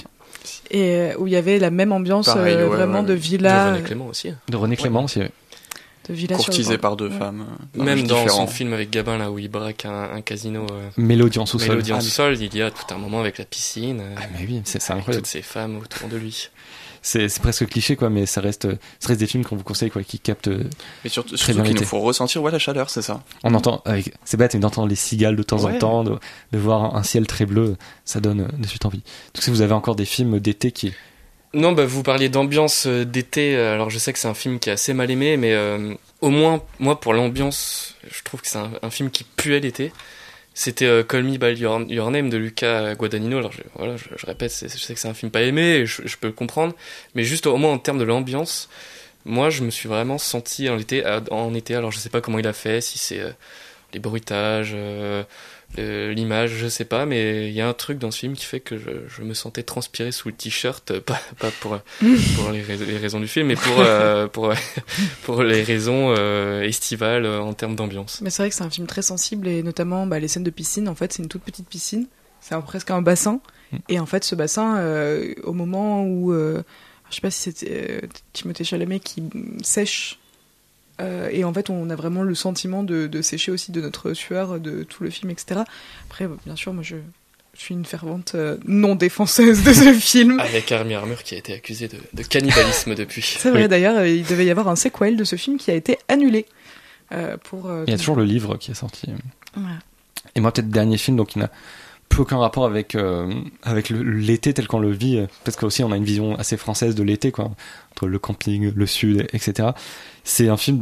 Et où il y avait la même ambiance, Pareil, euh, ouais, vraiment ouais, de villa. De René Clément aussi. De René Clément ouais. aussi. Ouais. De villa courtisé sur par deux ouais. femmes. Même dans différents. son film avec Gabin là où il braque un, un casino. Euh, Mélodie en sous-sol. Mélodie en ah, sous-sol, il y a tout un moment avec la piscine. Euh, ah mais oui, c'est, c'est avec incroyable. Toutes ces femmes autour de lui. C'est, c'est presque cliché, quoi, mais ça reste, ça reste des films qu'on vous conseille, quoi, qui captent. Et surtout, très surtout bien qu'il nous faut ressentir ouais, la chaleur, c'est ça. On entend, avec, c'est bête, mais d'entendre les cigales de temps ouais. en temps, de, de voir un ciel très bleu, ça donne de suite envie. Donc si vous avez encore des films d'été qui. Non, bah vous parliez d'ambiance d'été, alors je sais que c'est un film qui est assez mal aimé, mais euh, au moins, moi pour l'ambiance, je trouve que c'est un, un film qui puait l'été. C'était euh, Call Me By Your, Your Name de Luca Guadagnino. Alors je, voilà, je, je répète, c'est, je sais que c'est un film pas aimé, et je, je peux le comprendre, mais juste au moins en termes de l'ambiance, moi je me suis vraiment senti en été, en été. Alors je sais pas comment il a fait, si c'est euh, les bruitages, euh, le, l'image, je sais pas, mais il y a un truc dans ce film qui fait que je, je me sentais transpirer sous le t-shirt, pas, pas pour, pour les, rais- les raisons du film, mais pour, euh, pour, pour les raisons euh, estivales euh, en termes d'ambiance. Mais c'est vrai que c'est un film très sensible, et notamment bah, les scènes de piscine. En fait, c'est une toute petite piscine, c'est un, presque un bassin, et en fait, ce bassin, euh, au moment où, euh, je sais pas si c'était euh, Timothée Chalamet qui sèche. Euh, et en fait, on a vraiment le sentiment de, de sécher aussi de notre sueur, de tout le film, et cetera. Après, bien sûr, moi, je, je suis une fervente euh, non-défenseuse de ce film. Avec Armie Hammer qui a été accusé de, de cannibalisme depuis. C'est vrai, oui. D'ailleurs, il devait y avoir un sequel de ce film qui a été annulé. Euh, pour, euh, il y a toujours le livre qui est sorti. Voilà. Et moi, peut-être dernier film, donc il n'a plus aucun rapport avec, euh, avec le, l'été tel qu'on le vit. Peut-être qu'aussi, on a une vision assez française de l'été, quoi, entre le camping, le sud, et cetera. C'est un film donc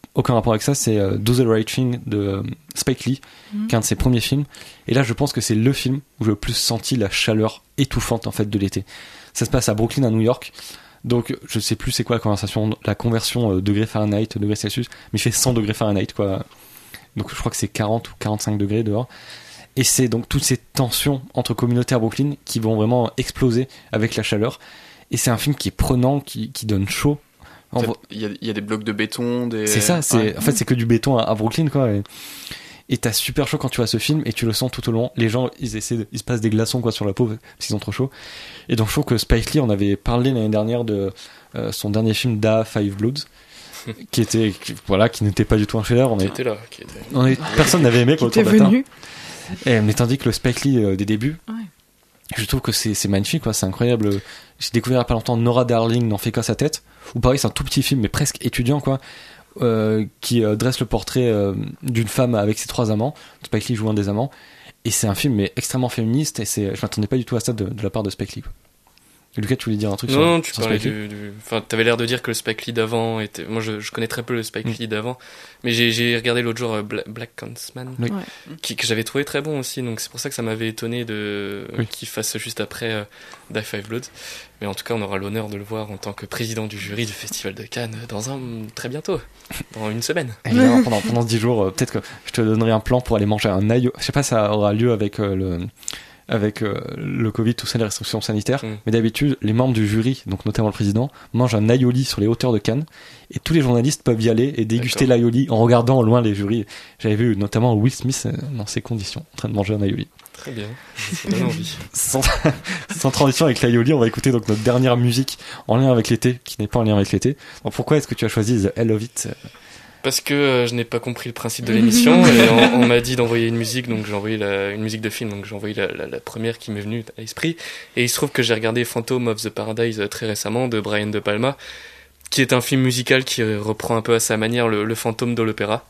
aucun rapport avec ça, c'est euh, Do the Right Thing de euh, Spike Lee, mmh. qui est un de ses premiers films. Et là, je pense que c'est le film où j'ai le plus senti la chaleur étouffante en fait de l'été. Ça se passe à Brooklyn, à New York. Donc, je sais plus c'est quoi la conversation, la conversion euh, degrés Fahrenheit, degrés Celsius, mais il fait cent degrés Fahrenheit, quoi. Donc, je crois que c'est quarante ou quarante-cinq degrés dehors. Et c'est donc toutes ces tensions entre communautés à Brooklyn qui vont vraiment exploser avec la chaleur. Et c'est un film qui est prenant, qui, qui donne chaud. Il vo- y, a, y a des blocs de béton, des... C'est ça, c'est, ouais. en fait, c'est que du béton à, à Brooklyn, quoi. Et, et t'as super chaud quand tu vois ce film, et tu le sens tout au long. Les gens, ils essaient de, ils se passent des glaçons, quoi, sur la peau, parce qu'ils ont trop chaud. Et donc, je trouve que Spike Lee, on avait parlé l'année dernière de euh, son dernier film, Da Five Bloods, qui était, qui, voilà, qui n'était pas du tout un chef-d'œuvre. Qui est, était là, qui était... On est, personne n'avait aimé, quoi, qui était venu. Et, mais tandis que le Spike Lee euh, des débuts, ouais. je trouve que c'est, c'est magnifique, quoi, c'est incroyable. J'ai découvert il y a pas longtemps Nora Darling n'en fait qu'à sa tête, où pareil, c'est un tout petit film, mais presque étudiant, quoi. Euh, qui euh, dresse le portrait euh, d'une femme avec ses trois amants. Spike Lee joue un des amants, et c'est un film mais extrêmement féministe, et c'est, je m'attendais pas du tout à ça de, de la part de Spike Lee, quoi. Lucas, tu voulais dire un truc non, sur, non, tu sur parlais Spike du, du... Enfin, t'avais l'air de dire que le Spike Lee d'avant était... Moi, je, je connais très peu le Spike mm. Lee d'avant, mais j'ai, j'ai regardé l'autre jour euh, Bla- Black Clansman, oui. qui, que j'avais trouvé très bon aussi, donc c'est pour ça que ça m'avait étonné de... oui. qu'il fasse juste après euh, Die Five Bloods. Mais en tout cas, on aura l'honneur de le voir en tant que président du jury du Festival de Cannes dans un... très bientôt, dans une semaine. Évidemment, pendant, pendant dix jours, euh, peut-être que je te donnerai un plan pour aller manger un aïe. Je sais pas si ça aura lieu avec euh, le... avec euh, le Covid, tout ça, les restrictions sanitaires. Mm. Mais d'habitude, les membres du jury, donc notamment le président, mangent un aioli sur les hauteurs de Cannes. Et tous les journalistes peuvent y aller et déguster D'accord. l'aioli en regardant au loin les jurys. J'avais vu notamment Will Smith dans ces conditions, en train de manger un aioli. Très bien, ça donne envie. sans, sans transition avec l'aioli, on va écouter donc notre dernière musique en lien avec l'été, qui n'est pas en lien avec l'été. Alors pourquoi est-ce que tu as choisi The Hell of It ? Parce que euh, je n'ai pas compris le principe de l'émission et on, on m'a dit d'envoyer une musique, donc j'ai envoyé la, une musique de film, donc j'ai envoyé la, la, la première qui m'est venue à l'esprit. Et il se trouve que j'ai regardé Phantom of the Paradise très récemment de Brian De Palma, qui est un film musical qui reprend un peu à sa manière le, le fantôme de l'opéra.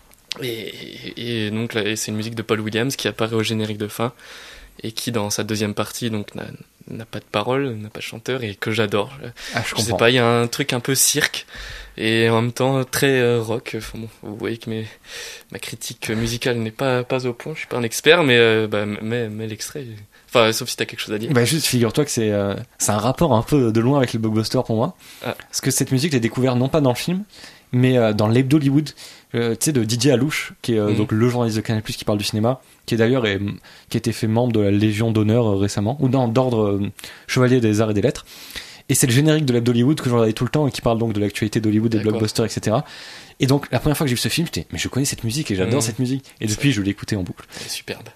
Et, et, et donc là, c'est une musique de Paul Williams qui apparaît au générique de fin et qui dans sa deuxième partie donc n'a, n'a pas de parole, n'a pas de chanteur et que j'adore. Ah, je, je sais pas, il y a un truc un peu cirque et en même temps très euh, rock. Enfin, bon, vous voyez que mes, ma critique musicale n'est pas, pas au point, je suis pas un expert, mais euh, bah, mets, mets l'extrait. Enfin, sauf si t'as quelque chose à dire. Bah juste figure-toi que c'est, euh, c'est un rapport un peu de loin avec le blockbuster pour moi. Ah. Parce que cette musique, j'ai découvert non pas dans le film, mais euh, dans l'Hebdo Hollywood, euh, tu sais, de Didier Alouche, qui est euh, mmh. donc le journaliste de Canal+, qui parle du cinéma, qui est d'ailleurs est, qui a été fait membre de la Légion d'honneur euh, récemment, ou non, d'ordre euh, Chevalier des Arts et des Lettres. Et c'est le générique de l'Hebdo Hollywood que je regardais tout le temps et qui parle donc de l'actualité d'Hollywood, des blockbusters, et cetera. Et donc la première fois que j'ai vu ce film, j'étais mais je connais cette musique et j'adore mmh. cette musique. Et depuis, je l'ai écoutée en boucle. Elle est superbe.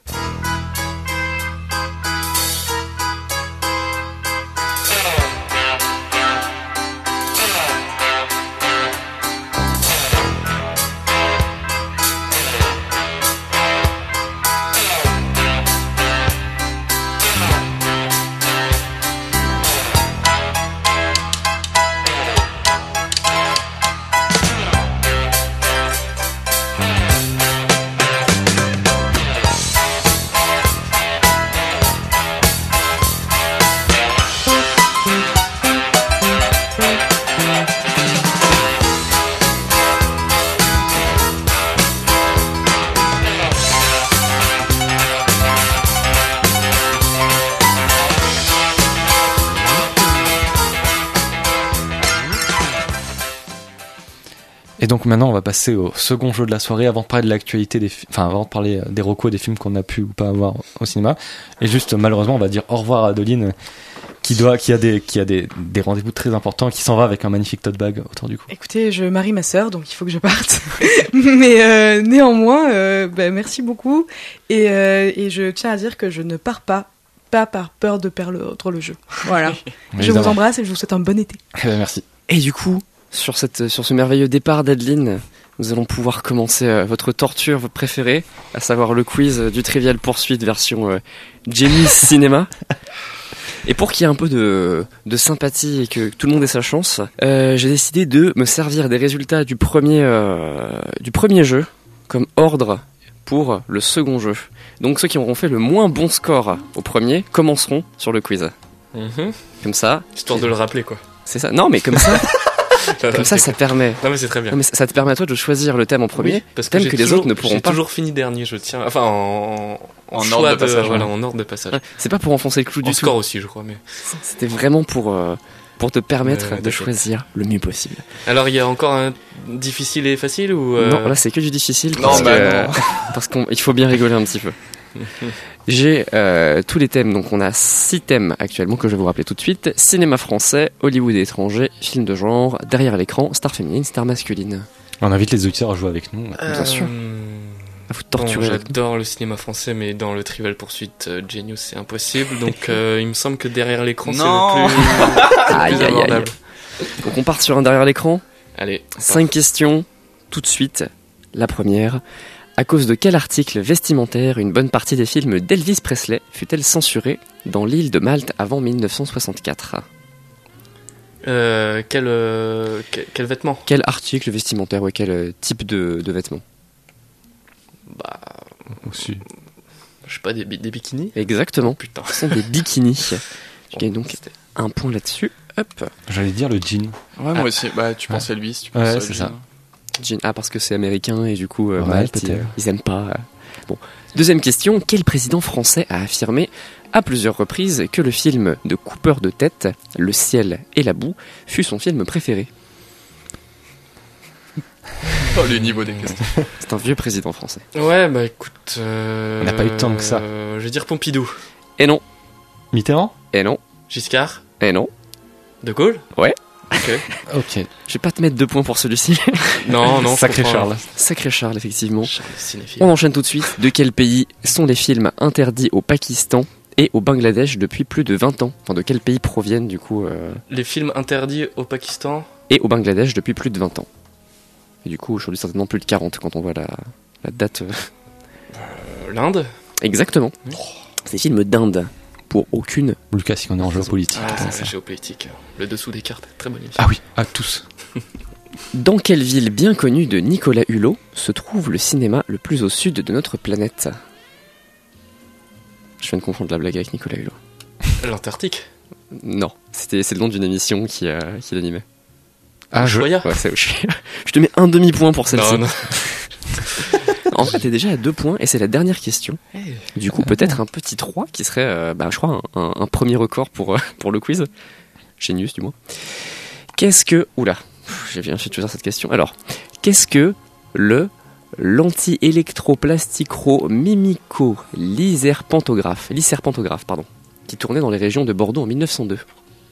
Et donc maintenant on va passer au second jeu de la soirée avant de parler de l'actualité des fi- enfin avant de parler des recos des films qu'on a pu ou pas avoir au cinéma. Et juste malheureusement on va dire au revoir à Adeline qui doit qui a des qui a des, des rendez-vous très importants, qui s'en va avec un magnifique tote bag autour du cou. Écoutez, je marie ma sœur donc il faut que je parte. Mais euh, néanmoins euh, bah, merci beaucoup et euh, et je tiens à dire que je ne pars pas pas par peur de perdre le jeu. Voilà. Je vous embrasse et je vous souhaite un bon été. Eh ben, merci. Et du coup, Sur, cette, sur ce merveilleux départ d'Adeline, nous allons pouvoir commencer euh, votre torture préférée, à savoir le quiz euh, du Trivial Poursuite version euh, Jenny's Cinéma. Et pour qu'il y ait un peu de, de sympathie et que tout le monde ait sa chance, euh, j'ai décidé de me servir des résultats du premier, euh, du premier jeu comme ordre pour le second jeu. Donc ceux qui auront fait le moins bon score au premier commenceront sur le quiz. Mm-hmm. Comme ça. Histoire de le rappeler, quoi. C'est ça. Non, mais comme ça... Comme ça, ça permet. Non mais c'est très bien. Non, mais ça, ça te permet à toi de choisir le thème en premier, Oui, parce que, thème j'ai que les toujours- autres ne pourront j'ai pas. toujours fini dernier, je tiens. Enfin, en, en, En choix ordre de passage, Voilà, ouais. en ordre de passage. Ouais, c'est pas pour enfoncer le clou En du score tout. aussi, je crois. Mais C'était vraiment pour euh, pour te permettre Euh, de d'accord. choisir le mieux possible. alors, il y a encore un difficile et facile ou euh, Non, là c'est que du difficile Non, parce bah que non. parce qu'il faut bien rigoler un petit peu. J'ai euh, tous les thèmes, donc on a six thèmes actuellement que je vais vous rappeler tout de suite. Cinéma français, Hollywood et étranger, film de genre, derrière l'écran, star féminine, star masculine. On invite les auditeurs à jouer avec nous. Bien sûr. À vous torturer. Bon, avec nous. j'adore le cinéma français, mais dans le Trivial Pursuit, euh, Genius, c'est impossible. Donc, euh, il me semble que derrière l'écran, c'est Non. le plus, le Aïe, plus aïe, aïe. abordable. Donc on part sur un derrière l'écran. Allez, Cinq questions, tout de suite. La première. À cause de quel article vestimentaire une bonne partie des films d'Elvis Presley fut-elle censurée dans l'île de Malte avant mille neuf cent soixante-quatre? Euh, quel, euh, quel, quel vêtement Quel article vestimentaire, ouais, quel euh, type de, de vêtement? Bah, Aussi. je sais pas, des, bi- des bikinis Exactement. Putain. Ce sont des bikinis. Tu Bon, gagnes donc c'était- un point là-dessus. Hop. J'allais dire le jean. Ouais, moi aussi. Bah, tu penses à Elvis, tu penses Ouais, à c'est Jean. ça. Jean- Ah, parce que c'est américain et du coup, euh, Ouais, Malte, ils, peut-être. ils aiment pas. euh. Bon. Deuxième question. Quel président français a affirmé à plusieurs reprises que le film de Cooper de tête, Le ciel et la boue, fut son film préféré? Oh, le niveau des questions. C'est un vieux président français. Ouais, bah écoute. euh, On n'a pas eu tant que ça. euh, je vais dire Pompidou. Et non. Mitterrand? Et non. Giscard. Et non. De Gaulle. Ouais. Ok. Ok. Je vais pas te mettre deux points pour celui-ci. Non, non, je Sacré comprends. Charles. Sacré Charles, effectivement. Charles, cinéphile. On enchaîne tout de suite. De quel pays sont les films interdits au Pakistan et au Bangladesh depuis plus de vingt ans? Enfin, de quel pays proviennent du coup euh, Les films interdits au Pakistan. et au Bangladesh depuis plus de vingt ans? Et du coup, aujourd'hui, certainement plus de quarante quand on voit la, la date. euh. Euh, L'Inde. Exactement. C'est des films d'Inde. Pour aucune. Lucas, si on est en géopolitique. Ah, c'est c'est ça. géopolitique. Le dessous des cartes. Très bonne émission. Ah oui, à tous. Dans quelle ville bien connue de Nicolas Hulot se trouve le cinéma le plus au sud de notre planète? Je viens de confondre la blague avec Nicolas Hulot. L'Antarctique. Non, c'était, c'est le nom d'une émission qui, euh, qui l'animait. Ah, je... Ushuaïa. Ouais, c'est Ushuaïa. Je te mets un demi-point pour celle-ci. Non, non. En fait, t'es déjà à deux points et c'est la dernière question. Hey. Du coup, peut-être un petit trois qui serait, euh, bah, je crois, un, un- un premier record pour, euh, pour le quiz. Génius, du moins. Qu'est-ce que... Oula, Pff, j'ai bien fait de choisir cette question. Alors, qu'est-ce que le l'anti-électroplasticro-mimico-lyserpantographe, lyserpantographe, pardon, qui tournait dans les régions de Bordeaux en mille neuf cent deux?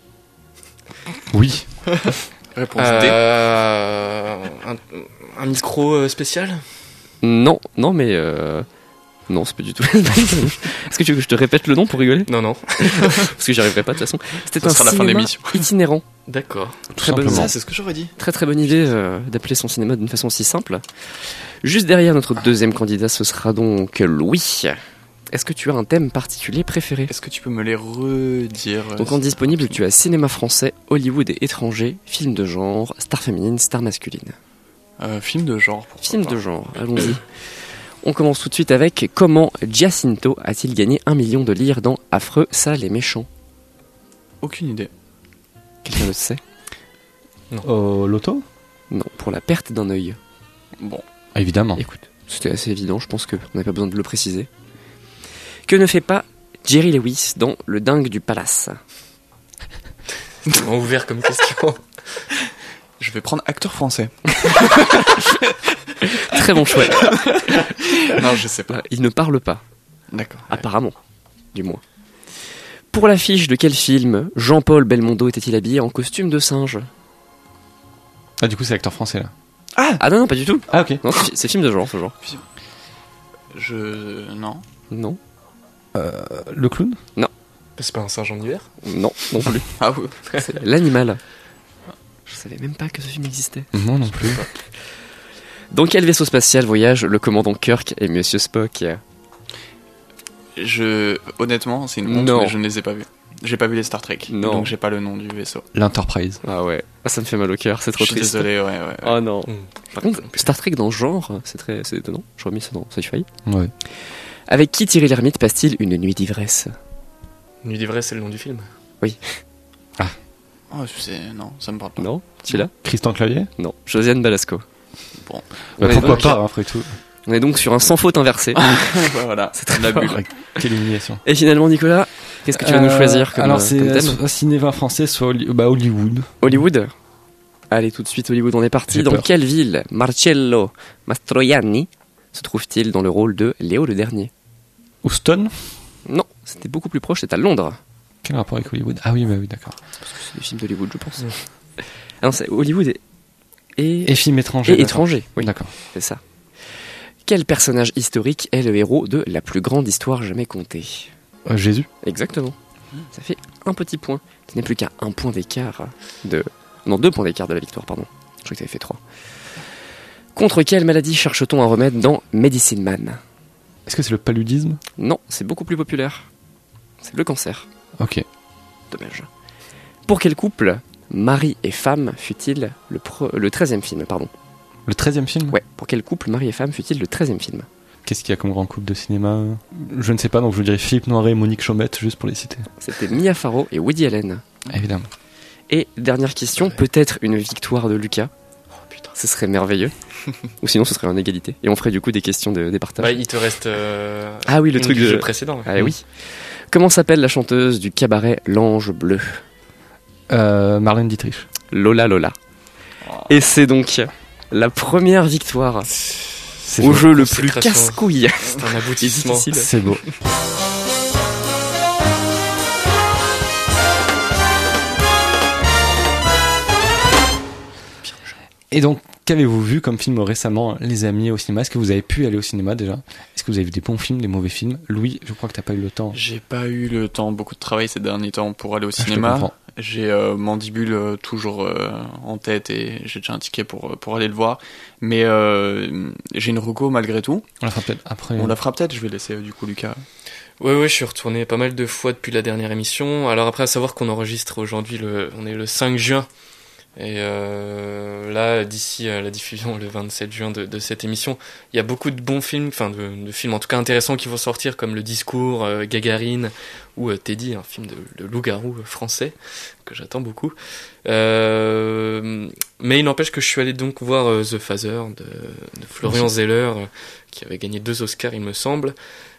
Oui. Réponse D. Euh, un, un micro euh, spécial. Non, non, mais... Euh... Non, c'est pas du tout. Est-ce que tu veux que je te répète le nom pour rigoler? Non, non. Parce que j'y arriverai pas de toute façon. C'était Ça un sera la fin de cinéma l'émission. itinérant. D'accord. Très bonne, simplement. Ça, c'est ce que j'aurais dit. très très bonne idée euh, d'appeler son cinéma d'une façon si simple. Juste derrière notre deuxième candidat, ce sera donc Louis. Est-ce que tu as un thème particulier préféré? Est-ce que tu peux me les redire euh, Donc en disponible, tu as cinéma français, Hollywood et étranger, film de genre, star féminine, star masculine. euh, Film de genre. pourquoi Film pas. de genre, allons-y. On commence tout de suite avec comment Giacinto a-t-il gagné un million de lire dans Affreux, sale et méchant? Aucune idée. Quelqu'un le sait? Au loto? Non, pour la perte d'un œil. Bon. Ah, évidemment. Écoute, c'était assez évident, je pense qu'on n'a pas besoin de le préciser. Que ne fait pas Jerry Lewis dans Le Dingue du Palace? Tellement ouvert comme question. Je vais prendre acteur français. Très bon choix. Non, je sais pas. Il ne parle pas, D'accord. apparemment, du moins. Pour l'affiche de quel film Jean-Paul Belmondo était-il habillé en costume de singe? Ah, du coup, c'est l'acteur français, là. Ah non, non, pas du tout. Ah, ok. Non, c'est c'est film de genre, ce genre. Je... Non. Non. Euh, le clown? C'est pas un singe en hiver. Non, non plus. Ah oui. C'est L'animal. Je savais même pas que ce film existait. Moi non plus. Dans quel vaisseau spatial voyagent le commandant Kirk et Monsieur Spock? Je... Honnêtement, c'est une honte, Non. mais je ne les ai pas vus. J'ai pas vu les Star Trek. Non. Donc j'ai pas le nom du vaisseau. L'Enterprise. Ah ouais, ah, ça me fait mal au cœur, c'est trop Je suis triste. désolé, ouais, ouais. ouais. Oh non. Mm. Par contre, Star Trek dans le genre, c'est très, c'est étonnant. J'aurais mis ça dans Sci-Fi. Ouais. Avec qui Thierry Lhermitte passe-t-il une nuit d'ivresse? Nuit d'ivresse, c'est le nom du film. Oui. Ah. Oh, c'est... Non, ça me parle pas. Non, tu l'as? Christian Clavier? Non, Josiane Balasco. Bon. Bah, pourquoi donc, pas, hein, après tout. On est donc sur un sans faute inversé. Voilà, c'est très la bulle. Quelle élimination. Et finalement, Nicolas, qu'est-ce que tu vas euh, nous choisir comme, alors, c'est comme thème? soit cinéma français, soit bah, Hollywood. Hollywood? Allez, tout de suite, Hollywood, on est parti. Dans quelle ville Marcello Mastroianni se trouve-t-il dans le rôle de Léo le Dernier? Houston? Non, c'était beaucoup plus proche, c'est à Londres. Quel rapport avec Hollywood? Ah oui, bah oui, d'accord. Parce que c'est des films d'Hollywood, je pense. Ah non, c'est Hollywood et... Et, et films étrangers. Et étrangers, oui. D'accord. C'est ça. Quel personnage historique est le héros de la plus grande histoire jamais contée? euh, Jésus. Exactement. Ça fait un petit point. Ce n'est plus qu'à un point d'écart de... Non, deux points d'écart de la victoire, pardon. Je crois que tu avais fait trois. Contre quelle maladie cherche-t-on un remède dans Medicine Man? Est-ce que c'est le paludisme? Non, c'est beaucoup plus populaire. C'est le cancer. Ok. Dommage. Pour quel couple, mari et femme, fut-il le, pro... le treizième film, pardon? Le treizième film? Ouais, pour quel couple, mari et femme, fut-il le treizième film? Qu'est-ce qu'il y a comme grand couple de cinéma? Je ne sais pas, donc je dirais Philippe Noiret et Monique Chaumette, juste pour les citer. C'était Mia Farrow et Woody Allen. Évidemment. Et dernière question, peut-être une victoire de Lucas. Oh putain, ce serait merveilleux. Ou sinon, ce serait en égalité. Et on ferait du coup des questions de, des partages. Bah, il te reste. Euh, ah oui, le truc du de... jeu précédent. Ah oui. Comment s'appelle la chanteuse du cabaret L'Ange Bleu? euh, Marlène Dietrich. Lola Lola. Oh. Et c'est donc la première victoire c'est au beau. jeu le plus casse-couille. C'est un aboutissement. C'est beau. Et donc, qu'avez-vous vu comme film récemment, les amis, au cinéma? Est-ce que vous avez pu aller au cinéma déjà? Est-ce que vous avez vu des bons films, des mauvais films? Louis, je crois que t'as pas eu le temps. J'ai pas eu le temps, beaucoup de travail ces derniers temps pour aller au Ah, cinéma. J'ai euh, Mandibule euh, toujours euh, en tête et j'ai déjà un ticket pour, pour aller le voir. Mais euh, j'ai une reco malgré tout. On la fera peut-être après. On la fera peut-être, je vais laisser euh, du coup Lucas. Ouais, ouais, je suis retourné pas mal de fois depuis la dernière émission. Alors après, à savoir qu'on enregistre aujourd'hui, le, on est le cinq juin. Et euh, là, d'ici à la diffusion le vingt-sept juin de, de cette émission, il y a beaucoup de bons films, enfin de, de films en tout cas intéressants qui vont sortir, comme Le Discours, euh, Gagarine ou euh, Teddy, un film de, de loup-garou français que j'attends beaucoup. Euh, mais il n'empêche que je suis allé donc voir euh, The Father de, de Florian Zeller, euh, qui avait gagné deux Oscars, il me semble,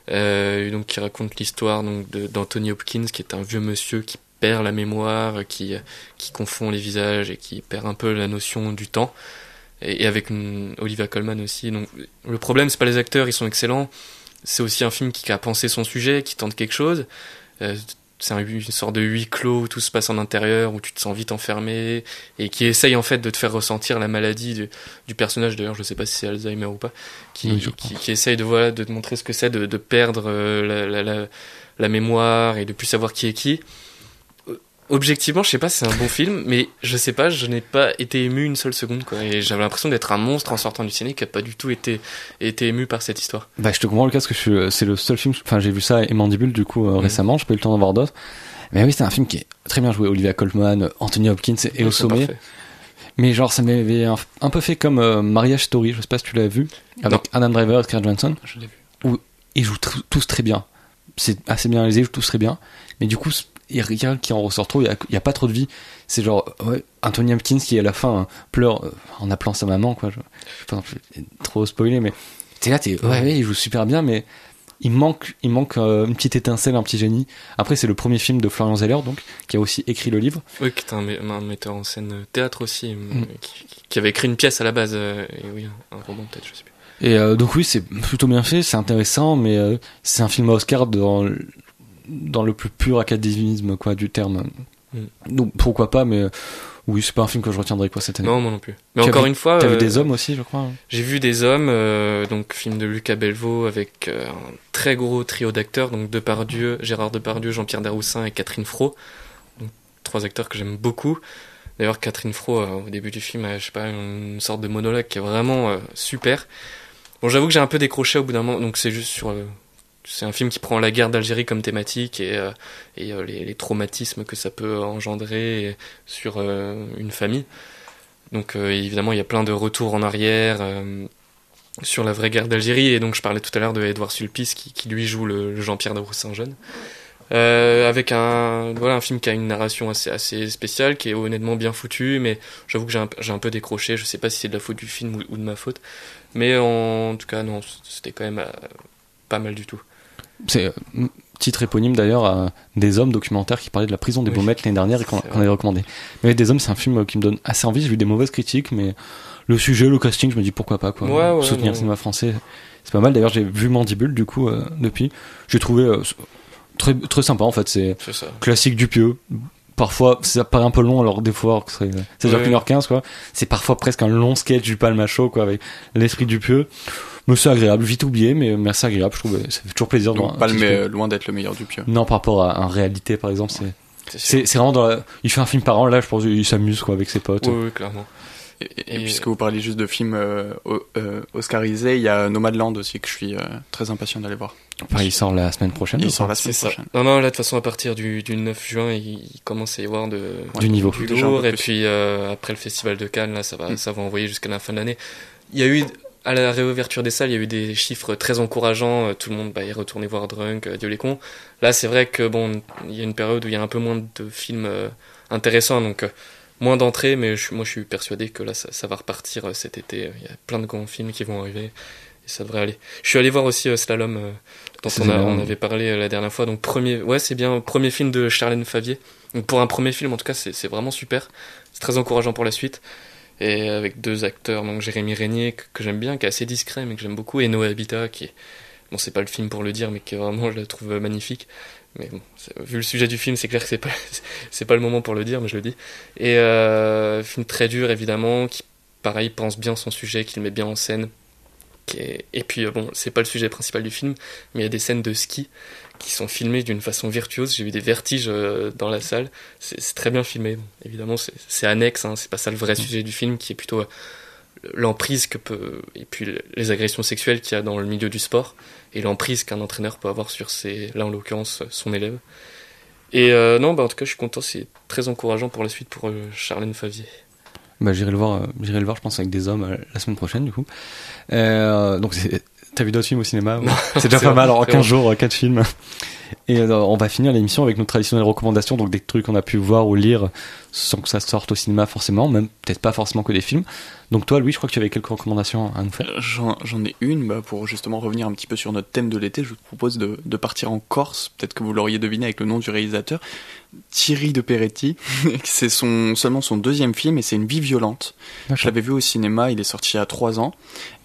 euh, donc qui raconte l'histoire donc de, d'Anthony Hopkins, qui est un vieux monsieur qui perd la mémoire, qui, qui confond les visages et qui perd un peu la notion du temps. Et, et avec une Olivia Colman aussi. Donc, le problème, c'est pas les acteurs, ils sont excellents. C'est aussi un film qui a pensé son sujet, qui tente quelque chose. Euh, c'est un, une sorte de huis clos où tout se passe en intérieur, où tu te sens vite enfermé, et qui essaye en fait de te faire ressentir la maladie du, du personnage. D'ailleurs, je sais pas si c'est Alzheimer ou pas, qui, oui, qui, qui essaye de, voilà, de te montrer ce que c'est de, de perdre euh, la, la, la, la mémoire et de plus savoir qui est qui. Objectivement, je sais pas si c'est un bon film, mais je sais pas, je n'ai pas été ému une seule seconde, quoi. Et j'avais l'impression d'être un monstre en sortant du ciné qui a pas du tout été, été ému par cette histoire. Bah, je te comprends, Lucas, parce que je suis, c'est le seul film, enfin, j'ai vu ça et Mandibule, du coup, euh, mmh. récemment, j'ai pas eu le temps d'en voir d'autres. Mais oui, c'est un film qui est très bien joué. Olivia Colman, Anthony Hopkins et au sommet. Parfait. Mais genre, ça m'avait un, un peu fait comme euh, Marriage Story, je sais pas si tu l'as vu, avec non. Adam Driver et Scarlett Johansson. Je l'ai vu. Où ils jouent tr- tous très bien. C'est assez bien réalisé, ils jouent tous très bien. Mais du coup, il y a rien qui en ressort trop, il y, y a pas trop de vie. C'est genre ouais, Anthony Hopkins qui à la fin hein, pleure euh, en appelant sa maman, quoi. Je, je peux pas trop spoiler, mais t'es là, t'es ouais, ouais, il joue super bien, mais il manque, il manque euh, une petite étincelle, un petit génie. Après, c'est le premier film de Florian Zeller, donc qui a aussi écrit le livre. Oui, qui est un, un metteur en scène théâtre aussi, mm. qui, qui avait écrit une pièce à la base, euh, et oui, un, un roman peut-être, je sais plus. Et euh, donc oui, c'est plutôt bien fait, c'est intéressant, mais euh, c'est un film à Oscar dans dans le plus pur académisme quoi du terme. Mm. Donc pourquoi pas, mais euh, oui, c'est pas un film que je retiendrai quoi cette année. Non, moi non plus. Mais tu encore vu, une fois, t'as euh, vu Des Hommes aussi, je crois. Hein. J'ai vu Des Hommes, euh, donc film de Lucas Belvaux avec euh, un très gros trio d'acteurs, donc Depardieu, Gérard Depardieu, Jean-Pierre Daroussin et Catherine Fro. Donc trois acteurs que j'aime beaucoup. D'ailleurs, Catherine Fro, euh, au début du film, a, je sais pas, une sorte de monologue qui est vraiment euh, super. Bon, j'avoue que j'ai un peu décroché au bout d'un moment, donc c'est juste sur... Euh, c'est un film qui prend la guerre d'Algérie comme thématique et, euh, et euh, les, les traumatismes que ça peut engendrer sur euh, une famille. Donc euh, évidemment, il y a plein de retours en arrière euh, sur la vraie guerre d'Algérie. Et donc je parlais tout à l'heure de Édouard Sulpice qui, qui lui joue le, le Jean-Pierre Daroussin jeune. Euh, avec un voilà un film qui a une narration assez assez spéciale, qui est honnêtement bien foutu, mais j'avoue que j'ai un, j'ai un peu décroché. Je sais pas si c'est de la faute du film ou, ou de ma faute, mais en, en tout cas non, c'était quand même euh, pas mal du tout. C'est euh, titre éponyme d'ailleurs à Des Hommes, documentaire qui parlait de la prison des Oui, Baumettes l'année dernière et qu'on, qu'on avait recommandé. Mais Des Hommes, c'est un film qui me donne assez envie. J'ai vu des mauvaises critiques, mais le sujet, le casting, je me dis pourquoi pas quoi. Ouais, ouais, Soutenir non. le cinéma français, c'est pas mal. D'ailleurs, j'ai vu Mandibule du coup euh, depuis. J'ai trouvé euh, très très sympa en fait. C'est, C'est ça. classique Dupieux. Parfois, ça paraît un peu long, alors des fois, c'est, ça dure Ouais. qu'une heure quinze quoi. C'est parfois presque un long sketch du Palmacho quoi, avec l'esprit Dupieux. Mais c'est agréable, vite oublié, mais, mais c'est agréable, je trouve. Ça fait toujours plaisir. Donc, dans pas un le petit me- film. loin d'être le meilleur Dupieux. Non, par rapport à un réalité, par exemple, c'est, C'est sûr. c'est, c'est vraiment dans la, il fait un film par an, là, je pense qu'il s'amuse, quoi, avec ses potes. Oui, oui, clairement. Et, et- Et- et puisque vous parlez juste de films euh, o- euh, oscarisés, il y a Nomadland aussi que je suis euh, très impatient d'aller voir. Enfin, il sort la semaine prochaine. Il je sort crois. la semaine C'est ça. prochaine. Non, non, là, de toute façon, à partir du, du neuf juin, il, il commence à y avoir de, Du niveau. du Déjà un lourd. peu Et plus. puis, euh, après le festival de Cannes, là, ça va, Mm. ça va envoyer jusqu'à la fin de l'année. Il y a eu, à la réouverture des salles, il y a eu des chiffres très encourageants. Euh, Tout le monde, bah, est retourné voir Drunk, euh, Dieu les cons. Là, c'est vrai que, bon, il y a une période où il y a un peu moins de films euh, intéressants, donc, euh, moins d'entrées, mais je, suis- moi, je suis persuadé que là, ça, ça va repartir euh, cet été. Il y a plein de grands films qui vont arriver. Et ça devrait aller. Je suis allé voir aussi euh, Slalom, euh, dont C'est on, a- bien. on avait parlé euh, la dernière fois. Donc premier, ouais, c'est bien, premier film de Charlène Favier. Donc pour un premier film, en tout cas, c'est c'est vraiment super. C'est très encourageant pour la suite. Et avec deux acteurs, donc Jérémy Régnier que, que j'aime bien, qui est assez discret mais que j'aime beaucoup, et Noé Habitat qui est, bon, c'est pas le film pour le dire, mais qui est vraiment, je la trouve euh, magnifique. Mais bon, c'est- vu le sujet du film, c'est clair que c'est pas c'est pas le moment pour le dire, mais je le dis. Et euh, film très dur évidemment, qui pareil pense bien son sujet, qu'il met bien en scène. Qui est- Et puis euh, bon, c'est pas le sujet principal du film, mais il y a des scènes de ski qui sont filmées d'une façon virtuose. J'ai eu des vertiges euh, dans la salle. C'est c'est très bien filmé. Bon, évidemment, c'est c'est annexe, hein, c'est pas ça le vrai sujet du film, qui est plutôt euh, l'emprise que peut et puis le- les agressions sexuelles qu'il y a dans le milieu du sport et l'emprise qu'un entraîneur peut avoir sur ses, là en l'occurrence, son élève. Et euh, non, bah en tout cas, je suis content. C'est très encourageant pour la suite pour euh, Charlène Favier. Bah, j'irai le voir, euh, j'irai le voir, je pense, avec Des Hommes euh, la semaine prochaine, du coup. Euh, donc, c'est, t'as vu d'autres films au cinéma? Non, c'est déjà c'est pas mal, vrai, en c'est quinze vrai. jours, quatre films. Et euh, on va finir l'émission avec nos traditionnelles recommandations, donc des trucs qu'on a pu voir ou lire sans que ça sorte au cinéma forcément, même peut-être pas forcément que des films. Donc toi, Louis, je crois que tu avais quelques recommandations à nous faire. J'en, j'en ai une, bah, pour justement revenir un petit peu sur notre thème de l'été, je vous propose de, de partir en Corse, peut-être que vous l'auriez deviné avec le nom du réalisateur, Thierry de Peretti. C'est son, seulement son deuxième film et c'est Une vie violente. Je l'avais vu au cinéma, il est sorti il y a trois ans,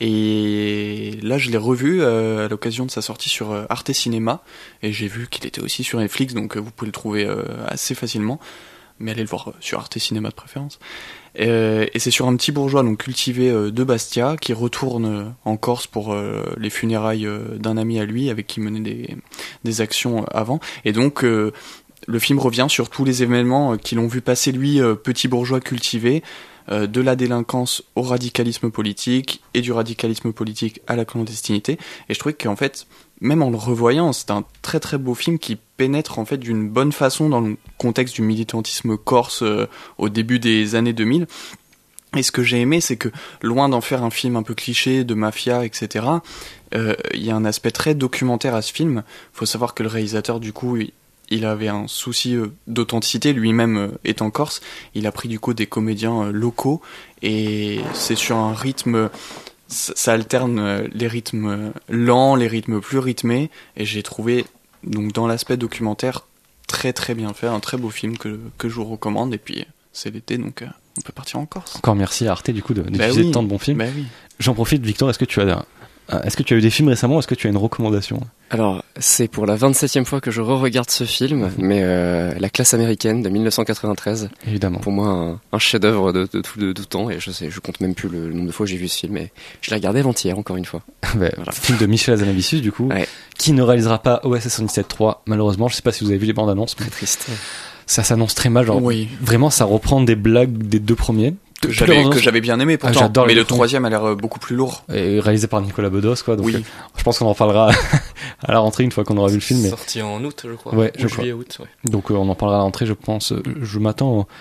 et là je l'ai revu euh, à l'occasion de sa sortie sur euh, Arte Cinéma, et j'ai vu qu'il était aussi sur Netflix, donc euh, vous pouvez le trouver euh, assez facilement, mais allez le voir euh, sur Arte Cinéma de préférence. Euh, et c'est sur un petit bourgeois donc cultivé euh, de Bastia qui retourne euh, en Corse pour euh, les funérailles euh, d'un ami à lui avec qui il menait des, des actions euh, avant, et donc euh, le film revient sur tous les événements euh, qui l'ont vu passer lui, euh, petit bourgeois cultivé, euh, de la délinquance au radicalisme politique et du radicalisme politique à la clandestinité. Et je trouvais qu'en fait, même en le revoyant, c'est un très très beau film qui pénètre en fait d'une bonne façon dans le contexte du militantisme corse euh, au début des années deux mille. Et ce que j'ai aimé, c'est que loin d'en faire un film un peu cliché de mafia, et cetera, euh, il y a un aspect très documentaire à ce film. Faut savoir que le réalisateur, du coup, il, il avait un souci euh, d'authenticité, lui-même euh, étant corse. Il a pris du coup des comédiens euh, locaux et c'est sur un rythme, ça, ça alterne euh, les rythmes euh, lents, les rythmes plus rythmés, et j'ai trouvé donc dans l'aspect documentaire très très bien fait, un très beau film que que je vous recommande. Et puis c'est l'été, donc euh, on peut partir en Corse. Encore merci à Arte du coup de diffuser Bah oui, tant de bons films. bah oui. J'en profite, Victor, est-ce que tu as euh, est-ce que tu as eu des films récemment, est-ce que tu as une recommandation? Alors, c'est pour la vingt-septième fois que je re-regarde ce film, mais euh, La classe américaine de mille neuf cent quatre-vingt-treize. Évidemment. Pour moi, un, un chef-d'œuvre de, de, tout, de tout temps, et je sais, je compte même plus le, le nombre de fois que j'ai vu ce film, et je l'ai regardé avant-hier, encore une fois. Ouais, voilà. Film de Michel Hazanavicius, du coup, ouais. Qui ne réalisera pas O S S cent dix-sept trois, malheureusement. Je sais pas si vous avez vu les bandes annonces, mais très triste. Ça s'annonce très mal, genre, oui. Vraiment, ça reprend des blagues des deux premiers. Que j'avais, que j'avais bien aimé pourtant, ah, j'adore mais le troisième a l'air beaucoup plus lourd. Et réalisé par Nicolas Bedos, quoi. Donc oui. euh, je pense qu'on en parlera à la rentrée une fois qu'on aura vu le film. Mais... Sorti en août, je crois. Ouais, ou je juillet, crois. août, ouais. Donc euh, on en parlera à la rentrée, je pense. Je m'attends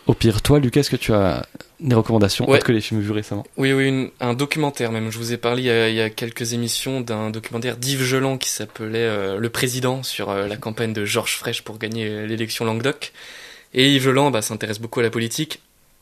Au pire, toi, Lucas, est-ce que tu as des recommandations Ouais. autres que les films vus récemment? Oui, oui, une- un documentaire même. Je vous ai parlé il y a, il y a quelques émissions d'un documentaire d'Yves Geland qui s'appelait euh, Le Président, sur euh, la campagne de Georges Frêche pour gagner euh, l'élection Languedoc. Et Yves Geland bah, s'intéresse beaucoup à la politique.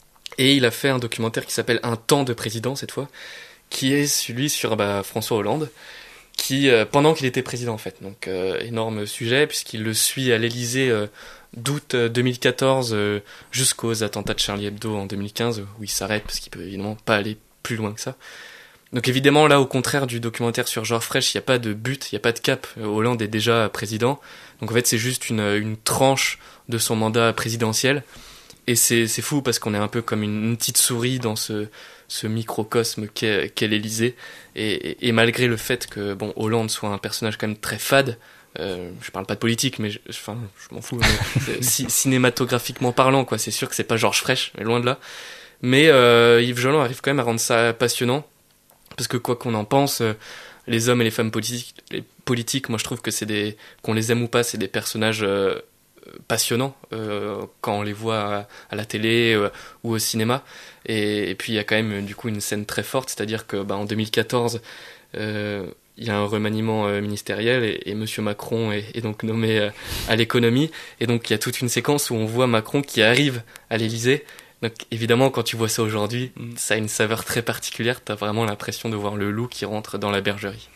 Et il a fait un documentaire qui s'appelle Un temps de président, cette fois, qui est celui sur bah, François Hollande, qui euh, pendant qu'il était président en fait. Donc euh, énorme sujet, puisqu'il le suit à l'Élysée euh, d'août deux mille quatorze euh, jusqu'aux attentats de Charlie Hebdo en deux mille quinze, où il s'arrête parce qu'il peut évidemment pas aller plus loin que ça. Donc évidemment là, au contraire du documentaire sur Georges Frêche, il n'y a pas de but, il n'y a pas de cap. Hollande est déjà président, donc en fait c'est juste une, une tranche de son mandat présidentiel. Et c'est, c'est fou parce qu'on est un peu comme une, une petite souris dans ce, ce microcosme qu'est, qu'est l'Élysée. Et, et, et malgré le fait que bon, Hollande soit un personnage quand même très fade, euh, je parle pas de politique, mais je, enfin, je m'en fous. Mais c- cinématographiquement parlant, quoi, c'est sûr que c'est pas Georges Frêche, mais loin de là. Mais euh, Yves Geland arrive quand même à rendre ça passionnant, parce que quoi qu'on en pense, euh, les hommes et les femmes politiques, les politiques, moi je trouve que c'est des, qu'on les aime ou pas, c'est des personnages euh, passionnants euh, quand on les voit à, à la télé euh, ou au cinéma. Et, et puis il y a quand même du coup une scène très forte, c'est-à-dire que bah, en deux mille quatorze, euh, il y a un remaniement euh, ministériel et, et Monsieur Macron est, est donc nommé euh, à l'économie. Et donc il y a toute une séquence où on voit Macron qui arrive à l'Élysée. Donc évidemment, quand tu vois ça aujourd'hui, mm. ça a une saveur très particulière. T'as vraiment l'impression de voir le loup qui rentre dans la bergerie.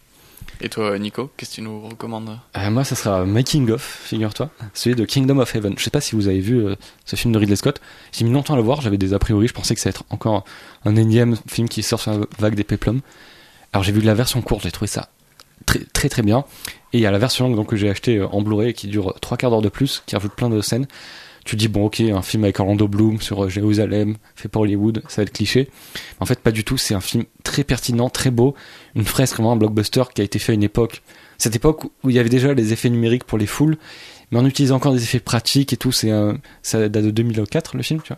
Et toi, Nico, qu'est-ce que tu nous recommandes? euh, Moi, ça sera Making of, figure-toi, celui de Kingdom of Heaven. Je sais pas si vous avez vu euh, ce film de Ridley Scott. J'ai mis longtemps à le voir, j'avais des a priori, je pensais que ça allait être encore un énième film qui sort sur la vague des péplums. Alors j'ai vu la version courte, j'ai trouvé ça très très très bien. Et il y a la version longue donc, que j'ai acheté en Blu-ray qui dure trois quarts d'heure de plus, qui rajoute plein de scènes. Tu dis, bon ok, un film avec Orlando Bloom sur Jérusalem, fait par Hollywood, ça va être cliché. En fait, pas du tout, c'est un film très pertinent, très beau, une fresque, vraiment un blockbuster qui a été fait à une époque, cette époque où il y avait déjà les effets numériques pour les foules, mais on utilise encore des effets pratiques et tout, c'est un, ça date de deux mille quatre le film, tu vois.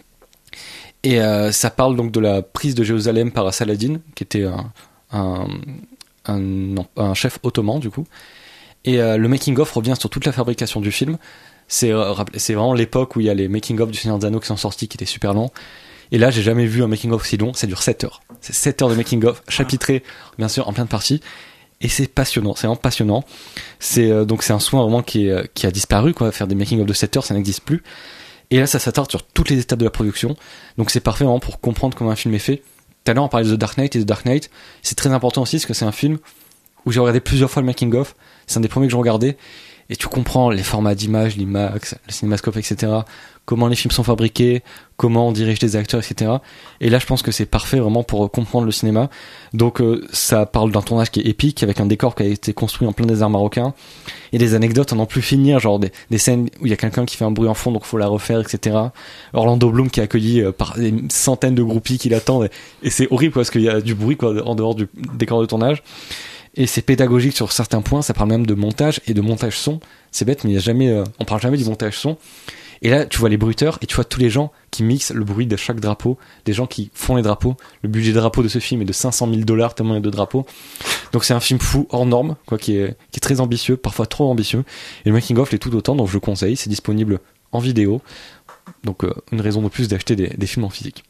Et euh, ça parle donc de la prise de Jérusalem par Saladin, qui était un, un, un, non, un chef ottoman du coup. Et euh, le making-of revient sur toute la fabrication du film. C'est, c'est vraiment l'époque où il y a les making-of du Seigneur des Anneaux qui sont sortis, qui étaient super longs. Et là, j'ai jamais vu un making-of aussi long. Ça dure sept heures. C'est sept heures de making-of, chapitré, bien sûr, en plein de parties. Et c'est passionnant. C'est vraiment passionnant. C'est, euh, donc, c'est un soin vraiment qui, est, qui a disparu, quoi. Faire des making-of de sept heures, ça n'existe plus. Et là, ça s'attarde sur toutes les étapes de la production. Donc, c'est parfait vraiment pour comprendre comment un film est fait. Tout à l'heure, on parlait de The Dark Knight et The Dark Knight. C'est très important aussi parce que c'est un film où j'ai regardé plusieurs fois le making-of. C'est un des premiers que j'ai regardé. Et tu comprends les formats d'image, l'IMAX, le cinémascope, et cetera. Comment les films sont fabriqués, comment on dirige les acteurs, et cetera. Et là, je pense que c'est parfait vraiment pour comprendre le cinéma. Donc, euh, ça parle d'un tournage qui est épique, avec un décor qui a été construit en plein désert marocain. Et des anecdotes à n'en plus finir, genre des, des scènes où il y a quelqu'un qui fait un bruit en fond, donc faut la refaire, et cetera. Orlando Bloom qui est accueilli euh, par des centaines de groupies qui l'attendent. Et, et c'est horrible parce qu'il y a du bruit quoi, en dehors du décor de tournage. Et c'est pédagogique sur certains points, ça parle même de montage et de montage son. C'est bête, mais il y a jamais, euh, on parle jamais du montage son. Et là, tu vois les bruiteurs et tu vois tous les gens qui mixent le bruit de chaque drapeau, des gens qui font les drapeaux. Le budget de drapeau de ce film est de cinq cent mille dollars tellement il y a de drapeaux. Donc c'est un film fou, hors norme, quoi, qui est, qui est très ambitieux, parfois trop ambitieux. Et le making of l'est tout autant, donc je le conseille. C'est disponible en vidéo, donc euh, une raison de plus d'acheter des, des films en physique.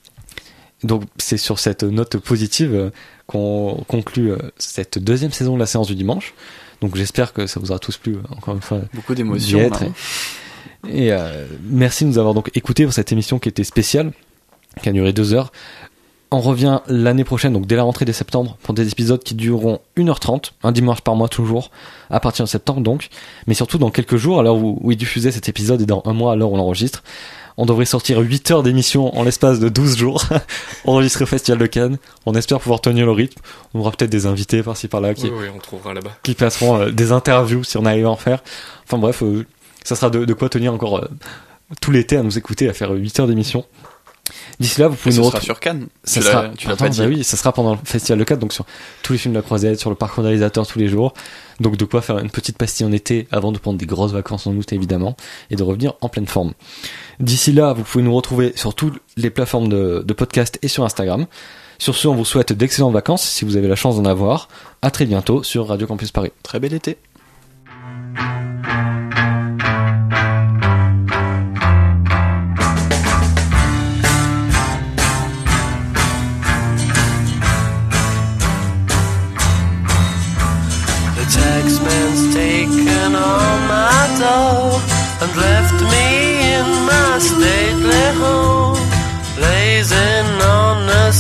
Donc c'est sur cette note positive euh, qu'on conclut euh, cette deuxième saison de la séance du dimanche. Donc j'espère que ça vous aura tous plu, euh, encore une fois. Beaucoup d'émotions. Là, hein. Et euh, merci de nous avoir donc écoutés pour cette émission qui était spéciale, qui a duré deux heures. On revient l'année prochaine, donc dès la rentrée de septembre, pour des épisodes qui dureront une heure trente, un dimanche par mois toujours, à partir de septembre donc. Mais surtout dans quelques jours, à l'heure où, où il diffusait cet épisode, et dans un mois à l'heure où on l'enregistre, on devrait sortir huit heures d'émission en l'espace de douze jours, enregistré au Festival de Cannes. On espère pouvoir tenir le rythme. On aura peut-être des invités par-ci par-là qui, oui, oui, on trouvera là-bas. qui passeront euh, des interviews si on arrive à en faire. Enfin bref, euh, ça sera de, de quoi tenir encore euh, tout l'été à nous écouter, à faire huit heures d'émission. D'ici là, vous pouvez et nous retrouver. Ce sera sur Cannes. Ça tu sera, l'as, tu l'as pas dit. Bah oui, ça sera pendant le Festival de Cannes, donc sur tous les films de la croisette, sur le parcours des réalisateurs tous les jours. Donc de quoi faire une petite pastille en été avant de prendre des grosses vacances en août évidemment et de revenir en pleine forme. D'ici là, vous pouvez nous retrouver sur toutes les plateformes de, de podcast et sur Instagram. Sur ce, on vous souhaite d'excellentes vacances si vous avez la chance d'en avoir. À très bientôt sur Radio Campus Paris. Très bel été.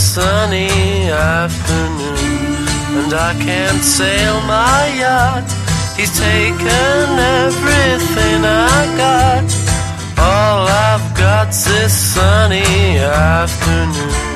sunny afternoon, and I can't sail my yacht. He's taken everything I got. All I've got's this sunny afternoon.